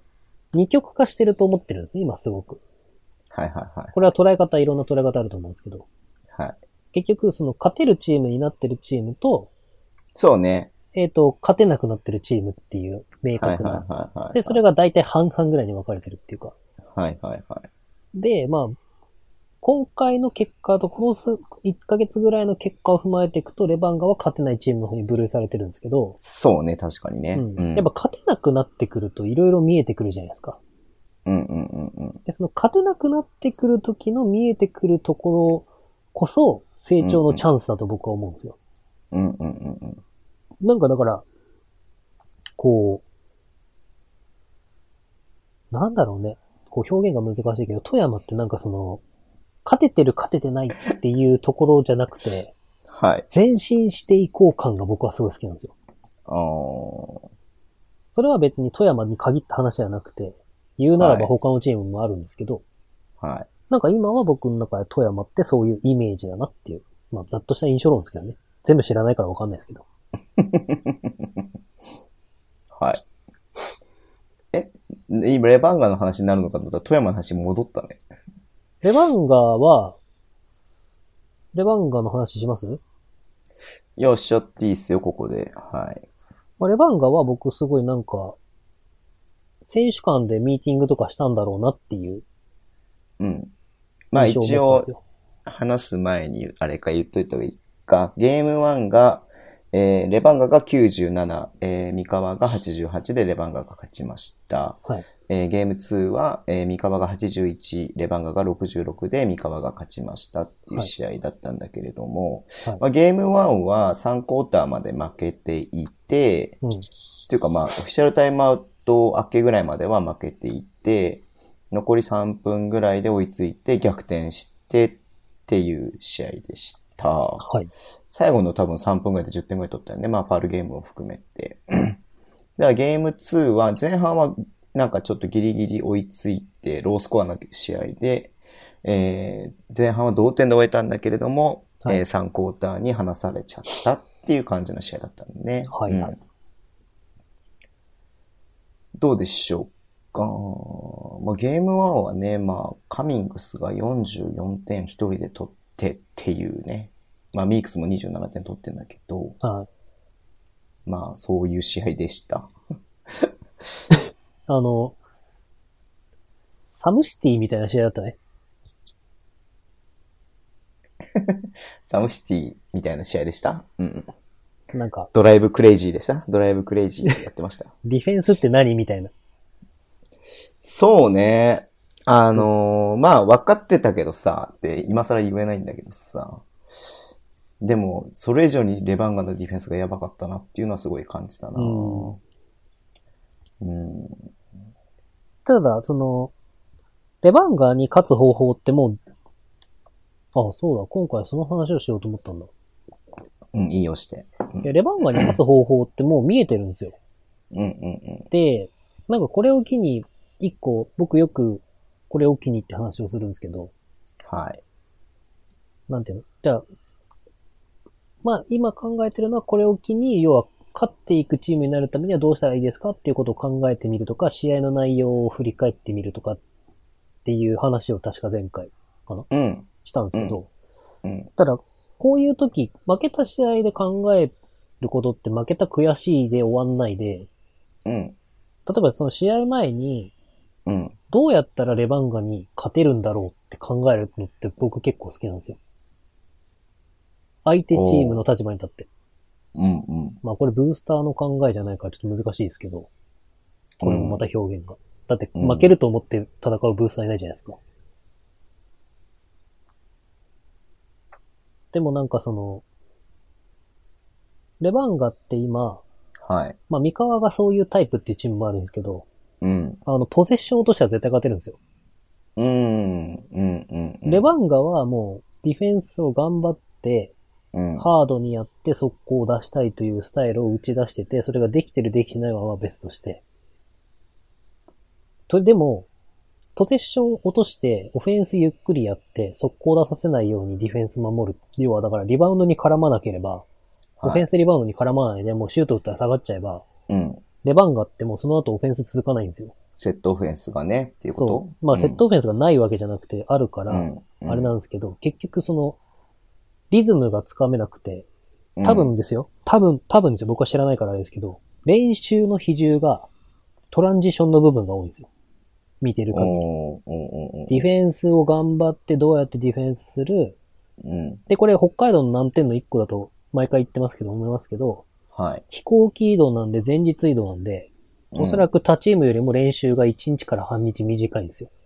二極化してると思ってるんですね、今すごく。 はいはいはい。 これはいろんな捉え方あると思うんですけど。はい。結局、勝てるチームになってるチームと、 そうね。 勝てなくなってるチームっていう明確な。はいはいはいはい、で、それが大体半々ぐらいに分かれてるっていうか。 はいはいはい。 で、まあ、今回の結果と、この1ヶ月ぐらいの結果を踏まえていくと、レバンガは勝てないチームの方に分類されてるんですけど。 そうね、確かにね。 うん。やっぱ勝てなくなってくると色々見えてくるじゃないですか。 うんうんうんうん。 で、勝てなくなってくる時の見えてくるところこそ成長のチャンスだと僕は思うんですよ。 うんうんうんうん。 なんかだから、こう、なんだろうね。こう表現が難しいけど、富山ってなんか勝ててる勝ててないっていうところじゃなくて、はい。前進していこう感が僕はすごい好きなんですよ。それは別に富山に限った話じゃなくて、言うならば他のチームもあるんですけど、はい。なんか今は僕の中で富山ってそういうイメージだなっていう、まあざっとした印象論ですけどね。全部知らないからわかんないですけど。 はい。今レバンガの話になるのかと思ったら富山の話に戻ったね。 レバンガの話します？ よっしゃっていいっすよ、ここで。はい。 まあ、レバンガは僕すごいなんか、選手間でミーティングとかしたんだろうなっていう。 うん。まあ一応、話す前にあれか言っといた方がいいか。ゲーム1が、レバンガが97、三河が88でレバンガが勝ちました。はい。ゲーム2は、三河が81、レバンガが66で三河が勝ちましたっていう試合だったんだけれども、はいまあ、ゲーム1は3クォーターまで負けていて、うん、っていうかまあ、オフィシャルタイムアウト明けぐらいまでは負けていて、残り3分ぐらいで追いついて逆転してっていう試合でした。はい。最後の多分3分ぐらいで10点ぐらい取ったよね。まあ、ファールゲームを含めて。ではゲーム2は前半はなんかちょっとギリギリ追いついて、ロースコアな試合で、前半は同点で終えたんだけれども、はい、3クォーターに離されちゃったっていう感じの試合だったんでね。はい、はいどうでしょうか。まあ、ゲーム1はね、まあ、カミングスが44点一人で取ってっていうね。まあ、ミークスも27点取ってんだけど、はい、まあ、そういう試合でした。 サムシティみたいな試合だったね。 サムシティみたいな試合でした？うん。 なんか。 ドライブクレイジーでした？ドライブクレイジーやってました。 ディフェンスって何みたいな。 そうね。まあ、分かってたけどさ、って今更言えないんだけどさ。でも、それ以上にレバンガのディフェンスがやばかったなっていうのはすごい感じたな。 ただ、レバンガに勝つ方法ってもう、あ、そうだ、今回その話をしようと思ったんだ。 うん、いいよして。 いや、レバンガに勝つ方法ってもう見えてるんですよ。で、なんかこれを機に、一個、僕よくこれを機にって話をするんですけど。はい。なんていうの？じゃあ、 まあ今考えてるのはこれを機に、要は勝っていくチームになるためにはどうしたらいいですかっていうことを考えてみるとか、試合の内容を振り返ってみるとかっていう話を確か前回かな、したんですけど、ただこういう時、負けた試合で考えることって負けた悔しいで終わんないで、例えばその試合前に、どうやったらレバンガに勝てるんだろうって考えるのって僕結構好きなんですよ。相手チームの立場に立って。まあこれブースターの考えじゃないからちょっと難しいですけど、これもまた表現が。だって負けると思って戦うブースターいないじゃないですか。でもなんかその、レバンガって今、まあ三河がそういうタイプっていうチームもあるんですけど、ポゼッションとしては絶対勝てるんですよ。レバンガはもうディフェンスを頑張って、ハードにやって速攻を出したいというスタイルを打ち出してて、それができてるできてないは別として。でも、ポゼッションを落として、オフェンスゆっくりやって、速攻出させないようにディフェンス守る。要はだからリバウンドに絡まなければ、オフェンスリバウンドに絡まないで、もうシュート打ったら下がっちゃえば、レバンガってもうその後オフェンス続かないんですよ。 セットオフェンスがね、っていうこと？ そう。まあセットオフェンスがないわけじゃなくてあるから、あれなんですけど、結局その、リズムがつかめなくて、多分ですよ。多分ですよ。僕は知らないからあれですけど、練習の比重がトランジションの部分が多いんですよ。見てる限り。ディフェンスを頑張ってどうやってディフェンスする。で、これ北海道の難点の一個だと毎回言ってますけど、思いますけど、飛行機移動なんで前日移動なんで、おそらく他チームよりも練習が1日から半日短いんですよ。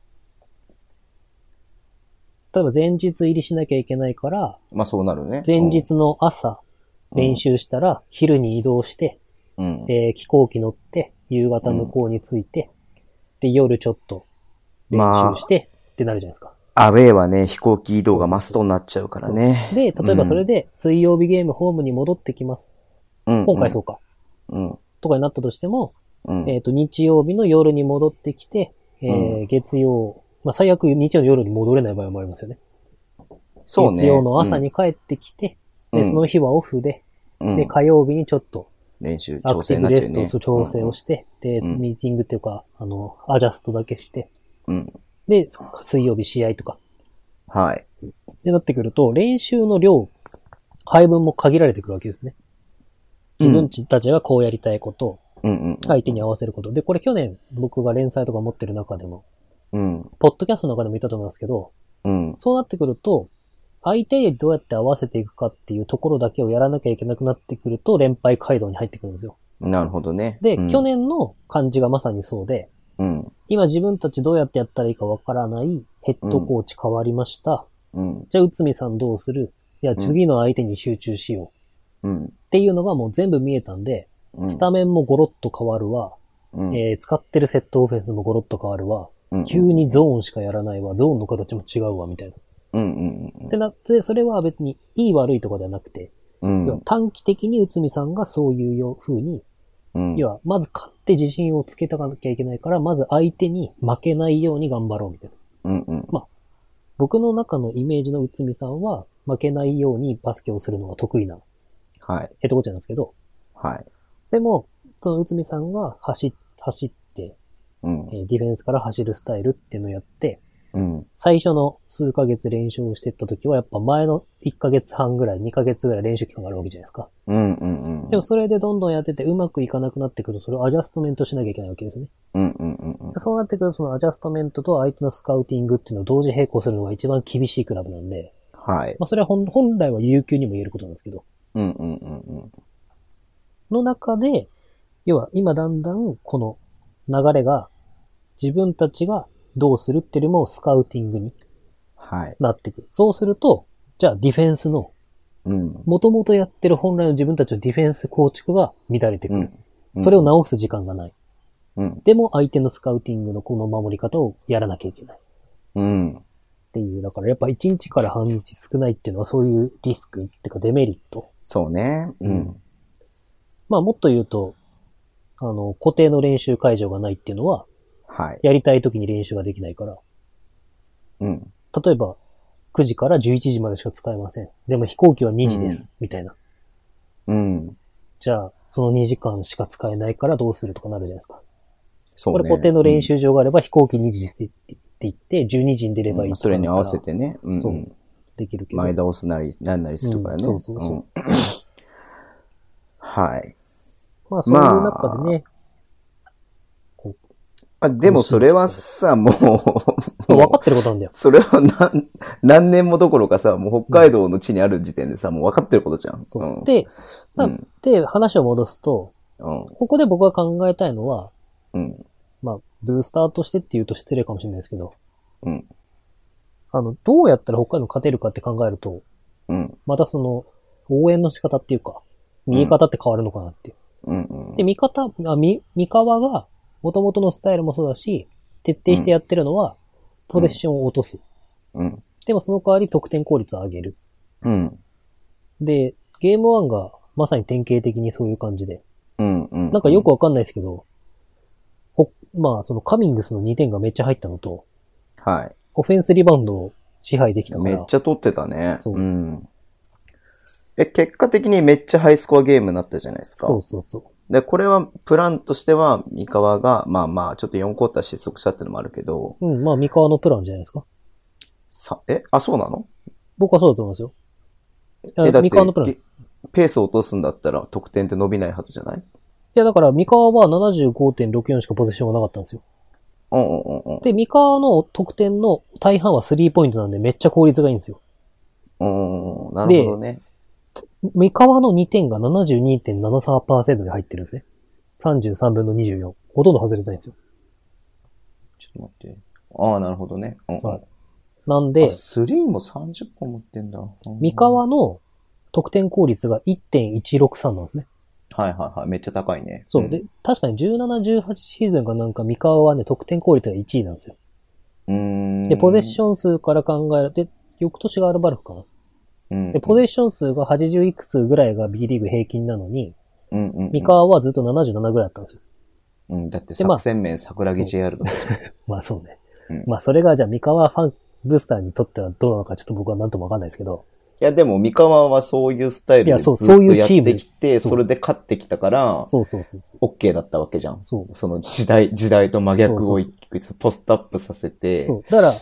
例えば前日入りしなきゃいけないから、 まあそうなるね。 前日の朝練習したら昼に移動して、飛行機乗って夕方向こうに着いて、で夜ちょっと練習して、ってなるじゃないですか。 アウェーはね、飛行機移動がマストになっちゃうからね。 で、例えばそれで水曜日ゲームホームに戻ってきます。今回そうか。とかになったとしても、日曜日の夜に戻ってきて、月曜、まあ、最悪日曜の夜に戻れない場合もありますよね。そうね。月曜の朝に帰ってきて、で、その日はオフで、で、火曜日にちょっと、 練習、 アクティブレスト、調整をして、で、ミーティングっていうか、アジャストだけして、で、水曜日試合とか。ってなってくると、練習の量、配分も限られてくるわけですね。自分たちがこうやりたいこと、相手に合わせること。で、これ去年僕が連載とか持ってる中でも、ポッドキャストの中でも言ったと思いますけど、そうなってくると、相手にどうやって合わせていくかっていうところだけをやらなきゃいけなくなってくると、連敗街道に入ってくるんですよ。 なるほどね。 で、去年の感じがまさにそうで、今自分たちどうやってやったらいいかわからないヘッドコーチ変わりました。じゃあ、内海さんどうする？いや、次の相手に集中しよう。っていうのがもう全部見えたんで、スタメンもゴロッと変わるわ。使ってるセットオフェンスもゴロッと変わるわ。急にゾーンしかやらないわ。ゾーンの形も違うわ、みたいな。ってなって、それは別にいい悪いとかではなくて、要は短期的に内海さんがそういう風に、要は、まず勝って自信をつけたかなきゃいけないから、まず相手に負けないように頑張ろうみたいな。まあ、僕の中のイメージの内海さんは、負けないようにバスケをするのが得意な、ヘッドコーチなんですけど、でも、その内海さんが走って、ディフェンスから走るスタイルっていうのをやって、最初の数ヶ月練習をしていった時は、やっぱ前の1ヶ月半ぐらい、2ヶ月ぐらい練習期間があるわけじゃないですか。でもそれでどんどんやっててうまくいかなくなってくると、それをアジャストメントしなきゃいけないわけですね。そうなってくると、そのアジャストメントと相手のスカウティングっていうのを同時並行するのが一番厳しいクラブなんで、まあそれは本来は有給にも言えることなんですけど、の中で、要は今だんだんこの流れが自分たちがどうするっていうよりもスカウティングになってくる。そうすると、じゃあディフェンスの、元々やってる本来の自分たちのディフェンス構築が乱れてくる。それを直す時間がない。でも相手のスカウティングのこの守り方をやらなきゃいけない。っていう、だからやっぱ1日から半日少ないっていうのはそういうリスクっていうかデメリット。 そうね。 まあもっと言うと、固定の練習会場がないっていうのは、やりたい時に練習ができないから。例えば、 9時から11時までしか使えません。でも飛行機は2時です。みたいな。じゃあ、その2時間しか使えないからどうするとかなるじゃないですか。そうね。これ固定の練習場があれば飛行機2時って言って、12時に出ればいいとか、 それに合わせてね。 そう。できるけど。 前倒すなり、なんなりするからね。そう。はい。 まあ、そういう中でね。 でもそれはさ、もう分かってることなんだよ。 それは何年もどころかさ、もう北海道の地にある時点でさ、もう分かってることじゃん。 そう。で、話を戻すと、ここで僕が考えたいのは、まあ、ブースターとしてって言うと失礼かもしれないですけど、どうやったら北海道勝てるかって考えると、またその、応援の仕方っていうか、見え方って変わるのかなっていう。で、三河が、元々のスタイルもそうだし、徹底してやってるのは、ポゼッションを落とす。でもその代わり得点効率を上げる。で、ゲーム1がまさに典型的にそういう感じで。なんかよくわかんないですけど、まあそのカミングスの2点がめっちゃ入ったのと、 はい。 オフェンスリバウンドを支配できたから。 めっちゃ取ってたね。そう。結果的にめっちゃハイスコアゲームになったじゃないですか。 そう。 で、これは、プランとしては、三河が、まあ、ちょっと4クォーター失速したってのもあるけど。 まあ、三河のプランじゃないですか。 そうなの？ 僕はそうだと思いますよ。 だって、ペースを落とすんだったら、得点って伸びないはずじゃない？いや、だから、三河は 75.64 しかポゼッションがなかったんですよ。で、三河の得点の大半は3ポイントなんで、めっちゃ効率がいいんですよ。 なるほどね。 三河の2点が 72.73% で入ってるんですね。33分の24。ほとんど外れてないんですよ。 ちょっと待って。なるほどね。 はい。なんで、 3も30本持ってんだ。 三河の得点効率が 1.163 なんですね。 はい。めっちゃ高いね。 そう。で、確かに17、18シーズンかなんか三河はね、得点効率が1位なんですよ。で、ポゼッション数から考えると、翌年がアルバルクかな。で、ポゼッション数が80いくつぐらいが B リーグ平均なのに、三河はずっと77ぐらいだったんですよ。 だって作戦面桜木 JR とかじゃん。 まあそうね。まあそれがじゃあ三河ファン、ブースターにとってはどうなのかちょっと僕はなんともわかんないですけど。 いやでも三河はそういうスタイルでずっとやってきて、それで勝ってきたから、OK だったわけじゃん。その時代と真逆をポストアップさせて。 だから、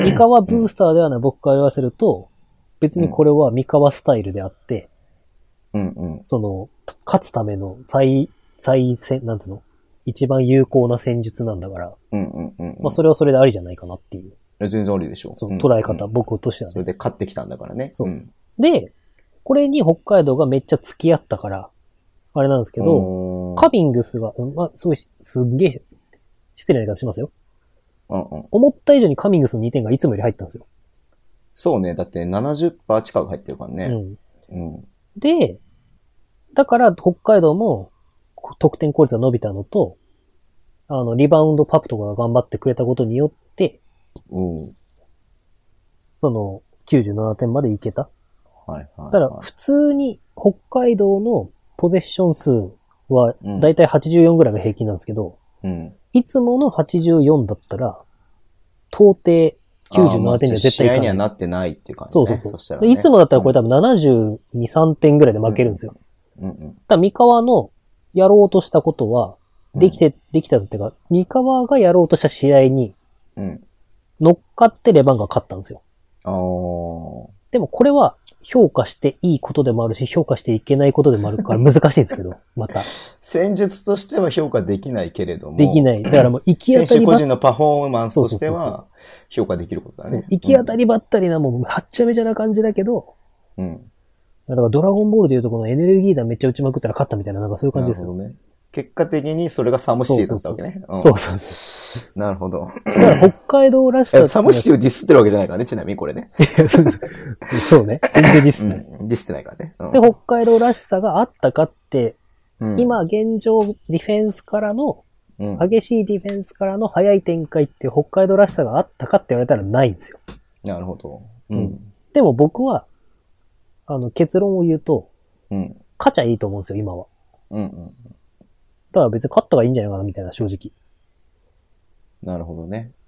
三河ブースターではない僕から言わせると、別にこれは三河スタイルであって、その、勝つためのなんつうの一番有効な戦術なんだから、まあそれはそれでありじゃないかなっていう。 全然ありでしょ。 捉え方、僕としてはね。 それで勝ってきたんだからね。 で、これに北海道がめっちゃ付き合ったから、あれなんですけど、カビングスが、まあすごい、すんげえ、失礼な言い方しますよ。思った以上にカミングスの2点がいつもより入ったんですよ。 そうね。だって 70% 近く入ってるからね。 で、だから北海道も得点効率が伸びたのと、リバウンドパプとかが頑張ってくれたことによって、その97点までいけた。だから普通に北海道のポゼッション数はだいたい84ぐらいが平均なんですけど、いつもの84だったら、到底97点で絶対いかない。 試合にはなってないっていう感じね。 そしたらね。いつもだったらこれ多分72、3点ぐらいで負けるんですよ。ただ三河のやろうとしたことは、できたっていうか、三河がやろうとした試合に、乗っかってレバンが勝ったんですよ。でもこれは評価していいことでもあるし、評価していけないことでもあるから難しいんですけど、また。 戦術としては評価できないけれども。 できない。だからもう行き当たり選手個人のパフォーマンスとしては評価できることだね。 行き当たりばったりなもうはっちゃめちゃな感じだけど、だからドラゴンボールでいうとこのエネルギー弾めっちゃ打ちまくったら勝ったみたいななんかそういう感じですよ。 ね。結果的にそれがサムシティだったわけね。 そう。 なるほど。 だから北海道らしさ。 サムシティをディスってるわけじゃないからね、ちなみにこれね。 そうね。全然ディスってない。 ディスってないからね。 で、北海道らしさがあったかって、今現状ディフェンスからの、激しいディフェンスからの速い展開って北海道らしさがあったかって言われたらないんですよ。 なるほど。 でも僕は、結論を言うと、勝ちゃいいと思うんですよ、今は。だから別に勝ったがいいんじゃないかな、みたいな、正直。 なるほどね。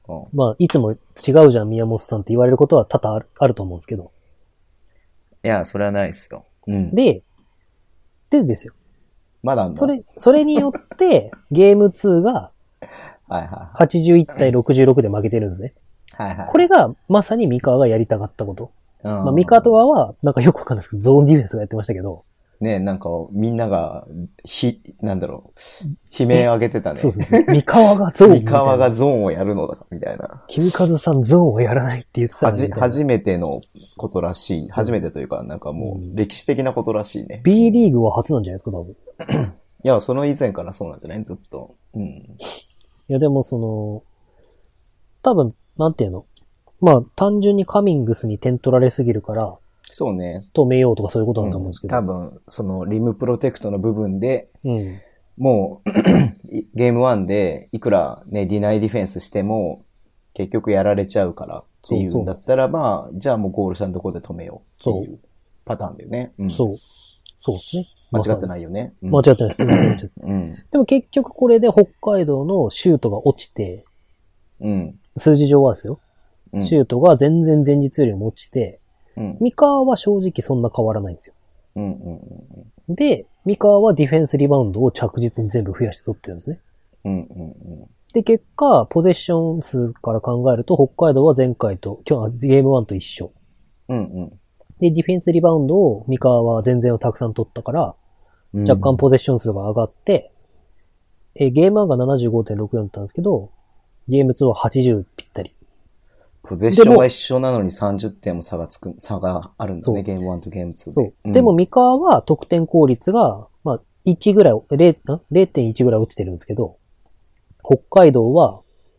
まあ、いつも違うじゃん、宮本さんって言われることは多々あると思うんですけど。 いや、それはないですよ。うん。 でですよ。 まだあんの？ それによって、ゲーム2が、 はいは 81対66で負けてるんですね。 はいはい。 これが、まさに三河がやりたかったこと。 まあ、三河とは、なんかよくわかんないですけど、ゾーンディフェンスがやってましたけど。 ね、なんか、みんなが、なんだろう、悲鳴上げてたね。 そうそうそう。三河がゾーン。 三河がゾーンをやるのだ、みたいな。 君和さんゾーンをやらないって言ってたね。 初めてのことらしい。初めてというか、なんかもう、歴史的なことらしいね。 B リーグは初なんじゃないですか、多分。 いや、その以前からそうなんじゃない？ずっと。うん。いや、でも多分、なんていうの？まあ、単純にカミングスに点取られすぎるから、 そうね。 止めようとかそういうことだと思うんですけど。 多分、リムプロテクトの部分で、 うん、 もう、ゲーム1で、いくらね、ディナイディフェンスしても、結局やられちゃうからっていうんだったらば、じゃあもうゴール下のところで止めようっていうパターンだよね。うん、 そうですね。 間違ってないよね。 間違ってないです。うん。でも結局これで北海道のシュートが落ちて、 うん。 数字上はですよ。シュートが全然前日よりも落ちて、三河は正直そんな変わらないんですよ。で、三河はディフェンスリバウンドを着実に全部増やして取ってるんですね。で、結果、ポゼッション数から考えると、北海道は前回と、今日ゲーム1と一緒。で、ディフェンスリバウンドを三河は全然をたくさん取ったから、若干ポゼッション数が上がって、ゲーム1が 75.64 だったんですけど、ゲーム2は80ぴったり。 ポゼッションは一緒なのに30点も差があるんだね、ゲーム1とゲーム2で。 そう。でも三河は得点効率が、まあ、1ぐらい、0.1 ぐらい落ちてるんですけど、北海道は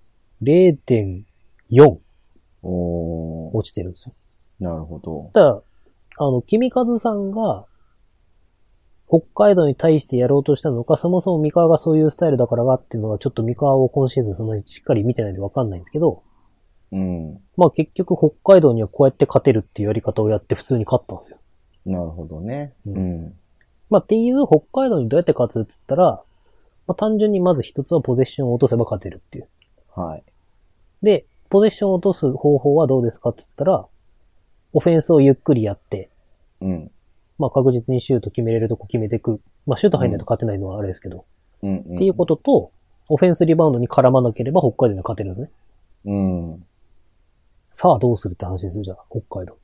0.4 落ちてるんですよ。 なるほど。 ただ、君和さんが、北海道に対してやろうとしたのか、そもそも三河がそういうスタイルだからがっていうのは、ちょっと三河を今シーズンそんなにしっかり見てないんでわかんないんですけど、まあ結局北海道にはこうやって勝てるっていうやり方をやって普通に勝ったんですよ。 なるほどね。 まあっていう北海道にどうやって勝つって言ったら、まあ単純にまず一つはポゼッションを落とせば勝てるっていう。 はい。 で、ポゼッションを落とす方法はどうですかって言ったら、オフェンスをゆっくりやって、まあ確実にシュート決めれるとこ決めていく。まあシュート入んないと勝てないのはあれですけど。っていうことと、オフェンスリバウンドに絡まなければ北海道には勝てるんですね。さあどうするって話ですよ、じゃあ、北海道。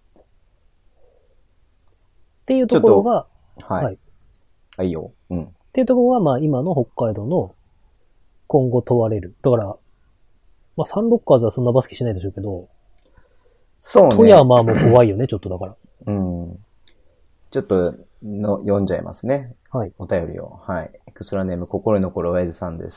っていうところが、 はい。いいよ。 っていうところが、まあ今の北海道の今後問われる。だから、まあサンロッカーズはそんなバスケしないでしょうけど、 そうね。 富山も怖いよね、ちょっとだから。 ちょっと読んじゃいますね。 はい。 お便りを。はい。エクストラネーム、心に残る親父さんです。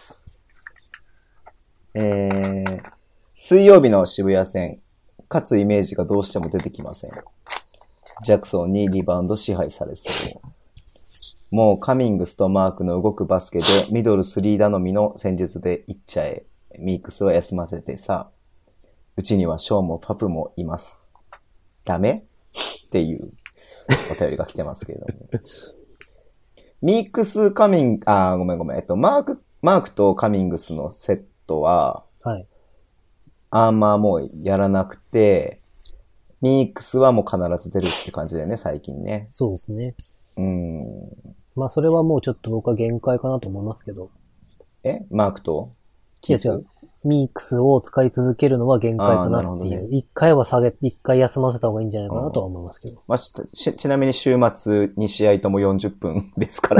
水曜日の渋谷戦、勝つイメージがどうしても出てきません。ジャクソンにリバウンド支配されそう。もうカミングスとマークの動くバスケでミドル3頼みの戦術でいっちゃえ。ミークスは休ませてさ。うちにはショーもパプもいます。ダメっていうお便りが来てますけれども。ミークスごめん。マークとカミングスのセットは、 はい。 あんまもうやらなくて、ミークスはもう必ず出るって感じだよね、最近ね。 そうですね。まあそれはもうちょっと僕は限界かなと思いますけど。 マークといや違う。ミークスを使い続けるのは限界かなっていう。一回は一回休ませた方がいいんじゃないかなとは思いますけど。 まあ、ちなみに週末2試合とも40分ですから。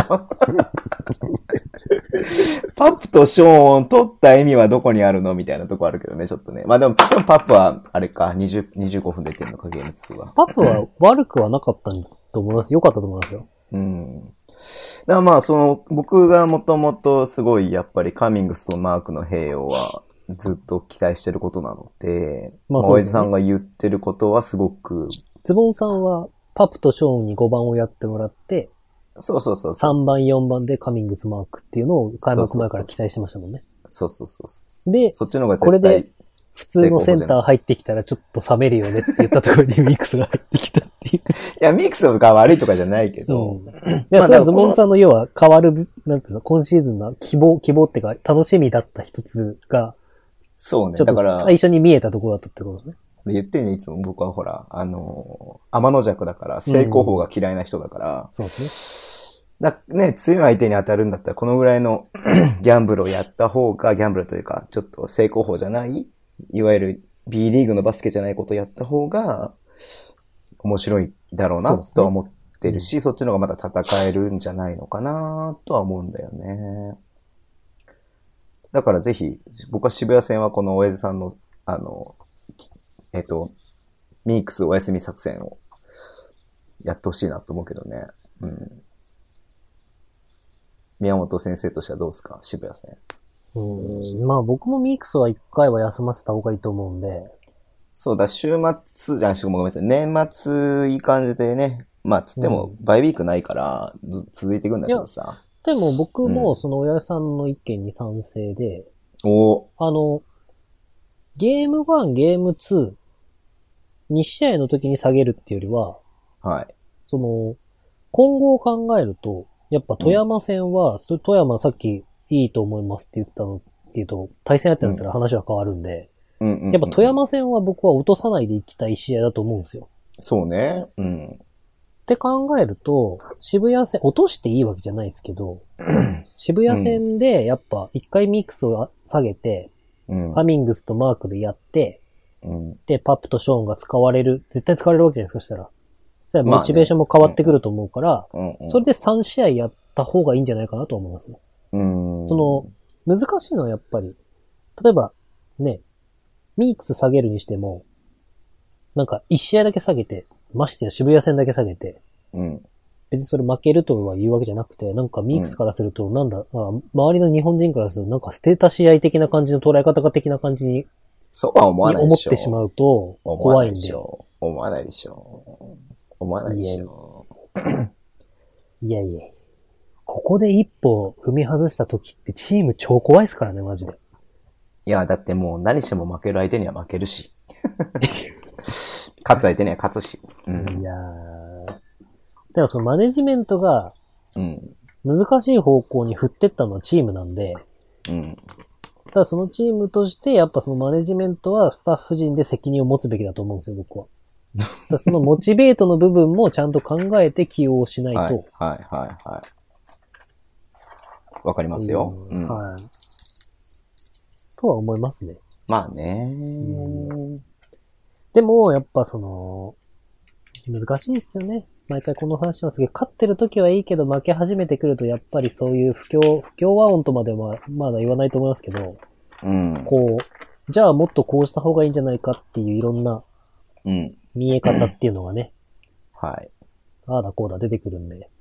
パップとショーンを取った意味はどこにあるのみたいなとこあるけどね、ちょっとね。まあでもパップは、あれか、25分出てるのか、ゲーム2は。 パップは悪くはなかったと思います。良かったと思いますよ。 だからまあ、僕がもともとすごい、やっぱりカミングスとマークの併用は、ずっと期待してることなので、まあ、親父さんが言ってることはすごく。 ズボンさんは、パプとショーンに5番をやってもらって、 そう。 3番、4番でカミングスマークっていうのを開幕前から期待してましたもんね。 そう。 で、 そっちの方が絶対これで、普通のセンター入ってきたらちょっと冷めるよねって言ったところにミックスが入ってきたっていう。いや、ミックスが悪いとかじゃないけど。 いや、それはズボンさんの要は変わる、なんていうの、今シーズンの希望っていうか、楽しみだった一つが、 そうね。 ちょっとだから、 最初に見えたところだったってことね。 言ってね、いつも僕はほら、天の弱だから、正攻法が嫌いな人だから、 そうですね。強い相手に当たるんだったら、このぐらいのギャンブルをやった方が、ギャンブルというか、ちょっと正攻法じゃない、いわゆる B リーグのバスケじゃないことをやった方が、面白いだろうな、とは思ってるし、そっちの方がまだ戦えるんじゃないのかな、とは思うんだよね。だからぜひ、僕は渋谷戦はこの親父さんの、ミークスお休み作戦をやってほしいなと思うけどね。うん。宮本先生としてはどうですか、渋谷戦。 まあ僕もミークスは一回は休ませた方がいいと思うんで。 そうだ、週末じゃん、ごめんなさい。年末いい感じでね。まあつっても、バイウィークないから、続いていくんだけどさ。 でも僕もその親父さんの意見に賛成で、ゲーム1、ゲーム2、2試合の時に下げるっていうよりは、 はい。 今後を考えると、やっぱ富山戦は、富山さっきいいと思いますって言ってたのっていうと、対戦やってんだったら話は変わるんで、やっぱ富山戦は僕は落とさないでいきたい試合だと思うんですよ。 そうね。うん。 って考えると、渋谷戦、落としていいわけじゃないですけど、渋谷戦でやっぱ一回ミックスを下げて、ハミングスとマークでやって、で、パップとショーンが使われる、絶対使われるわけじゃないですか、そしたら。それはモチベーションも変わってくると思うから、それで3試合やった方がいいんじゃないかなと思いますね。難しいのはやっぱり、例えば、ね、ミークス下げるにしても、なんか1試合だけ下げて、ましてや渋谷戦だけ下げて、別にそれ負けるとは言うわけじゃなくて、なんかミークスからすると、なんだ、周りの日本人からすると、なんか捨てた試合的な感じの捉え方が的な感じに、 そうは思わないでしょ。 思ってしまうと、怖いんで。 思わないでしょ。思わないでしょ。 いやいや。ここで一歩踏み外した時ってチーム超怖いですからね、マジで。 いや、だってもう何しても負ける相手には負けるし。勝つ相手には勝つし。 いやー。だからそのマネジメントが、難しい方向に振ってったのはチームなんで、ただそのチームとしてやっぱそのマネジメントはスタッフ陣で責任を持つべきだと思うんですよ、僕は。だそのモチベートの部分もちゃんと考えて起用しないと。 はい。わかりますよ。 はい。とは思いますね。 まあね。 でも、やっぱ難しいですよね。毎回この話しますけど、勝ってる時はいいけど負け始めてくるとやっぱりそういう不協和音とまではまだ言わないと思いますけど、じゃあもっとこうした方がいいんじゃないかっていういろんな見え方っていうのがね、 はい。 ああだこうだ出てくるんで、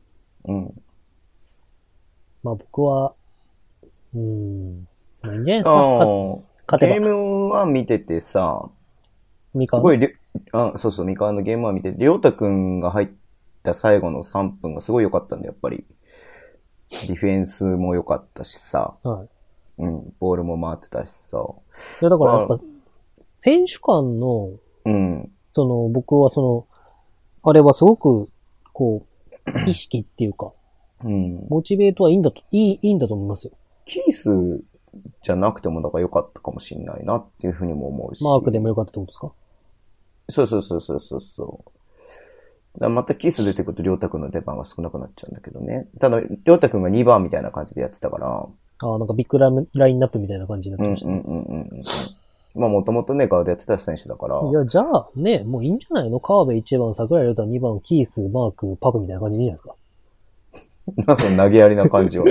まあ僕は、まあいいんじゃないですか。勝てば。 ゲームは見ててさ、すごい、そうそう、三河のゲームは見てて、りょうたくんが入った最後の3分がすごい良かったんだよ、やっぱり。ディフェンスも良かったしさ。ボールも回ってたしさ。 いや、だからやっぱ、選手間の、僕はあれはすごく、意識っていうか、モチベートはいいんだと思いますよ。 キースじゃなくてもだから良かったかもしれないなっていうふうにも思うし。 マークでも良かったってことですか？ そう。またキース出てくるとりょうたくんの出番が少なくなっちゃうんだけどね。ただ、りょうたくんが2番みたいな感じでやってたから。 なんかビッグラインナップみたいな感じになってましたね。 まあもともとね、ガードやってた選手だから。 いや、じゃあね、もういいんじゃないの？川辺1番、桜井亮太2番、キース、マーク、パプみたいな感じでいいんじゃないですか？ その投げやりな感じは。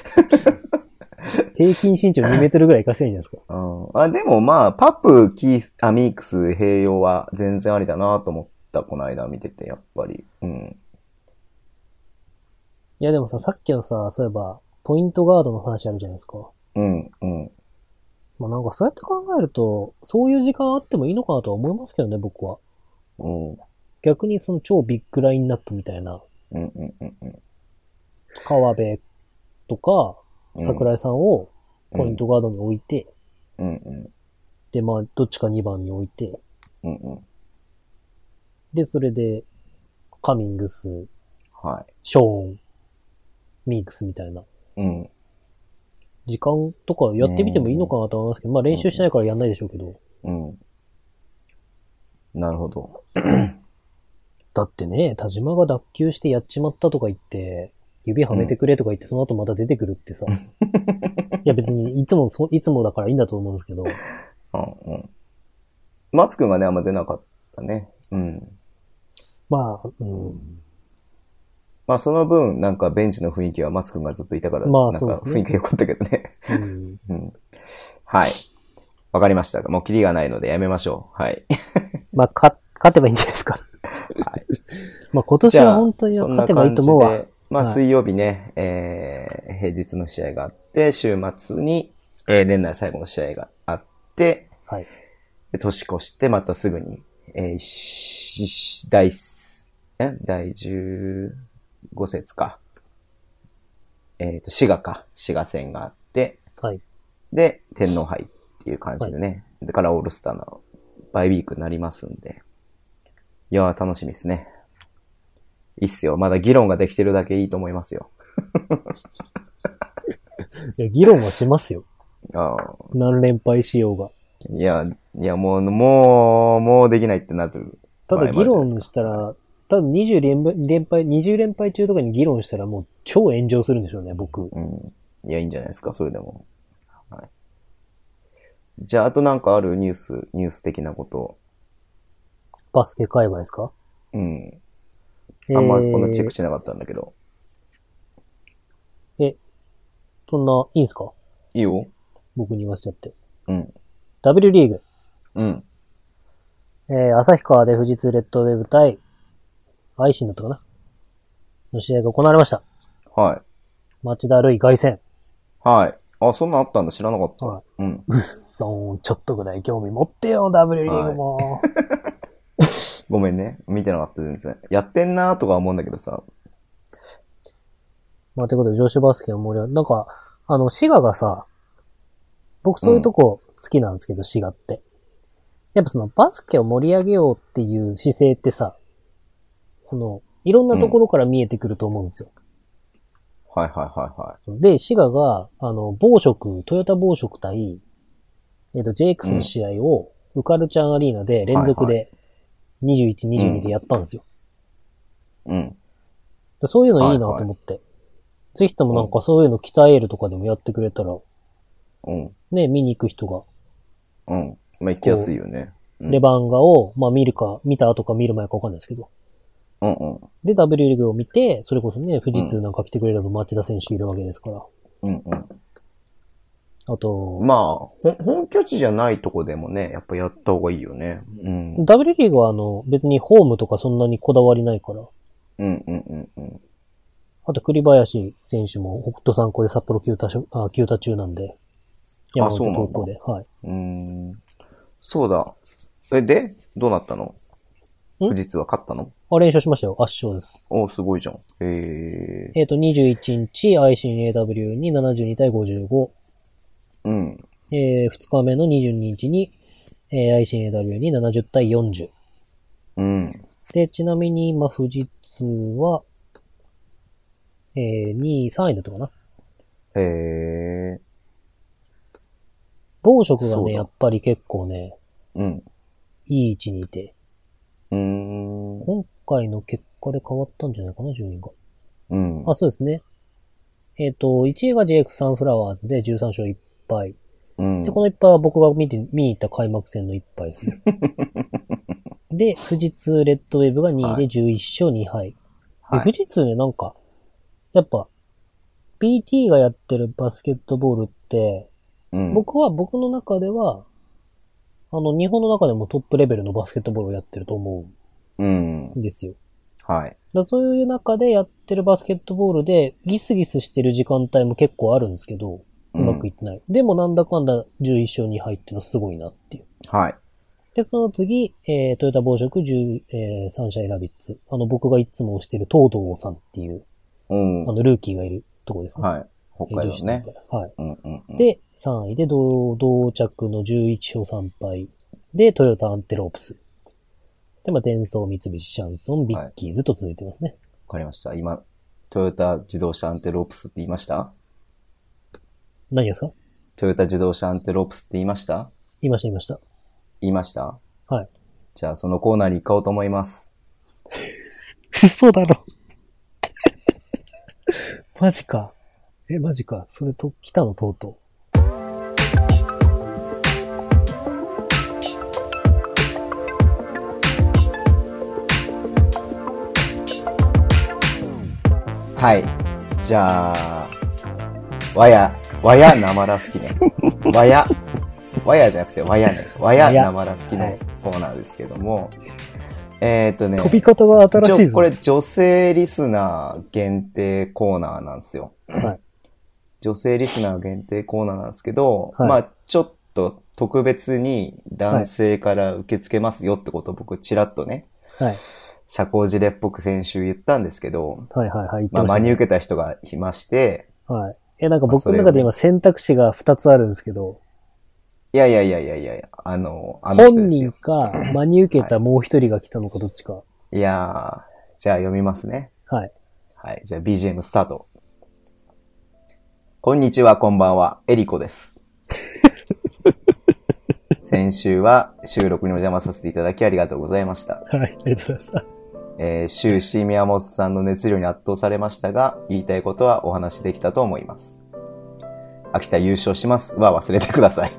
平均身長2メートルぐらいいかしていいんじゃないですか。でもまあ、パプ、ミークス、併用は全然ありだなと思った、この間見てて、やっぱり。 いやでもさ、さっきのさ、そういえば、ポイントガードの話あるじゃないですか。まあなんかそうやって考えると、そういう時間あってもいいのかなとは思いますけどね、僕は。逆にその超ビッグラインナップみたいな。川辺とか、桜井さんをポイントガードに置いて、で、まあ、どっちか2番に置いて、で、それで、カミングス、ショーン、ミークスみたいな。 時間とかやってみてもいいのかなと思いますけど、まあ練習しないからやんないでしょうけど。 うん。なるほど。 だってね、田島が脱臼してやっちまったとか言って、指はめてくれとか言って、その後また出てくるってさ。いや別にいつもだからいいんだと思うんですけど。 うんうん。松くんがね、あんま出なかったね。うん。 まあ、うん。 まあその分、なんかベンチの雰囲気は松くんがずっといたから、 まあなんか雰囲気が良かったけどね。 うん。 うん。はい。わかりました。もうキリがないのでやめましょう。はい。 まあ、勝てばいいんじゃないですか。はい。まあ今年は本当に勝てばいいと思うわ。 まあ水曜日ね、平日の試合があって、週末に、年内最後の試合があって、 はい。 年越してまたすぐに、第15節か。滋賀戦があって、 はい。 で、天皇杯っていう感じでね。はい、だからオールスターのバイウィークになりますんで。いやー楽しみですね。いいっすよ。まだ議論ができてるだけいいと思いますよ。 いや、議論はしますよ。 あ何連敗しようが。 いや、もうできないってなってる。 ただ議論したら、多分20連敗中とかに議論したらもう超炎上するんでしょうね、僕。 うん。いや、いいんじゃないですか、それでも。はい。じゃあ、あとなんかあるニュース的なこと。 バスケ界隈ですか？ うん。あんまこのチェックしなかったんだけど。 そんな、いいんすか？ いいよ。 僕に言わせちゃって。 うん。 W リーグ。 うん。 旭川で富士通レッドウェーブ対、愛心だったかなの試合が行われました。 はい。 町田瑠唯凱旋。 はい。あ、そんなあったんだ。知らなかった。はい。 うん。うっそーん、ちょっとぐらい興味持ってよ、W リーグも。はい、 ごめんね。見てなかった、全然。やってんなーとか思うんだけどさ。 まあ、ということで、女子バスケの盛り上がり、なんか、滋賀がさ、僕そういうとこ好きなんですけど、滋賀って。やっぱそのバスケを盛り上げようっていう姿勢ってさ、いろんなところから見えてくると思うんですよ。 はいはいはいはい。 で、滋賀が、トヨタ暴食対、JX の試合を、ウカルチャンアリーナで連続で21、22でやったんですよ。 うん。 そういうのいいなと思って。ぜひともなんかそういうの鍛えるとかでもやってくれたら、 うん。 ね、見に行く人が。 うん。まあ、行きやすいよね。 レバンガを、まあ見た後か見る前かわかんないですけど。 うんうん。 で、W リーグを見て、それこそね、富士通なんか来てくれれば町田選手いるわけですから。 うんうん。 あと、 まあ、本拠地じゃないとこでもね、やっぱやった方がいいよね。うん。 W リーグは別にホームとかそんなにこだわりないから。 うんうんうんうん。 あと栗林選手も北斗三高で札幌休暇中なんで。 あ、そうなんだ。 はい。 そうだ。で、どうなったの？富士通は勝ったの？ 連勝しましたよ。圧勝です。 お、すごいじゃん。 21日、愛心 AW に72対55。 うん。 2日目の22日に、愛心 AW に70対40。 うん。 で、ちなみに今、富士通は、2位、3位だったかな。暴食がね、やっぱり結構ね、 うん。 いい位置にいて。今回の結果で変わったんじゃないかな、順位が。 うん。 あ、そうですね。1位が JX サンフラワーズで13勝1敗。 うん。で、 この1敗は僕が見に行った開幕戦の1敗ですね。で、富士通レッドウェーブが2位で11勝2敗。はい、で富士通ね、なんか、やっぱ、PT がやってるバスケットボールって、うん、僕の中では、日本の中でもトップレベルのバスケットボールをやってると思うんですよ。 はい。 そういう中でやってるバスケットボールで、ギスギスしてる時間帯も結構あるんですけど、うまくいってない。でもなんだかんだ11勝2敗っていうのすごいなっていう。 はい。 で、その次、トヨタ暴食サンシャインラビッツ。僕がいつも推してる東堂さんっていう、ルーキーがいるとこですね。 はい。北海道ね。 はい。で、3位で同着の11勝3敗。で、トヨタアンテロープス。で、まあ、デンソー、三菱、シャンソン、ビッキーズと続いてますね。 わかりました。今、トヨタ自動車アンテロープスって言いました？ 何ですか？ トヨタ自動車アンテロープスって言いました？ 言いました。 言いました？ はい。 じゃあそのコーナーに行こうと思います。 嘘だろ。マジか。マジか。それと、来たのとうとう。 はい。じゃあ、わやなまら好きね。わやじゃなくてわやね。わやなまら好きのコーナーですけども。 飛び方が新しいぞ。 これ女性リスナー限定コーナーなんですよ。はい。女性リスナー限定コーナーなんですけど、はい、まあちょっと特別に男性から受け付けますよってことを僕ちらっとね。はい。社交辞令っぽく先週言ったんですけど、 はいはいはい。 まあ真に受けた人がいまして、 はい。なんか僕の中で今選択肢が2つあるんですけど、 いや、 本人か真に受けたもう一人が来たのかどっちか。はい、いやー、じゃあ読みますね。 はい。 はい、じゃあ BGM スタート。こんにちは、こんばんは、エリコです。先週は収録にお邪魔させていただきありがとうございました。 はい、ありがとうございました。 終始宮本さんの熱量に圧倒されましたが、言いたいことはお話できたと思います。秋田優勝しますは忘れてください。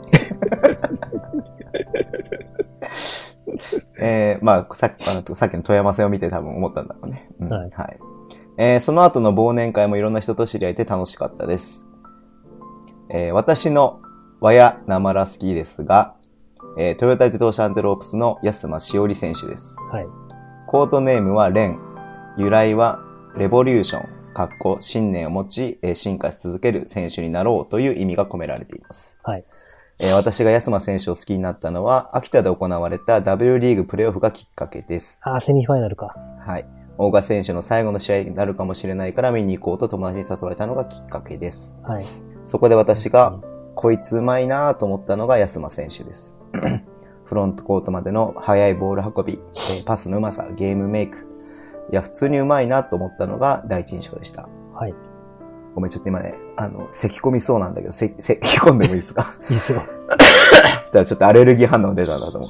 まあ、さっきの富山戦を見て多分思ったんだろうね。うん、はい。はい。その後の忘年会もいろんな人と知り合えて楽しかったです。私の和やなまら好きですが、トヨタ自動車アンテロープスの安間しおり選手です。はい。コートネームはレン。由来はレボリューション。信念を持ち、進化し続ける選手になろうという意味が込められています。はい。私が安間選手を好きになったのは、秋田で行われた W リーグプレーオフがきっかけです。 セミファイナルか。 はい。大賀選手の最後の試合になるかもしれないから見に行こうと友達に誘われたのがきっかけです。はい。そこで私が、こいつうまいなぁと思ったのが安間選手です。フロントコートまでの速いボール運び、パスのうまさ、ゲームメイク。いや、普通にうまいなと思ったのが第一印象でした。はい。ごめん、ちょっと今ね、咳込みそうなんだけど、咳込んでもいいですか？ いいっすよ。 ちょっとアレルギー反応出たんだと思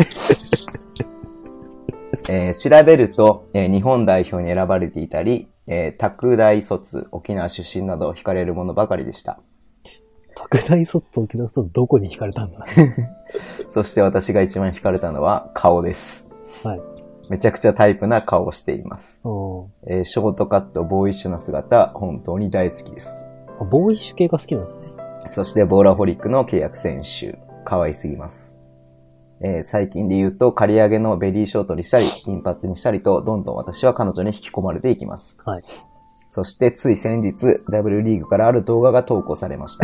う。調べると、日本代表に選ばれていたり、拓大卒、沖縄出身など惹かれるものばかりでした。 拓大卒と沖縄卒どこに惹かれたんだ？ そして私が一番惹かれたのは顔です。はい。めちゃくちゃタイプな顔をしています。ショートカット、ボーイッシュな姿、本当に大好きです。 ボーイッシュ系が好きなんですね。 そしてボーラホリックの契約選手、可愛すぎます。最近で言うと、刈り上げのベリーショートにしたり、金髪にしたりと、どんどん私は彼女に引き込まれていきます。はい。そしてつい先日、W リーグからある動画が投稿されました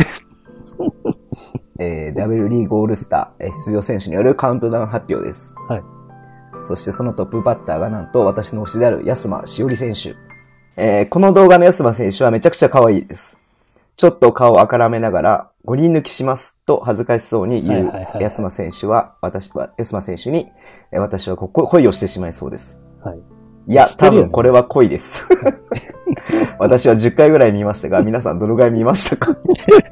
。W リーグオールスター、出場選手によるカウントダウン発表です。はい。そしてそのトップバッターがなんと私の推しである安間しおり選手。この動画の安間選手はめちゃくちゃ可愛いです。ちょっと顔をあからめながら、5人抜きしますと恥ずかしそうに言う安間選手は、安間選手に、私は恋をしてしまいそうです。はい。いや、多分これは恋です。私は10回ぐらい見ましたが、皆さんどのぐらい見ましたか？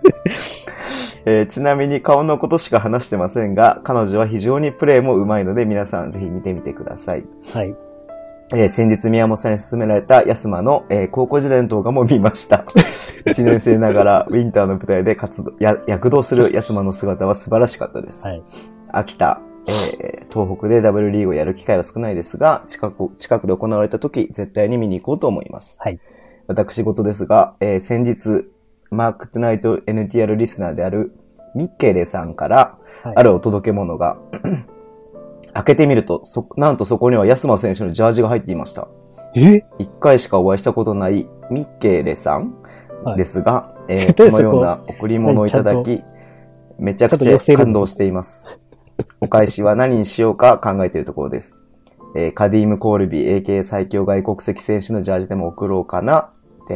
ちなみに顔のことしか話してませんが、彼女は非常にプレーも上手いので皆さんぜひ見てみてください。はい。先日宮本さんに勧められた安間の、高校時代の動画も見ました。1年生ながらウィンターの舞台で躍動する安間の姿は素晴らしかったです。はい。秋田、東北で W リーグをやる機会は少ないですが、近くで行われた時、絶対に見に行こうと思います。はい。私事ですが、先日、マークトゥナイト NTR リスナーであるミッケレさんから、あるお届け物が、開けてみると、なんとそこには安間選手のジャージが入っていました。一回しかお会いしたことないミッケレさんですが、このような贈り物をいただき、めちゃくちゃ感動しています。お返しは何にしようか考えているところです。カディーム・コールビー AK 最強外国籍選手のジャージでも送ろうかな。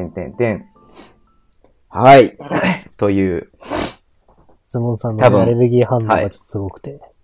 はい。という。 ズモンさんのアレルギー反応がちょっとすごくて。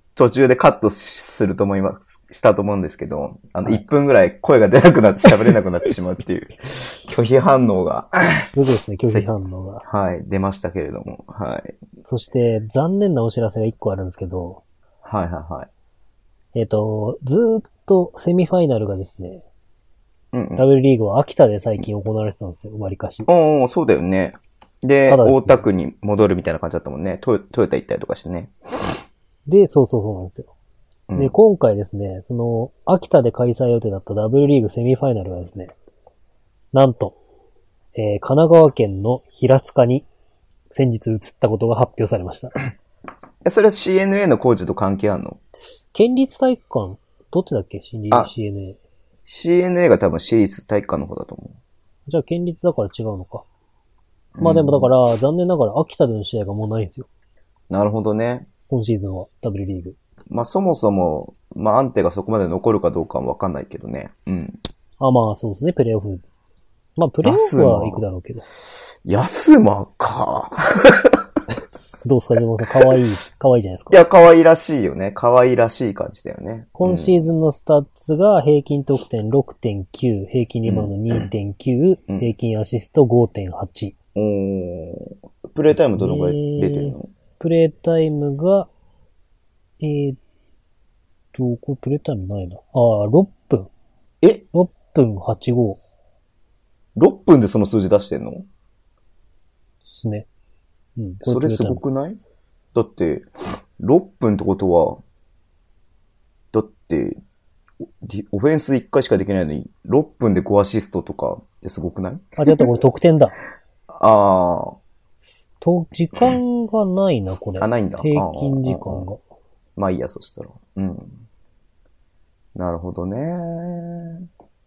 途中でカットすると思います、したと思うんですけど、1分ぐらい声が出なくなって喋れなくなってしまうっていう、拒否反応が。 すごいですね、拒否反応が。 はい、出ましたけれども、はい。 そして、残念なお知らせが1個あるんですけど、 はいはいはい。 ずーっとセミファイナルがですね、 うんうん、 W リーグは秋田で最近行われてたんですよ、割かし。 そうだよね。で、大田区に戻るみたいな感じだったもんね。トヨタ行ったりとかしてね。 で、そうなんですよ。で、今回ですね、その、秋田で開催予定だった W リーグセミファイナルがですね、なんと、神奈川県の平塚に先日移ったことが発表されました。 それは CNA の工事と関係あるの？ 県立体育館、どっちだっけ ?CNA。CNA が多分私立体育館の方だと思う。 じゃあ県立だから違うのか。まあでもだから、残念ながら秋田での試合がもうないんですよ。 なるほどね。 今シーズンは W リーグ。 まあそもそも、まあ安定がそこまで残るかどうかはわかんないけどね。うん。 まあそうですね、プレイオフ。まあプレイオフは行くだろうけど。 安間か。 どうすか、ズボンさん。かわいいじゃないですか。 いや、可愛らしいよね。可愛らしい感じだよね。 今シーズンのスタッツが平均得点 6.9、平均リバウンド 2.9、平均アシスト 5.8。 プレイタイムどのぐらい出てるの？ プレイタイムが、これプレイタイムないな。6分。6分85。 6分でその数字出してんの？ ですね。うん。 それすごくない？だって、6分ってことは、だって、オフェンス1回しかできないのに、6分で5アシストとかってすごくない？ じゃあこれ得点だ。時間がないな、これ。 ないんだ。 平均時間が。 まあいいや、そしたら。うん。なるほどね。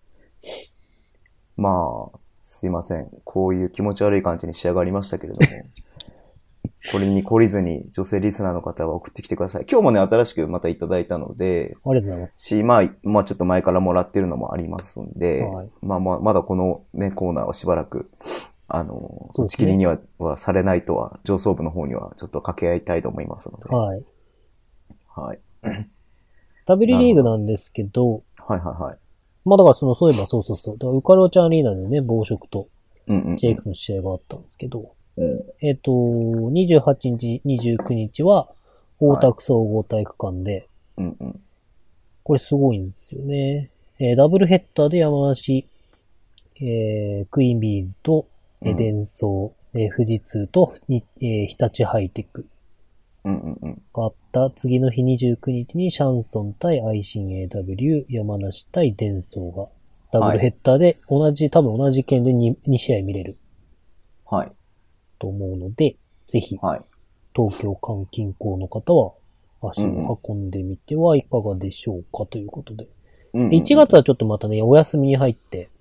まあ、すいません。こういう気持ち悪い感じに仕上がりましたけれども。これに懲りずに女性リスナーの方は送ってきてください。今日もね、新しくまたいただいたので。 ありがとうございます。 まあちょっと前からもらってるのもありますんで。はい、まだこのね、コーナーはしばらく、打ち切りにはされないとは、上層部の方にはちょっと掛け合いたいと思いますので。 はい。 はい。 W リーグなんですけど。 はいはいはい。 まあだからそういえばそう。だからウカロちゃんアリーナでね、暴食と、JX の試合があったんですけど。28日、29日は、大田区総合体育館で、これすごいんですよね。ダブルヘッダーで山梨、クイーンビーズと、デンソー、富士通と、日立ハイテク。があった。次の日29日にシャンソン対愛心 AW、山梨対デンソーが、ダブルヘッダーで多分同じ県で 2試合見れる。 はい。 と思うので、ぜひ、東京間近郊の方は足を運んでみてはいかがでしょうかということで。1月はちょっとまたね、お休みに入って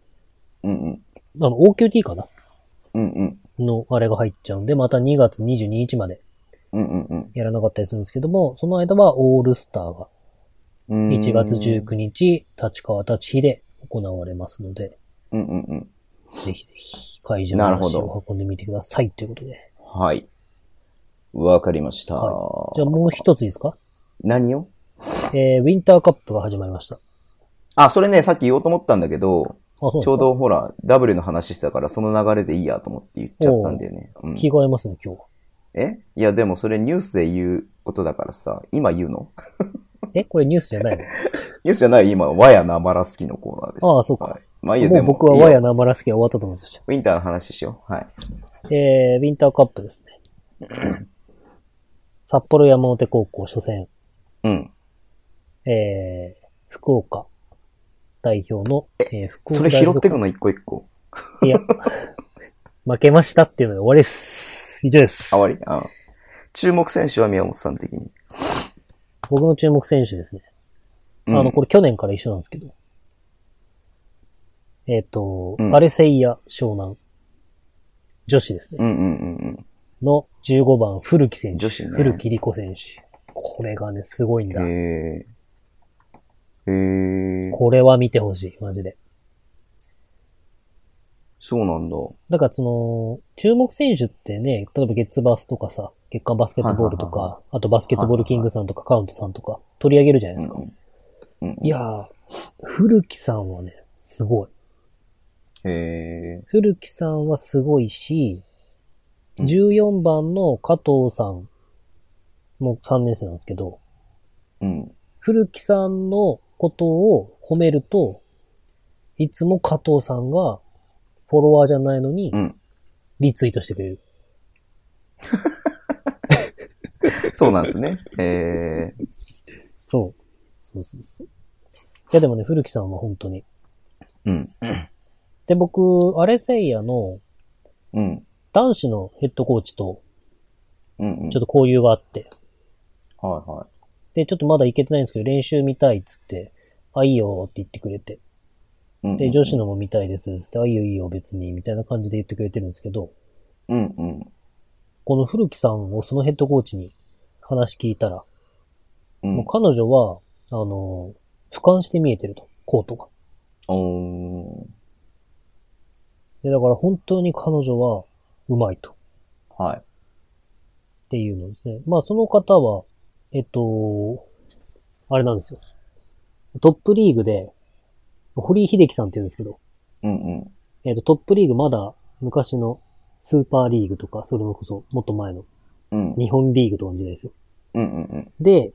、OQT かなのあれが入っちゃうんで、また2月22日までやらなかったりするんですけども、その間はオールスターが1月19日、立川立飛で行われますので、ぜひぜひ会場に足を運んでみてくださいということで。 はい。わかりました。 じゃあもう一ついいですか？ 何を？ ウィンターカップが始まりました。 それね、さっき言おうと思ったんだけど、ちょうどほら、W の話してたからその流れでいいやと思って言っちゃったんだよね。 気が合いますね、今日は。 いや、でもそれニュースで言うことだからさ、今言うの？ これニュースじゃないの？ ニュースじゃない、今、和やなまらすきのコーナーです。 そうか。 はい、まあいいや、 もう僕は和やなまらすきが終わったと思ってた。 ウィンターの話しよう。はい。 ウィンターカップですね。札幌山手高校初戦。福岡代表の、 福岡それ拾ってくの一個一個。 いや、負けましたっていうので終わりです。以上です。 終わり？注目選手は宮本さん的に。 僕の注目選手ですね。これ去年から一緒なんですけど。アレセイヤ湘南。女子ですね。の15番、古木選手。 女子ね。 古木理子選手。これがね、すごいんだ。これは見てほしい、マジで。 そうなんだ。 だから注目選手ってね、例えば月バスとかさ、 月刊バスケットボールとか、あとバスケットボールキングさんとかカウントさんとか取り上げるじゃないですか。いやー、古木さんはね、すごい。古木さんはすごいし、14番の加藤さんも3年生なんですけど、古木さんのことを褒めると、いつも加藤さんがフォロワーじゃないのに、リツイートしてくれる。 そうなんですね。 そう。そうそうそう。いやでもね、古木さんは本当に。で、僕、アレセイヤの、男子のヘッドコーチと、ちょっと交流があって。で、ちょっとまだ行けてないんですけど、練習見たいっつって、あ、いいよって言ってくれて。で、女子のも見たいですっつって、あ、いいよいいよ別に、みたいな感じで言ってくれてるんですけど、この古木さんをそのヘッドコーチに話聞いたら、もう彼女は、俯瞰して見えてると、コートが。で、だから本当に彼女は上手いと。っていうのですね。まあその方は、あれなんですよ。トップリーグで、堀井秀樹さんって言うんですけど、トップリーグまだ昔のスーパーリーグとか、それこそもっと前の、日本リーグとかの時代ですよ。で、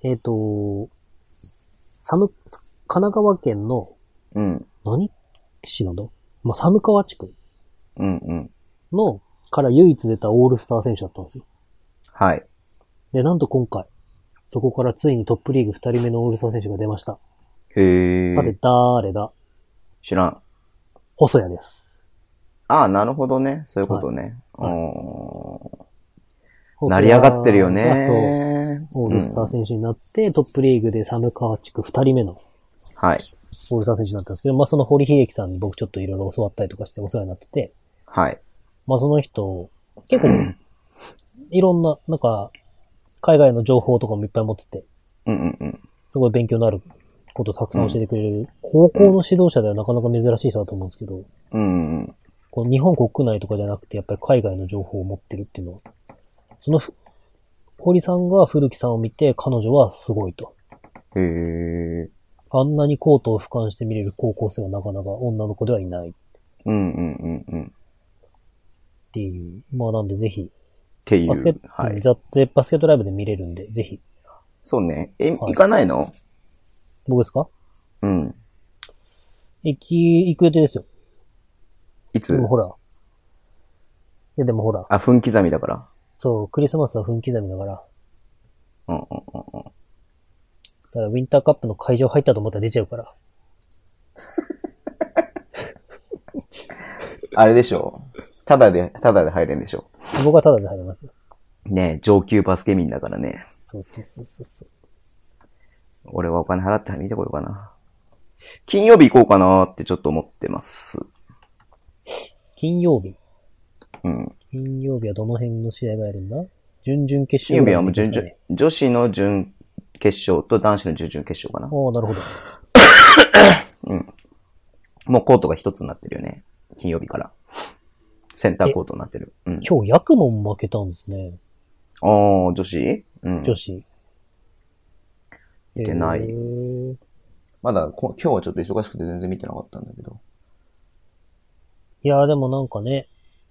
神奈川県の、何市なんだまあ、寒川地区の、から唯一出たオールスター選手だったんですよ。で、なんと今回、そこからついにトップリーグ2人目のオールスター選手が出ました。さて、誰だ？ 知らん。 細谷です。 ああ、なるほどね。そういうことね。成り上がってるよね。 そう。オールスター選手になって、トップリーグで寒川地区2人目の。オールスター選手になったんですけど、まあ、その堀秀樹さんに僕ちょっといろいろ教わったりとかしてお世話になってて。まあ、その人、結構、いろんな、なんか、海外の情報とかもいっぱい持ってて。すごい勉強になることをたくさん教えてくれる。高校の指導者ではなかなか珍しい人だと思うんですけど。この日本国内とかじゃなくて、やっぱり海外の情報を持ってるっていうのは、その、堀さんが古木さんを見て、彼女はすごいと。あんなにコートを俯瞰して見れる高校生はなかなか女の子ではいない。っていう。まあなんでぜひ。 っていう。 バスケットライブで見れるんで、ぜひ。 そうね。行かないの？ 僕ですか？行く予定ですよ。 いつ？ でもほら。いやでもほら。 あ、分刻みだから。 そう、クリスマスは分刻みだから。だからウィンターカップの会場入ったと思ったら出ちゃうから。 あれでしょ。ただで入れんでしょ。 僕はただで入れますよ。 ねえ、上級バスケ民だからね。 そう。 俺はお金払って見てこようかな。金曜日行こうかなってちょっと思ってます。 金曜日金曜日はどの辺の試合がやるんだ？準々決勝、 金曜日はもう女子の準決勝と男子の準々決勝かな。 ああ、なるほど。 もうコートが一つになってるよね。金曜日から。センターコートになってる。 今日ヤクモン負けたんですね。 ああ、女子？ 女子。 見てない。まだ今日はちょっと忙しくて全然見てなかったんだけど。 いやーでもなんかね。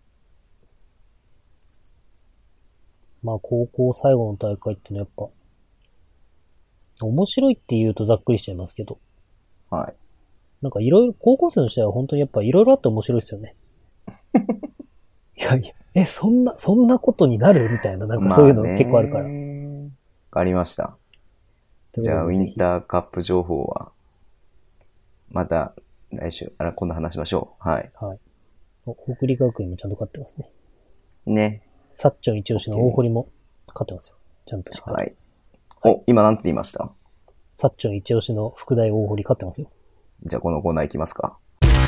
まあ高校最後の大会ってのはやっぱ、面白いって言うとざっくりしちゃいますけど。なんかいろいろ、高校生の試合は本当にやっぱいろいろあって面白いですよね。いや、そんなことになるみたいな、なんかそういうの結構あるから。わかりました。じゃあ、ウィンターカップ情報は、また来週、今度話しましょう。 北陸学院もちゃんと勝ってますね。 ね。 サッチョン一押しの大堀も勝ってますよ。ちゃんとしっかり。 今なんて言いました？ サッチョン一押しの福大大堀勝ってますよ。 じゃあこのコーナー行きますか。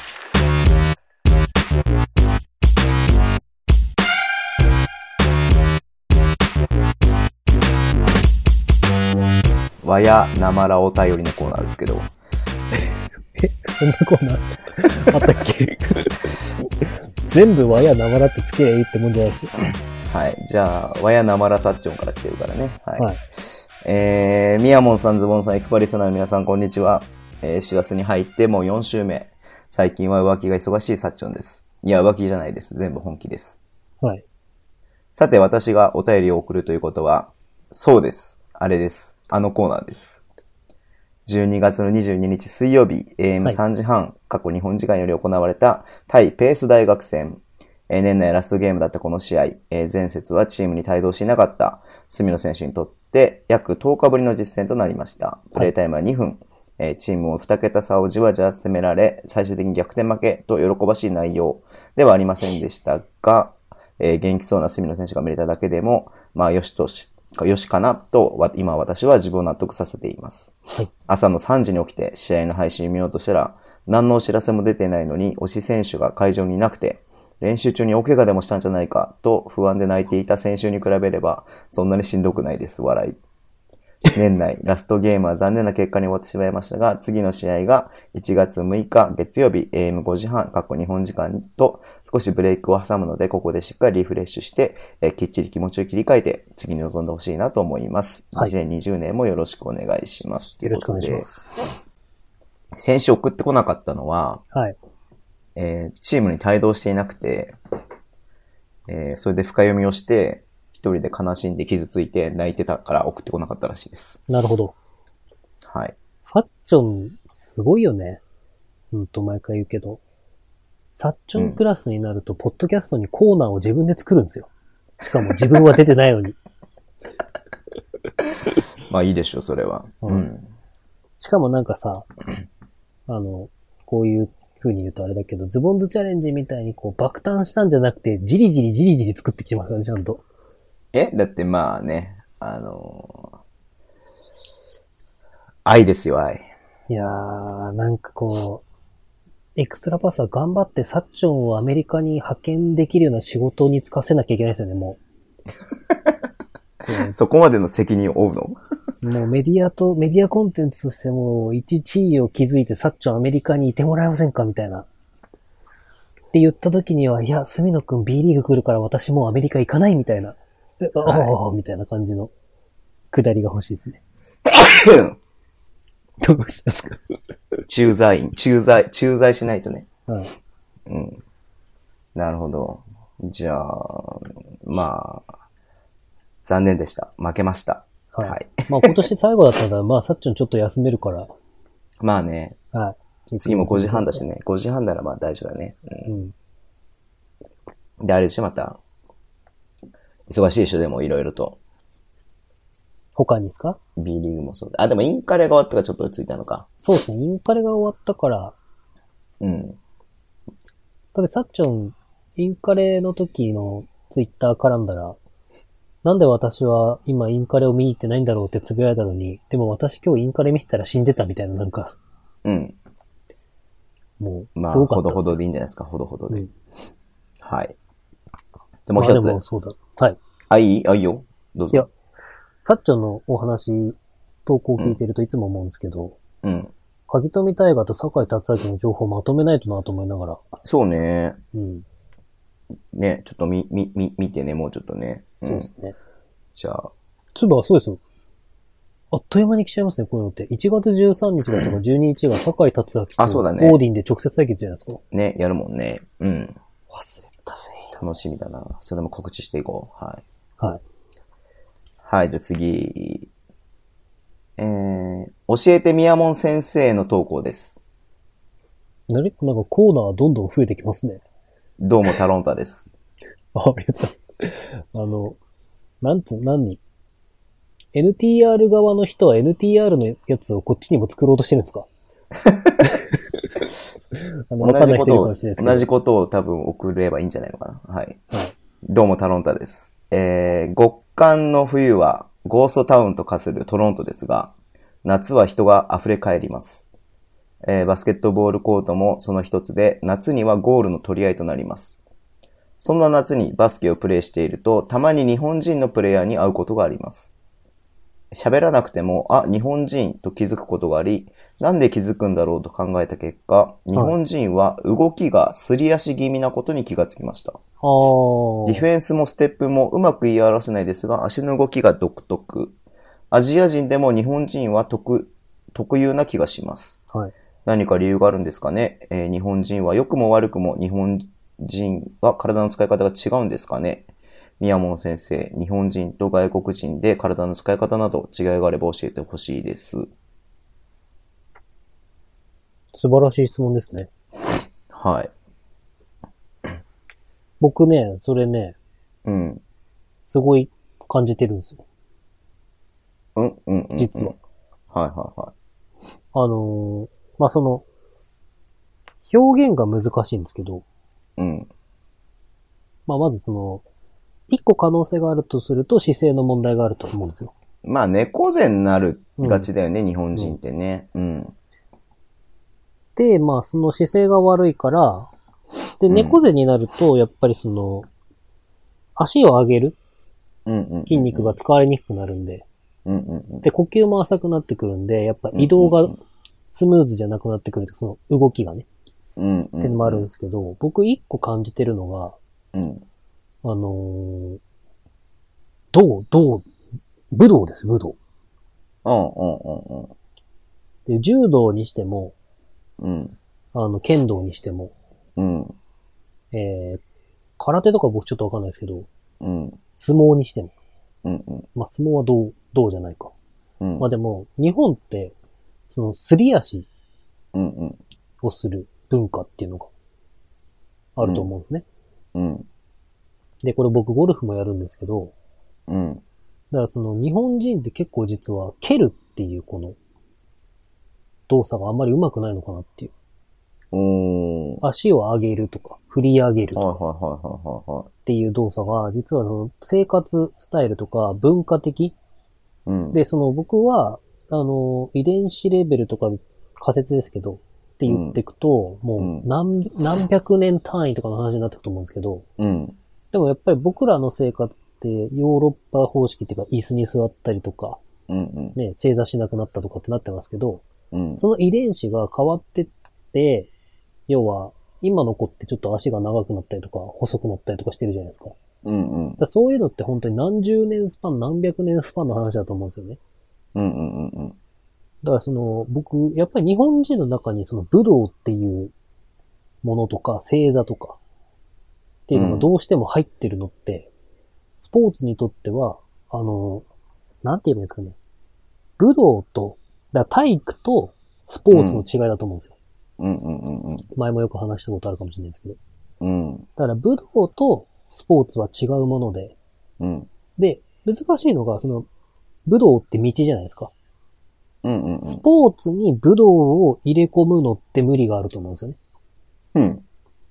和やなまらお便りのコーナーですけど。 そんなコーナーあったっけ？全部和やなまらってつけりゃいいってもんじゃないですよ。 はい。じゃあ、わやなまらさっちょんから来てるからね。はい。 はい。 みやもんさん、ズボンさん、エクパリスナーの皆さん、こんにちは。4月に入ってもう4週目。最近は浮気が忙しいさっちょんです。いや、浮気じゃないです。全部本気です。 はい。 さて、私がお便りを送るということは、そうです。あれです。あのコーナーです。12月の22日水曜日、AM3 時半、過去日本時間より行われた対ペース大学戦。年内ラストゲームだったこの試合、前節はチームに帯同しなかった隅野選手にとって約10日ぶりの実戦となりました。プレータイムは2分。チームを2桁差をじわじわ攻められ、最終的に逆転負けと喜ばしい内容ではありませんでしたが、元気そうな隅野選手が見れただけでも、まあよしかなと、今私は自分を納得させています。 はい、 朝の3時に起きて試合の配信を見ようとしたら、何のお知らせも出ていないのに、推し選手が会場にいなくて、練習中に大怪我でもしたんじゃないかと不安で泣いていた先週に比べれば、そんなにしんどくないです。笑い。年内ラストゲームは残念な結果に終わってしまいましたが、次の試合が1月6日月曜日 AM5 時半、過去日本時間と少しブレイクを挟むので、ここでしっかりリフレッシュして、きっちり気持ちを切り替えて次に臨んでほしいなと思います。はい、2020年もよろしくお願いします。 よろしくお願いします。 先週送ってこなかったのは、 はい。 チームに帯同していなくて、それで深読みをして、一人で悲しんで傷ついて泣いてたから送ってこなかったらしいです。 なるほど。 はい。 サッチョン、すごいよね。毎回言うけど。サッチョンクラスになると、ポッドキャストにコーナーを自分で作るんですよ。しかも自分は出てないのに。 まあいいでしょ、それは。うん。 しかもなんかさ、こういう風に言うとあれだけど、ズボンズチャレンジみたいにこう爆誕したんじゃなくて、じりじり作ってきますよね、ちゃんと。 だってまあね、愛ですよ、愛。 いやー、なんかこう、エクストラパスは頑張ってサッチョンをアメリカに派遣できるような仕事に就かせなきゃいけないですよね、もう。そこまでの責任を負うの？ もうメディアコンテンツとしても一地位を築いてサッチョンアメリカにいてもらえませんかみたいな。って言った時には、いや、隅野くん B リーグ来るから私もうアメリカ行かないみたいな。はい、みたいな感じの下りが欲しいですね。どうしたんですか？ 駐在しないとね。 はい。 うん。なるほど。じゃあ、まあ、残念でした。負けました。 はい。はい、まあ今年最後だったら、まあサッチョンちょっと休めるから。 まあね。 はい。 次も5時半だしね。5時半ならまあ大丈夫だね。うん。で、あれでしょ、また。忙しいでしょ、でもいろいろと。 他にですか？ B リーグもそうだ。あ、でもインカレが終わったからちょっと落ち着いたのか。 そうですね。インカレが終わったから。 うん。 だってサッチョン、インカレの時のツイッター絡んだら、なんで私は今インカレを見に行ってないんだろうってつぶやいたのに、でも私今日インカレ見てたら死んでたみたいななんか。 うん。 もう、 まあ、 すごかったほどほどでいいんじゃないですか、ほどほどで。 うん、 はい。で、もう一つ。 でもそうだ。はい。 いいよ。どうぞ。 いや、サッチョンのお話、投稿聞いてるといつも思うんですけど、 うん。 鍵富大河と酒井達明の情報をまとめないとなと思いながら。 そうね。 うん。 ね、ちょっと見てね、もうちょっとね。 そうですね。 じゃあ。 つば、そうですよ。あっという間に来ちゃいますね、こういうのって。1月13日だったか12日が酒井達明とそうだね。 オーディンで直接対決じゃないですか。 ね、やるもんね。うん。 忘れたぜ。 楽しみだな。それも告知していこう。はい。 はい。 はい、じゃあ次。教えてみやもん先生の投稿です。 なんかコーナーどんどん増えてきますね。 どうもタロンタです。 ありがとう。何NTR 側の人は NTR のやつをこっちにも作ろうとしてるんですか？ 同じことを多分送ればいいんじゃないのかな。はい。はい、どうもタロンタです。極寒の冬はゴーストタウンと化するトロントですが、夏は人が溢れ返ります。バスケットボールコートもその一つで、夏にはゴールの取り合いとなります。そんな夏にバスケをプレイしていると、たまに日本人のプレイヤーに会うことがあります。喋らなくても、日本人と気づくことがあり、 なんで気づくんだろうと考えた結果、日本人は動きがすり足気味なことに気がつきました。ディフェンスもステップもうまく言い表せないですが、足の動きが独特。アジア人でも日本人は特有な気がします。 はい。 何か理由があるんですかね。日本人は良くも悪くも日本人は体の使い方が違うんですかね。宮門先生、日本人と外国人で体の使い方など違いがあれば教えてほしいです。 素晴らしい質問ですね。 はい。 僕ね、それね、すごい感じてるんですよ。実は。 はいはいはい。 まあ、その、表現が難しいんですけど、まあ、まずその、一個可能性があるとすると姿勢の問題があると思うんですよ。 まあ、猫背になるがちだよね、日本人ってね。 で、まあ、その姿勢が悪いから、で、猫背になると、やっぱりその、足を上げる筋肉が使われにくくなるんで、で、呼吸も浅くなってくるんで、やっぱ移動がスムーズじゃなくなってくると、その動きがね、っていうのもあるんですけど、僕一個感じてるのが、武道です、武道。で、柔道にしても、剣道にしても、空手とか僕ちょっとわかんないですけど、相撲にしても、まあ相撲は道じゃないか。まあでも、日本って、そのすり足をする文化っていうのがあると思うんですね。で、これ僕ゴルフもやるんですけど、だからその日本人って結構実は蹴るっていうこの動作があんまり上手くないのかなっていう。足を上げるとか、振り上げるとかっていう動作が実はその生活スタイルとか文化的で、その僕は遺伝子レベルとか仮説ですけどって言っていくと、もう何百年単位とかの話になっていくと思うんですけど、でもやっぱり僕らの生活ってヨーロッパ方式っていうか椅子に座ったりとか、ね、正座しなくなったとかってなってますけど、その遺伝子が変わってって、要は今の子ってちょっと足が長くなったりとか細くなったりとかしてるじゃないですか。だそういうのって本当に何十年スパン、何百年スパンの話だと思うんですよね。だからその僕、やっぱり日本人の中にその武道っていうものとか正座とかっていうのがどうしても入ってるのって、スポーツにとっては、なんて言えばいいんですかね。武道と、だから体育とスポーツの違いだと思うんですよ。前もよく話したことあるかもしれないですけど。だから武道とスポーツは違うもので、で、難しいのが、その、武道って道じゃないですか。スポーツに武道を入れ込むのって無理があると思うんですよね。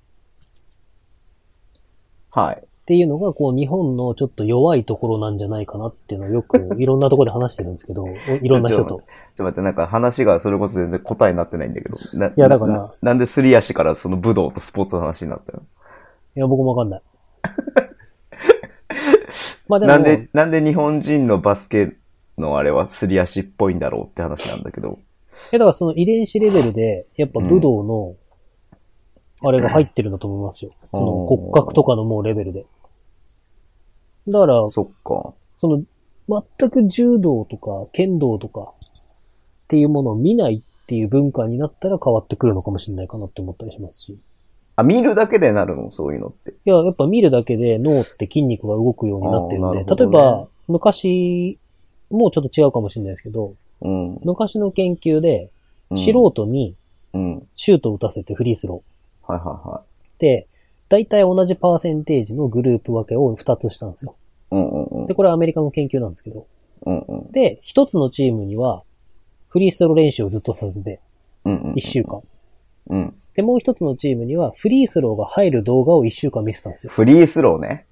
はい。 っていうのが、こう、日本のちょっと弱いところなんじゃないかなっていうのをよくいろんなところで話してるんですけど、いろんな人と。 ちょっと待って、なんか話がそれこそ全然答えになってないんだけど。 いや、だから。 なんですり足からその武道とスポーツの話になったの？ いや、僕もわかんない。まあでもなんで日本人のバスケのあれはすり足っぽいんだろうって話なんだけど。 だからその遺伝子レベルで、やっぱ武道の、あれが入ってるんだと思いますよ。その骨格とかのもうレベルで。だから、 そっか。 その、全く柔道とか剣道とかっていうものを見ないっていう文化になったら変わってくるのかもしれないかなって思ったりしますし。 あ、見るだけでなるの？そういうのって。 いや、やっぱ見るだけで脳って筋肉が動くようになってるんで、例えば、昔、もうちょっと違うかもしれないですけど、昔の研究で、素人に、シュートを打たせてフリースロー。で、だいたい同じパーセンテージのグループ分けを2つしたんですよ。で、これはアメリカの研究なんですけど。で、1つのチームには、フリースロー練習をずっとさせて、1週間。で、もう1つのチームには、フリースローが入る動画を1週間見せたんですよ。 フリースローね。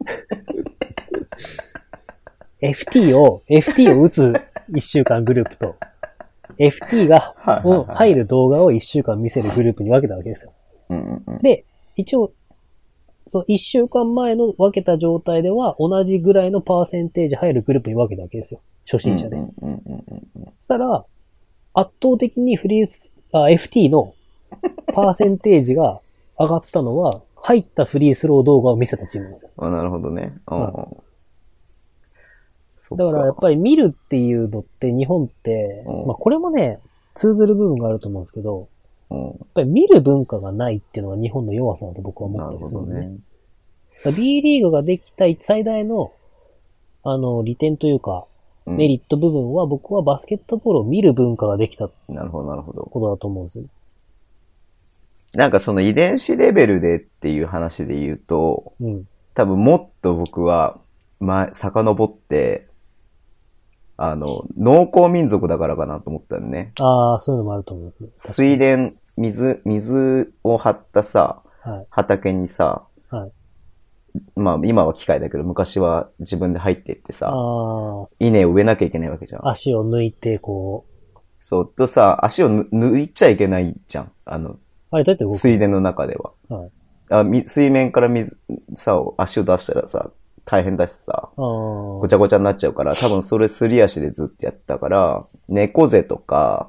FT を打つ1週間グループと、FT が入る動画を1週間見せるグループに分けたわけですよ。で、一応、その1週間前の分けた状態では同じぐらいのパーセンテージ入るグループに分けたわけですよ。初心者で。そしたら、 圧倒的にFT のパーセンテージが上がったのは、入ったフリースロー動画を見せたチームなんですよ。 なるほどね。 だからやっぱり見るっていうのって日本って、まあこれもね、通ずる部分があると思うんですけど、やっぱり見る文化がないっていうのが日本の弱さだと僕は思ったりするんですね。B リーグができた最大の、利点というか、メリット部分は僕はバスケットボールを見る文化ができた。なるほど、なるほど。ことだと思うんですよ。 なんかその遺伝子レベルでっていう話で言うと、多分もっと僕は遡って、農耕民族だからかなと思ったんね。 ああ、そういうのもあると思いますね。 水田、水を張ったさ、畑にさ、まあ今は機械だけど昔は自分で入っていってさ、稲を植えなきゃいけないわけじゃん。 足を抜いてこう。 そうとさ、足を抜いちゃいけないじゃん。 あれだって水田の中では。水面から足を出したらさ、大変だしさ、ごちゃごちゃになっちゃうから、多分それすり足でずっとやったから、猫背とか、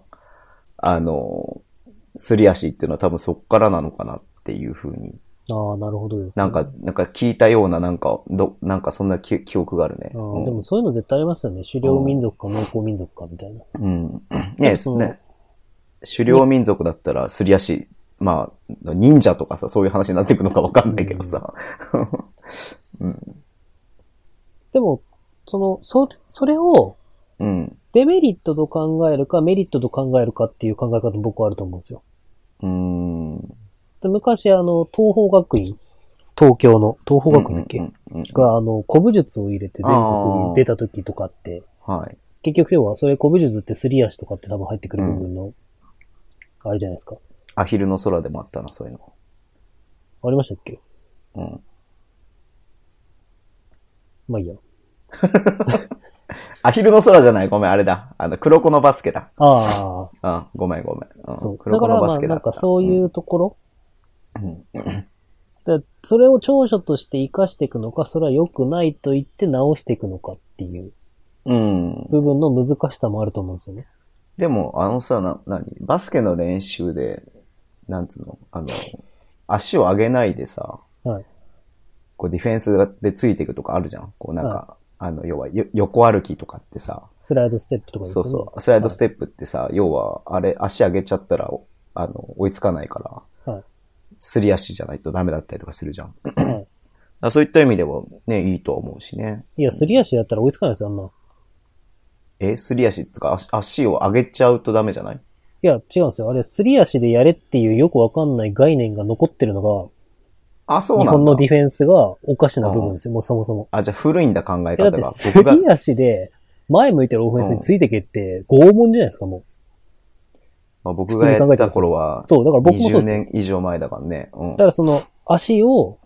すり足っていうのは多分そっからなのかなっていう風に。 ああ、なるほどですね。 なんか聞いたようななんかそんな記憶があるね。 でもそういうの絶対ありますよね。狩猟民族か農耕民族かみたいな。 ね、狩猟民族だったらすり足、まあ、忍者とかさ、そういう話になっていくのかわかんないけどさ。 でも、それを、デメリットと考えるか、メリットと考えるかっていう考え方も僕はあると思うんですよ。で昔、東邦学院、東京の東邦学院だっけ、が、古武術を入れて全国に出た時とかって、結局要は、それ古武術ってすり足とかって多分入ってくる部分の、あれじゃないですか。 アヒルの空でもあったな、そういうの。 ありましたっけ？まあいいや。 アヒルの空じゃない、ごめん、あれだ。黒子のバスケだ。ごめん。 そう。黒子のバスケだ。だからなんかそういうところ、それを長所として活かしていくのか、それは良くないと言って直していくのかっていう、部分の難しさもあると思うんですよね。 でも、バスケの練習で、なんつうの、足を上げないでさ、こうディフェンスでついていくとかあるじゃん。こうなんか、要は横歩きとかってさ。 スライドステップとかですね。 そう。スライドステップってさ、要は、足上げちゃったら、追いつかないから、すり足じゃないとダメだったりとかするじゃん。そういった意味ではね、いいとは思うしね。 いや、すり足だったら追いつかないですよ、あんな。 すり足ってか、足を上げちゃうとダメじゃない？ いや、違うんですよ。あれ、すり足でやれっていうよくわかんない概念が残ってるのが、 そうなんだ。 日本のディフェンスがおかしな部分ですよ、もうそもそも。 じゃあ古いんだ、考え方が。 だって、すり足で、前向いてるオフェンスについてけって、拷問じゃないですか、もう。僕がやった頃は、 そう、だから僕もそうですよ。20年以上前だからね。 だからその、足を、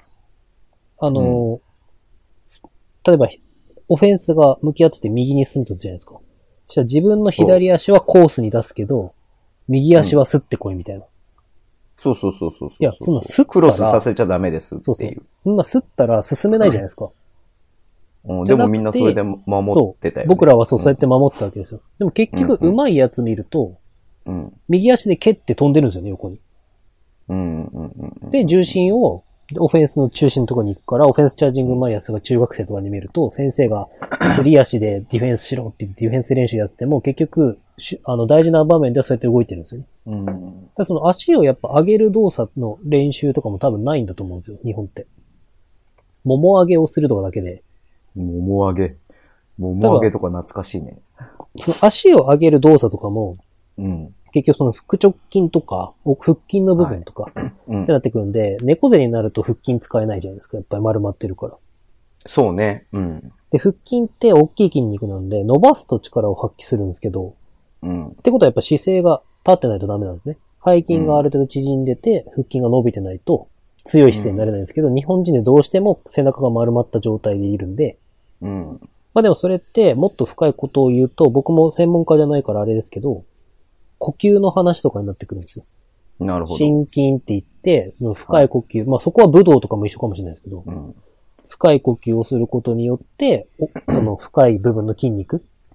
例えば、オフェンスが向き合ってて右に進むとじゃないですか。そしたら自分の左足はコースに出すけど、右足はスッてこいみたいな。 そう。いや、そんなスッたら。 クロスさせちゃダメですっていう。 そんなスッったら進めないじゃないですか。 でもみんなそれで守ってたよね。 僕らはそうやって守ってたわけですよ。でも結局、上手いやつ見ると、右足で蹴って飛んでるんですよね、横に。で、重心を、オフェンスの中心のところに行くから、オフェンスチャージングうまいやつが中学生とかに見ると、先生がすり足でディフェンスしろって言ってディフェンス練習やってても、結局、大事な場面ではそうやって動いてるんですよね。だその足をやっぱ上げる動作の練習とかも多分ないんだと思うんですよ、日本って。もも上げをするとかだけで。 もも上げとか懐かしいね。 その足を上げる動作とかも、結局その腹直筋とか、腹筋の部分とか、ってなってくるんで、猫背になると腹筋使えないじゃないですか。やっぱり丸まってるから。 そうね。 で、腹筋って大きい筋肉なんで、伸ばすと力を発揮するんですけど、ってことはやっぱ姿勢が立ってないとダメなんですね。背筋がある程度縮んでて、腹筋が伸びてないと強い姿勢になれないんですけど、日本人でどうしても背中が丸まった状態でいるんで、まあでもそれってもっと深いことを言うと、僕も専門家じゃないからあれですけど、呼吸の話とかになってくるんですよ。 なるほど。 心筋って言って、その深い呼吸、まあそこは武道とかも一緒かもしれないですけど、深い呼吸をすることによって、その深い部分の筋肉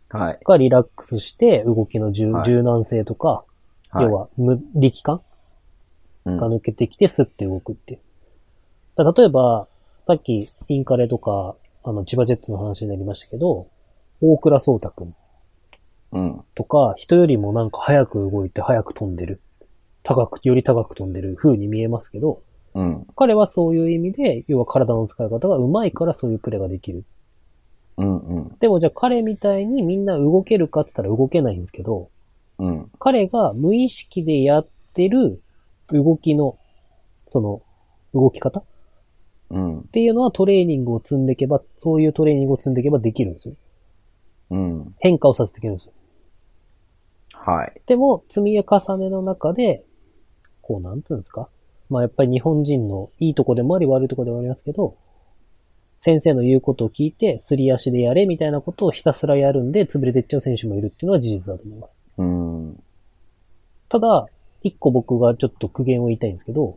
はい。 がリラックスして動きのはい柔軟性とか、 はい。 要は力感うんが抜けてきてスッて動くっていう。例えば、さっきインカレとか、千葉ジェッツの話になりましたけど、大倉壮太くんうん。 とか、人よりもなんか早く動いて早く飛んでる。より高く飛んでる風に見えますけど、 うん。 彼はそういう意味で、要は体の使い方が上手いからそういうプレーができる。 うんうん。 でもじゃあ彼みたいにみんな動けるかって言ったら動けないんですけど、 うん。 彼が無意識でやってる動きの、その、動き方っうん。 ていうのはトレーニングを積んでいけば、そういうトレーニングを積んでいけばできるんですよ。 うん。 変化をさせていけるんですよ。 はい。 でも、積み重ねの中で、こうなんつうんですか？まあやっぱり日本人のいいとこでもあり悪いとこでもありますけど、先生の言うことを聞いて、すり足でやれみたいなことをひたすらやるんで、潰れていっちゃう選手もいるっていうのは事実だと思います。 うん。 ただ、一個僕がちょっと苦言を言いたいんですけど、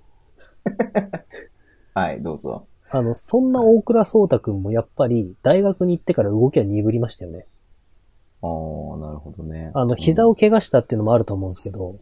はい、どうぞ。 そんな大倉壮太くんもやっぱり大学に行ってから動きは鈍りましたよね。 ああ、なるほどね。 膝を怪我したっていうのもあると思うんですけど、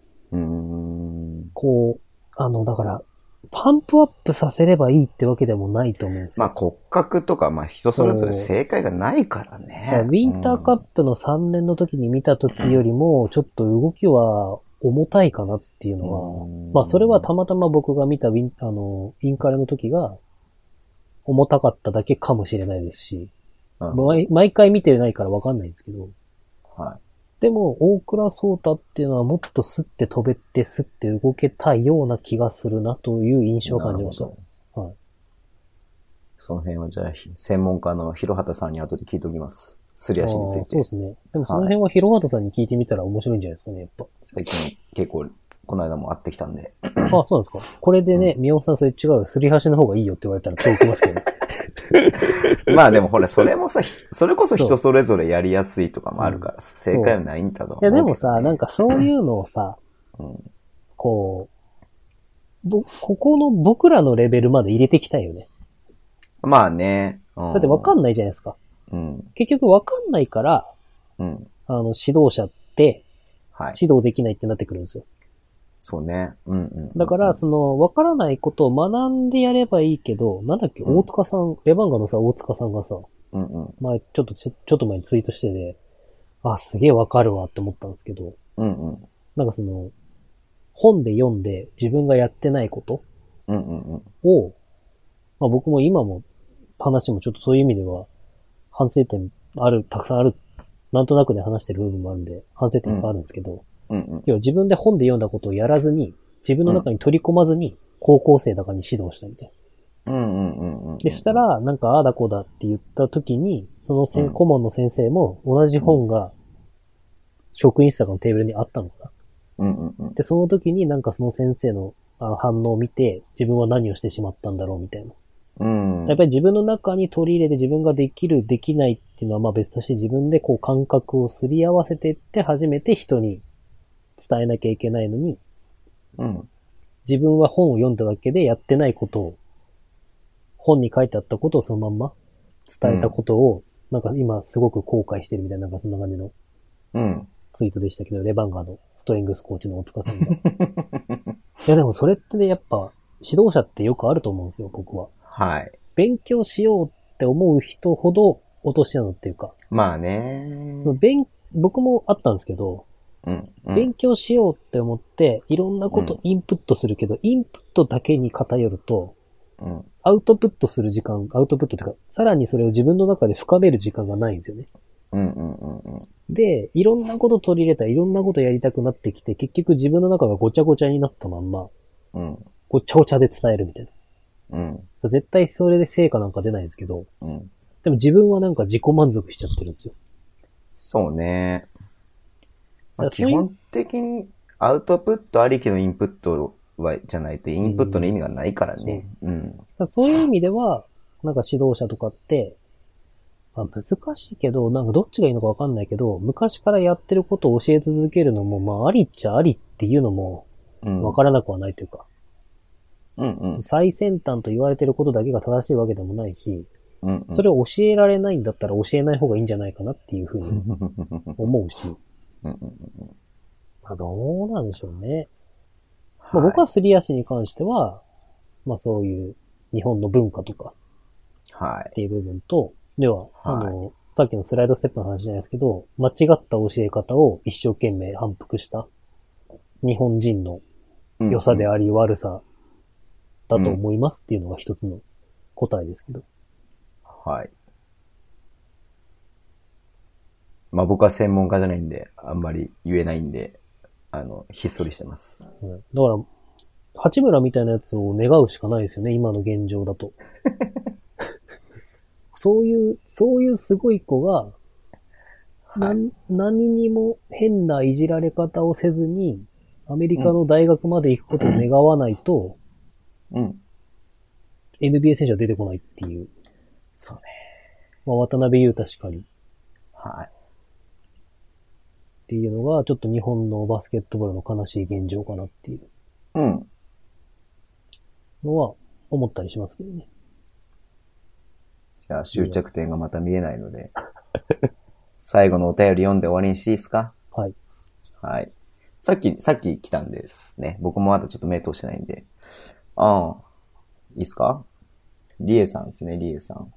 だから、パンプアップさせればいいってわけでもないと思うんですよ。 まあ骨格とか、まあ人それぞれ正解がないからね。 ウィンターカップの3年の時に見た時よりも、ちょっと動きは重たいかなっていうのは、まあそれはたまたま僕が見たインカレの時が重たかっただけかもしれないですし、毎回見てないからわかんないんですけど、 はい。 でも、大倉壮太っていうのはもっとスッて飛べてスッて動けたいような気がするなという印象を感じました。はい。 その辺はじゃあ、専門家の広畑さんに後で聞いておきます。すり足について。 そうですね。でもその辺は広畑さんに聞いてみたら面白いんじゃないですかね、やっぱ。 最近結構、この間も会ってきたんで。 そうなんですか。これでね、宮本さんそれ違うよ。すり足の方がいいよって言われたら超ウケますけど。 まあでもほら、それもさ、それこそ人それぞれやりやすいとかもあるからさ、正解はないんだと思うけどね。 いやでもさ、なんかそういうのをさ、ここの僕らのレベルまで入れていきたいよね。だってわかんないじゃないですか。結局わかんないから、指導者って指導できないってなってくるんですよ。 そうね。 だから、わからないことを学んでやればいいけど、なんだっけ、大塚さん、レバンガのさ、大塚さんがさ、前、ちょっと前にツイートしてて、すげえわかるわって思ったんですけど、なんか本で読んで自分がやってないことを、まあ僕も今も話もちょっとそういう意味では反省点たくさんある、なんとなくで話してる部分もあるんで、反省点があるんですけど、要は自分で本で読んだことをやらずに、自分の中に取り込まずに、高校生だかに指導したみたいな。でしたら、なんかああだこうだって言った時に、その顧問の先生も同じ本が職員室とかのテーブルにあったのかな。で、その時になんかその先生の反応を見て、自分は何をしてしまったんだろうみたいな。やっぱり自分の中に取り入れて自分ができる、できないっていうのはまあ別として自分でこう感覚をすり合わせていって初めて人に伝えなきゃいけないのに、自分は本を読んだだけでやってないことを、本に書いてあったことをそのまんま伝えたことを、なんか今すごく後悔してるみたいな、なんかそんな感じのツイートでしたけど、レバンガのストリングスコーチの大塚さんが。いやでもそれってね、やっぱ指導者ってよくあると思うんですよ、僕は。 はい。 勉強しようって思う人ほど落とし穴っていうか。 まあね。 僕もあったんですけど、勉強しようって思って、いろんなことインプットするけど、インプットだけに偏ると、アウトプットする時間、アウトプットっていうか、さらにそれを自分の中で深める時間がないんですよね。で、いろんなこと取り入れたらいろんなことやりたくなってきて、結局自分の中がごちゃごちゃになったまんま、ごちゃごちゃで伝えるみたいな。絶対それで成果なんか出ないんですけど、でも自分はなんか自己満足しちゃってるんですよ。 そうね。基本的にアウトプットありきのインプットじゃないとインプットの意味がないからね。 そういう意味では、なんか指導者とかって、まあ、難しいけど、なんかどっちがいいのかわかんないけど、昔からやってることを教え続けるのも、まあありっちゃありっていうのも、わからなくはないというか、最先端と言われてることだけが正しいわけでもないし、 それを教えられないんだったら教えない方がいいんじゃないかなっていうふうに思うし。まあどうなんでしょうね。まあ僕はすり足に関しては、まあそういう日本の文化とか、っていう部分と、では、さっきのスライドステップの話じゃないですけど、間違った教え方を一生懸命反復した日本人の良さであり悪さだと思いますっていうのが一つの答えですけど。 はい。まあ僕は専門家じゃないんで、あんまり言えないんで、ひっそりしてます。 だから、八村みたいなやつを願うしかないですよね、今の現状だと。そういうすごい子が、何にも変ないじられ方をせずに、アメリカの大学まで行くことを願わないと、NBA 選手は出てこないっていう。 そうね。 まあ、渡辺裕太しかり。 はい。 っていうのが、ちょっと日本のバスケットボールの悲しい現状かなっていう。のは、思ったりしますけどね。 じゃあ、終着点がまた見えないので。最後のお便り読んで終わりにしていいですか？ はい。 はい。さっき来たんですね。僕もまだちょっと目通してないんで。ああ、いいですか？リエさんですね、リエさん。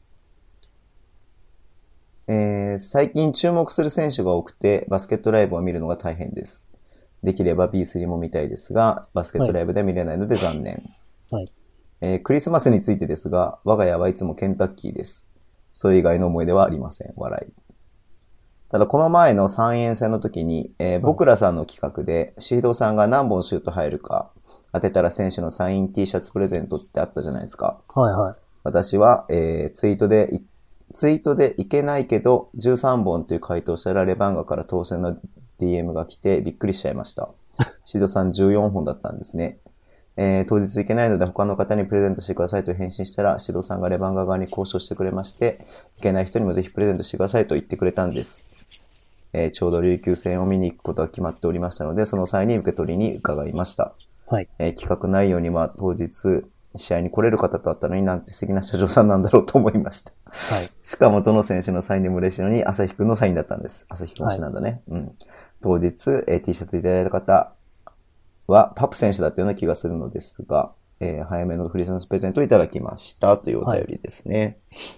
最近注目する選手が多くて、バスケットライブを見るのが大変です。できれば B3 も見たいですが、バスケットライブで見れないので残念。 はい。 クリスマスについてですが、我が家はいつもケンタッキーです。それ以外の思い出はありません。笑い。ただこの前の3円戦の時に、僕らさんの企画で、シードさんが何本シュート入るか当てたら選手のサイン T シャツプレゼントってあったじゃないですか。 はいはい。 私は、ツイートでいけないけど13本という回答したらレバンガから当選の DM が来てびっくりしちゃいました。シードさん14本だったんですね。当日行けないので他の方にプレゼントしてくださいと返信したら、シドさんがレバンガ側に交渉してくれまして、行けない人にもぜひプレゼントしてくださいと言ってくれたんです。ちょうど琉球戦を見に行くことが決まっておりましたので、その際に受け取りに伺いました。 はい。 企画内容には当日、試合に来れる方と会ったのになんて素敵な社長さんなんだろうと思いました。 はい。 しかもどの選手のサインでも嬉しいのに、朝日くんのサインだったんです。朝日くん推しなんだね。はい、当日、T シャツいただいた方、はパプ選手だったような気がするのですが、早めのクリスマスプレゼントをいただきましたというお便りですね。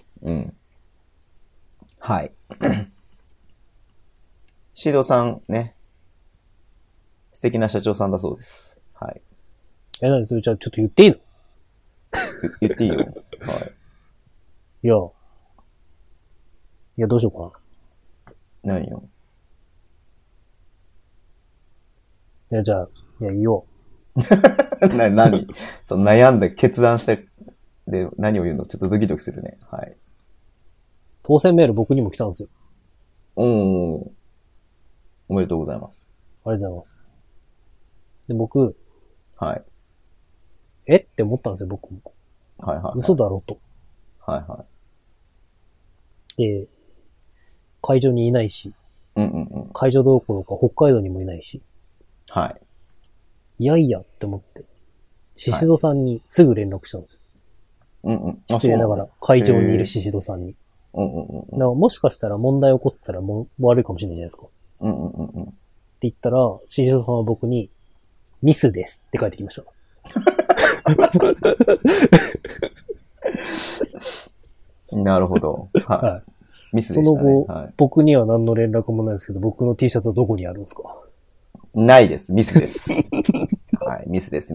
はい。シードさんね、素敵な社長さんだそうです。はい。 何それじゃあちょっと言っていいの？ 言っていいよ。はい。 いやどうしようかな。何よ。 いやじゃあ。いや、言おう。 何その悩んで決断して、で、何を言うのちょっとドキドキするね。はい。 当選メール僕にも来たんですよ。 おめでとうございます。 ありがとうございます。で、僕、 はい。 って思ったんですよ、僕も。 はいはい、はい。 嘘だろと。 はいはい。 で、会場にいないし。会場どころか北海道にもいないし。 はい。 いやいやって思って、シシドさんにすぐ連絡したんですよ。失礼ながら、会場にいるシシドさんに。だからもしかしたら問題起こったら悪いかもしれないじゃないですか。って言ったら、シシドさんは僕に、ミスですって書いてきました。 なるほど。はい。ミスでしたね。 その後、僕には何の連絡もないですけど、僕の T シャツはどこにあるんですか？ ないです。ミスです。はい。ミスです。はい、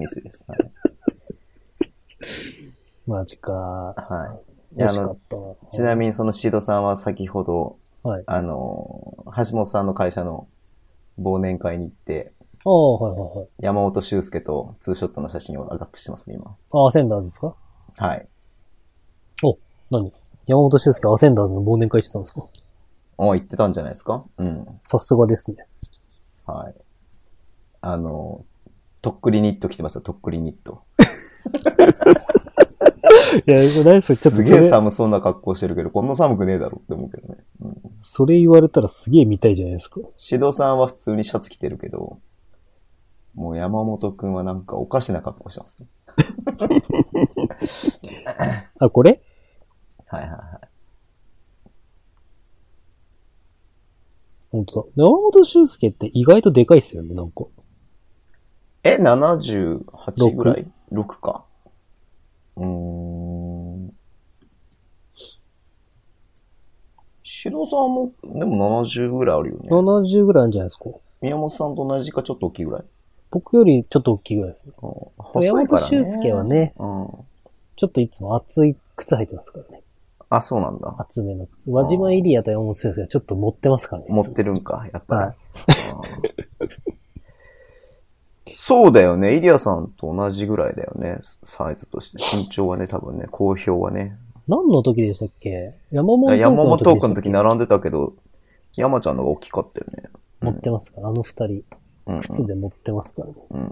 マジか。 はい。 惜しかったな。 ちなみにそのシードさんは先ほど、 はい、 橋本さんの会社の忘年会に行って、山本修介とツーショットの写真をアップしてますね、今。 アセンダーズですか？ はい。 何？山本修介アセンダーズの忘年会行ってたんですか？ 行ってたんじゃないですか？ さすがですね。 はい。とっくりニット着てますよ、とっくりニット。 いや、何それ、ちょっとすげえ寒そうな格好してるけど、こんな寒くねえだろって思うけどね。 それ言われたらすげえ見たいじゃないですか。 シドさんは普通にシャツ着てるけど、もう山本くんはなんかおかしな格好してますね。 これ？ はいはいはい。 ほんとだ。山本修介って意外とでかいっすよね、なんか。 78ぐらい ?6 か。白さんも、でも70ぐらいあるよね。 70ぐらいあるんじゃないですか。 宮本さんと同じかちょっと大きいぐらい。 僕よりちょっと大きいぐらいですね。 細いからね。 山本修介はね、ちょっといつも厚い靴履いてますからね。 あ、そうなんだ。 厚めの靴。輪島イリアと山本修介がちょっと持ってますからね。 持ってるんか、やっぱり。 はい。 そうだよね。イリアさんと同じぐらいだよね。サイズとして。身長はね、多分ね、公表はね。 何の時でしたっけ？山本トークの時でしたっけ？ 山本トークの時並んでたけど、山ちゃんの方が大きかったよね。 持ってますから、あの二人。靴で持ってますからね。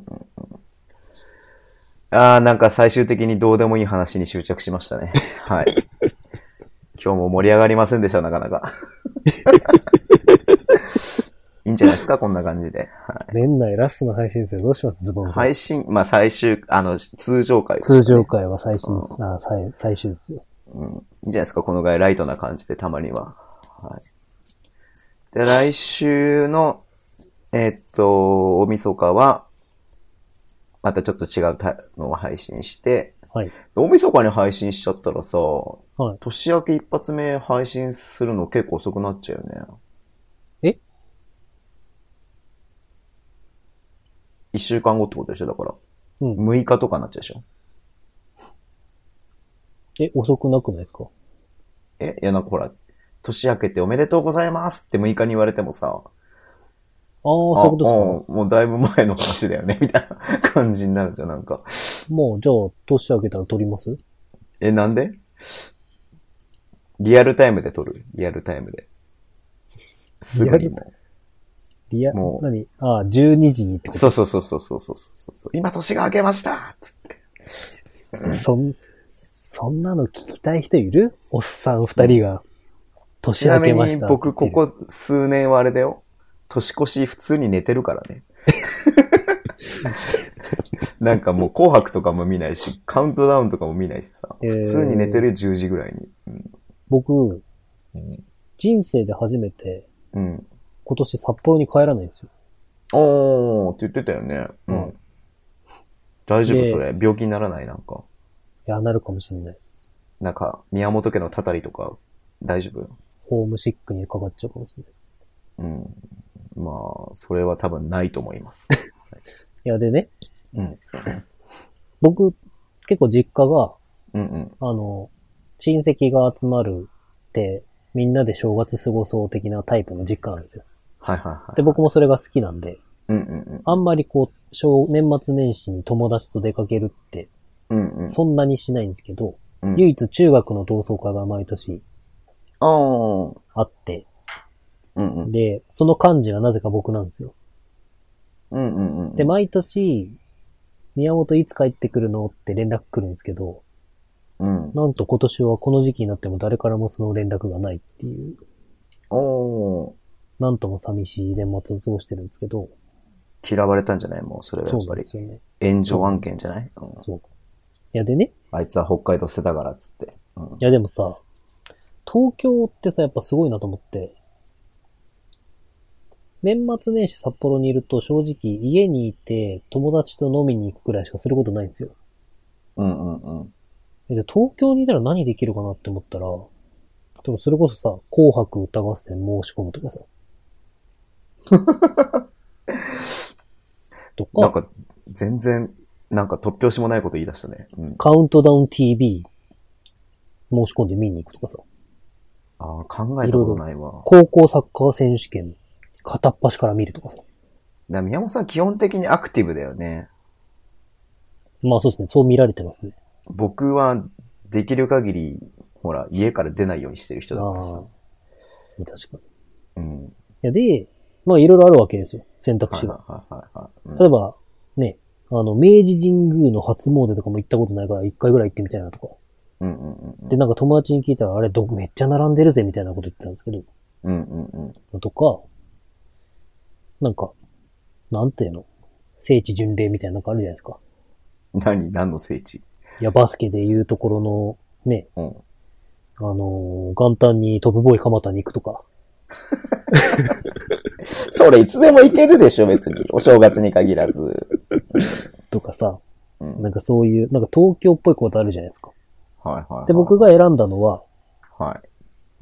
なんか最終的にどうでもいい話に執着しましたね。はい。今日も盛り上がりませんでした、なかなか。いいんじゃないですか、こんな感じで。はい、 年内ラストの配信ですよ。どうしますズボンさん。 配信、まあ最終、通常回、 ね。通常回は最新です。最終ですよ。 いいんじゃないですか、このぐらいライトな感じで、たまには。はい。で、来週の、大晦日は、またちょっと違うのを配信して、 はい。 大晦日に配信しちゃったらさ、 はい。 年明け一発目配信するの結構遅くなっちゃうよね。1週間後ってことでしょだから。 うん。 6日とかになっちゃうでしょ遅くなくないですか？ いやなんかほら、年明けておめでとうございますって6日に言われてもさ、 そういうことですか。もうだいぶ前の話だよね、みたいな感じになるじゃん、なんか。 もう、じゃあ、年明けたら撮ります？ なんで？リアルタイムで撮る？リアルタイムで。すぐにも。 もう。何12時にってこと？ そう。今年が明けましたつって。 そんなの聞きたい人いる？おっさん2人が。年明けました。 ちなみに僕ここ数年はあれだよ。年越し普通に寝てるからね。なんかもう紅白とかも見ないし、カウントダウンとかも見ないしさ。普通に寝てる10時ぐらいに。 僕、人生で初めて、今年札幌に帰らないんですよ。 って言ってたよね。大丈夫それ？病気にならないなんか。 いや、なるかもしれないです。 なんか、宮本家のたたりとか、大丈夫？ ホームシックにかかっちゃうかもしれないです。 まあ、それは多分ないと思います。 いや、でね。僕、結構実家が、親戚が集まるって、みんなで正月過ごそう的なタイプの実家なんですよ。で、僕もそれが好きなんで、あんまりこう、年末年始に友達と出かけるって、そんなにしないんですけど、唯一中学の同窓会が毎年、あって、で、その幹事がなぜか僕なんですよ。で、毎年、宮本いつ帰ってくるのって連絡来るんですけど、なんと今年はこの時期になっても誰からもその連絡がないっていう。なんとも寂しい年末を過ごしてるんですけど。 嫌われたんじゃない？もうそれはやっぱり。そうですよね。炎上案件じゃない？ そう。いやでね。 あいつは北海道捨てたからっつって。 いやでもさ、東京ってさ、やっぱすごいなと思って、年末年始札幌にいると正直家にいて友達と飲みに行くくらいしかすることないんですよ。で、東京にいたら何できるかなって思ったら、でもそれこそさ、紅白歌合戦申し込むとかさ。とか。 なんか、全然、なんか突拍子もないこと言い出したね。 カウントダウン TV 申し込んで見に行くとかさ。 考えたことないわ。 高校サッカー選手権、片っ端から見るとかさ。 宮本さん基本的にアクティブだよね。 まあそうですね。そう見られてますね。 僕は、できる限り、ほら、家から出ないようにしてる人だからさ。 確かに。いやで、まあいろいろあるわけですよ。選択肢が。例えば、ね、明治神宮の初詣とかも行ったことないから一回ぐらい行ってみたいなとか。で、なんか友達に聞いたら、あれめっちゃ並んでるぜみたいなこと言ってたんですけど。とか、なんか、なんていうの？聖地巡礼みたいなのがあるじゃないですか。 何の聖地？ いや、バスケでいうところの、ね、 元旦にトップボーイ蒲田に行くとか。 それいつでも行けるでしょ、別に。お正月に限らず。 とかさ、なんかそういう、なんか東京っぽいことあるじゃないですか。 はいはい、はい。 で、僕が選んだのは、 はい。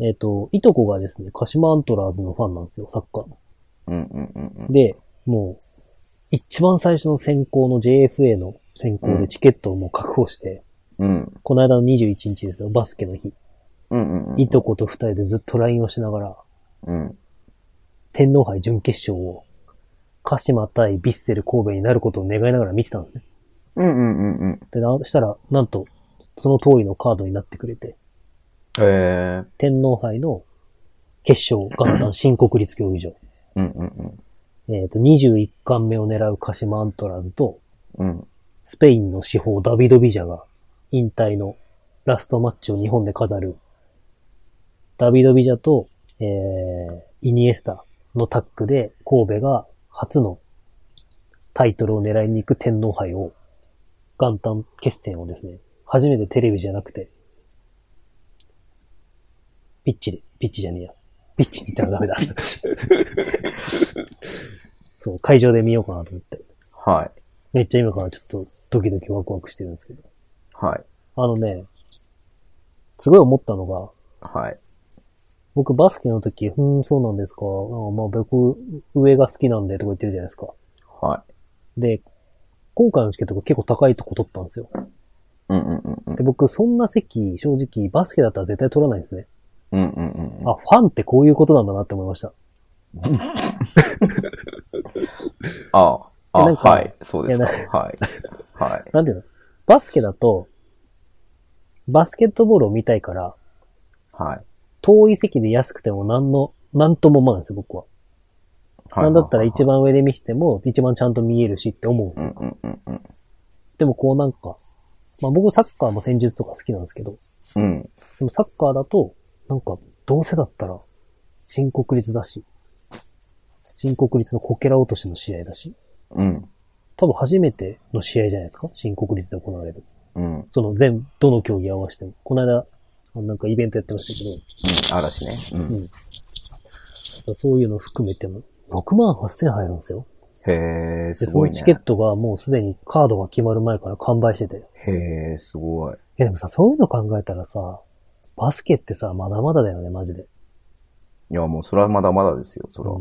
いとこがですね、鹿島アントラーズのファンなんですよ、サッカーの。で、もう、一番最初の選考の JFA の選考でチケットをもう確保して、この間の21日ですよ、バスケの日。いとこと二人でずっと LINE をしながら、天皇杯準決勝を、鹿島対ヴィッセル神戸になることを願いながら見てたんですね。で、したら、なんと、その通りのカードになってくれて、天皇杯の決勝、元旦新国立競技場。21冠目を狙う鹿島アントラーズと、スペインの至宝ダビド・ビジャが引退のラストマッチを日本で飾る、ダビド・ビジャと、イニエスタのタッグで神戸が初のタイトルを狙いに行く天皇杯を、元旦決戦をですね、初めてテレビじゃなくて、ピッチじゃねえや。ピッチに行ったらダメだ。そう、会場で見ようかなと思って。 はい。 めっちゃ今からちょっとドキドキワクワクしてるんですけど。 はい。 すごい思ったのが、 はい。 僕バスケの時、そうなんですか。まあ僕、上が好きなんでとか言ってるじゃないですか。 はい。 で、今回のチケットが結構高いとこ取ったんですよ。で、僕、そんな席、正直、バスケだったら絶対取らないんですね。ファンってこういうことなんだなって思いました。 はい、そうですか。はい。はい。 なんていうの？バスケだと、バスケットボールを見たいから、 はい。 遠い席で安くてもなんとも思わないんですよ、僕は。なんだったら一番上で見せても、一番ちゃんと見えるしって思うんですよ。でもこうなんか、まあ僕サッカーも戦術とか好きなんですけど、でもサッカーだと、なんか、どうせだったら、新国立だし、新国立のこけら落としの試合だし、多分初めての試合じゃないですか？新国立で行われる。どの競技合わせても。この間、なんかイベントやってましたけど。 嵐ね。 そういうの含めても、68,000入るんですよ。 へー、すごいね。 そのチケットがもうすでにカードが決まる前から完売してて。 へー、すごい。 でもさ、そういうの考えたらさ、バスケってさ、まだまだだよね、マジで。 いや、もうそれはまだまだですよ、それは。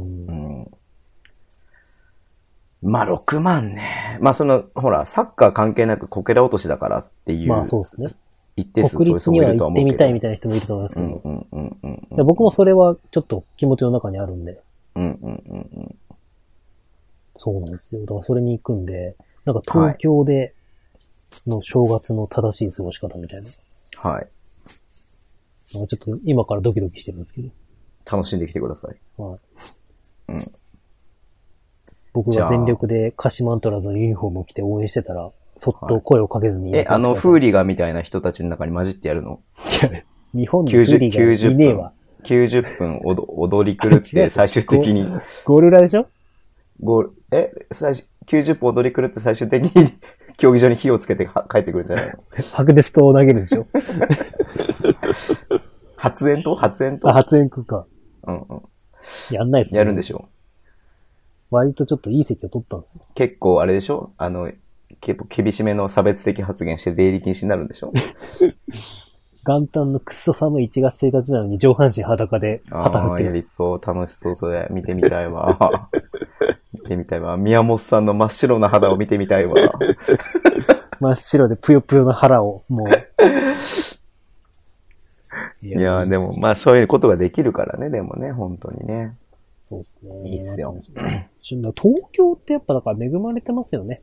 まあ、6万ね。まあ、ほら、サッカー関係なくこけら落としだからっていう。 まあ、そうですね。 一定数国立には行ってみたいみたいな人もいると思いますけど。僕もそれはちょっと気持ちの中にあるんで。そうなんですよ。だからそれに行くんで、なんか東京での正月の正しい過ごし方みたいな。 はい。 ちょっと今からドキドキしてるんですけど。 楽しんできてください。 はい。僕が全力で鹿島アントラーズのユニフォームを着て応援してたら、そっと声をかけずに。 フーリガンみたいな人たちの中に混じってやるの？ 日本のフーリガンいねえわ。 90分踊り狂って最終的に。 ゴール裏でしょ ？90分踊り狂って最終的に競技場に火をつけて帰ってくるんじゃないの？ 白熱灯を投げるでしょ？ 発煙筒発煙筒か。やんないっすね。 やるんでしょ？ 割とちょっといい席を取ったんですよ。 結構あれでしょ？結構厳しめの差別的発言して出入り禁止になるんでしょ？ 元旦のくっそ寒い1月1日なのに上半身裸で旗振ってる。 やりそう、楽しそう、それ。見てみたいわ。宮本さんの真っ白な肌を見てみたいわ。 真っ白でぷよぷよの腹を、もう。 いや、でも、まあそういうことができるからね、でもね、本当にね。 そうですね。 いいっすよ。 東京ってやっぱだから恵まれてますよね。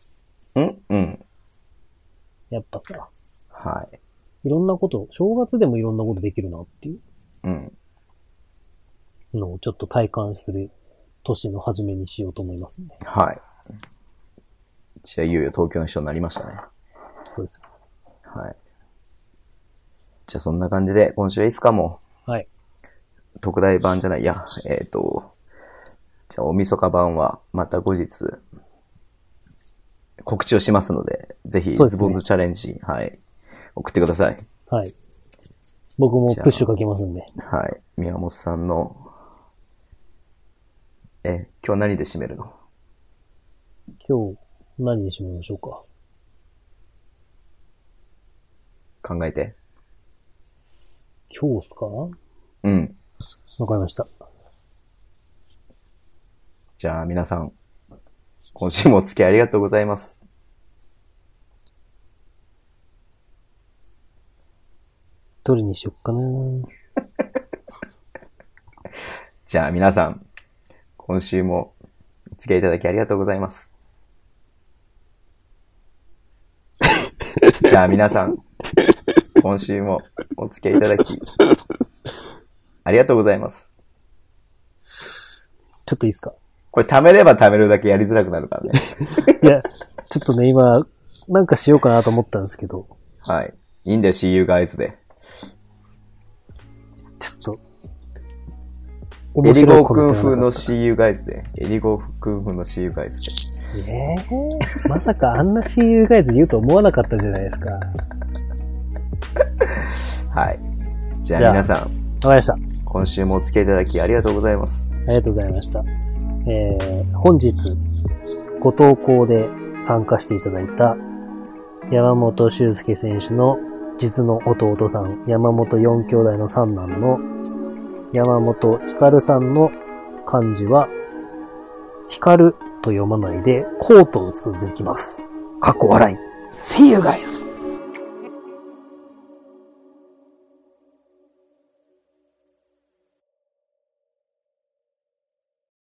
やっぱさ。 はい。 いろんなこと、正月でもいろんなことできるなっていうのをちょっと体感する年の初めにしようと思いますね。 はい。じゃあいよいよ東京の人になりましたね。 そうです。 はい。じゃあそんな感じで今週はいいっすかもう。 はい。 特大版じゃない、じゃあ大晦日版はまた後日告知をしますので、ぜひズボンズチャレンジ、はい。送ってください。 はい。 僕もプッシュかけますんで。 はい。宮本さんの、今日何で締めるの？ 今日何で締めましょうか。 考えて。 今日っすか？ うん。 わかりました。 じゃあ皆さん、今週もお付き合いありがとうございます。 どれにしよっかな。 じゃあ皆さん、今週もお付き合いいただきありがとうございます。じゃあ皆さん、今週もお付き合いいただきありがとうございます。 ちょっといいですか？ これ貯めれば貯めるだけやりづらくなるからね。 いや、ちょっとね、今、なんかしようかなと思ったんですけど。 はい。いいんだよ、See You Guys で。 ちょっと、 エリゴー君風の See You Guys で。エリゴー君風の See You Guys で。 まさかあんな See You Guys 言うと思わなかったじゃないですか。 はい。じゃあ皆さん。わかりました。 今週もお付き合いいただきありがとうございます。 ありがとうございました。本日、ご投稿で参加していただいた山本修介選手の実の弟さん、山本四兄弟の三男の山本光さんの漢字は、光と読まないで、コートを打つと出てきます。かっこ笑い。See you guys!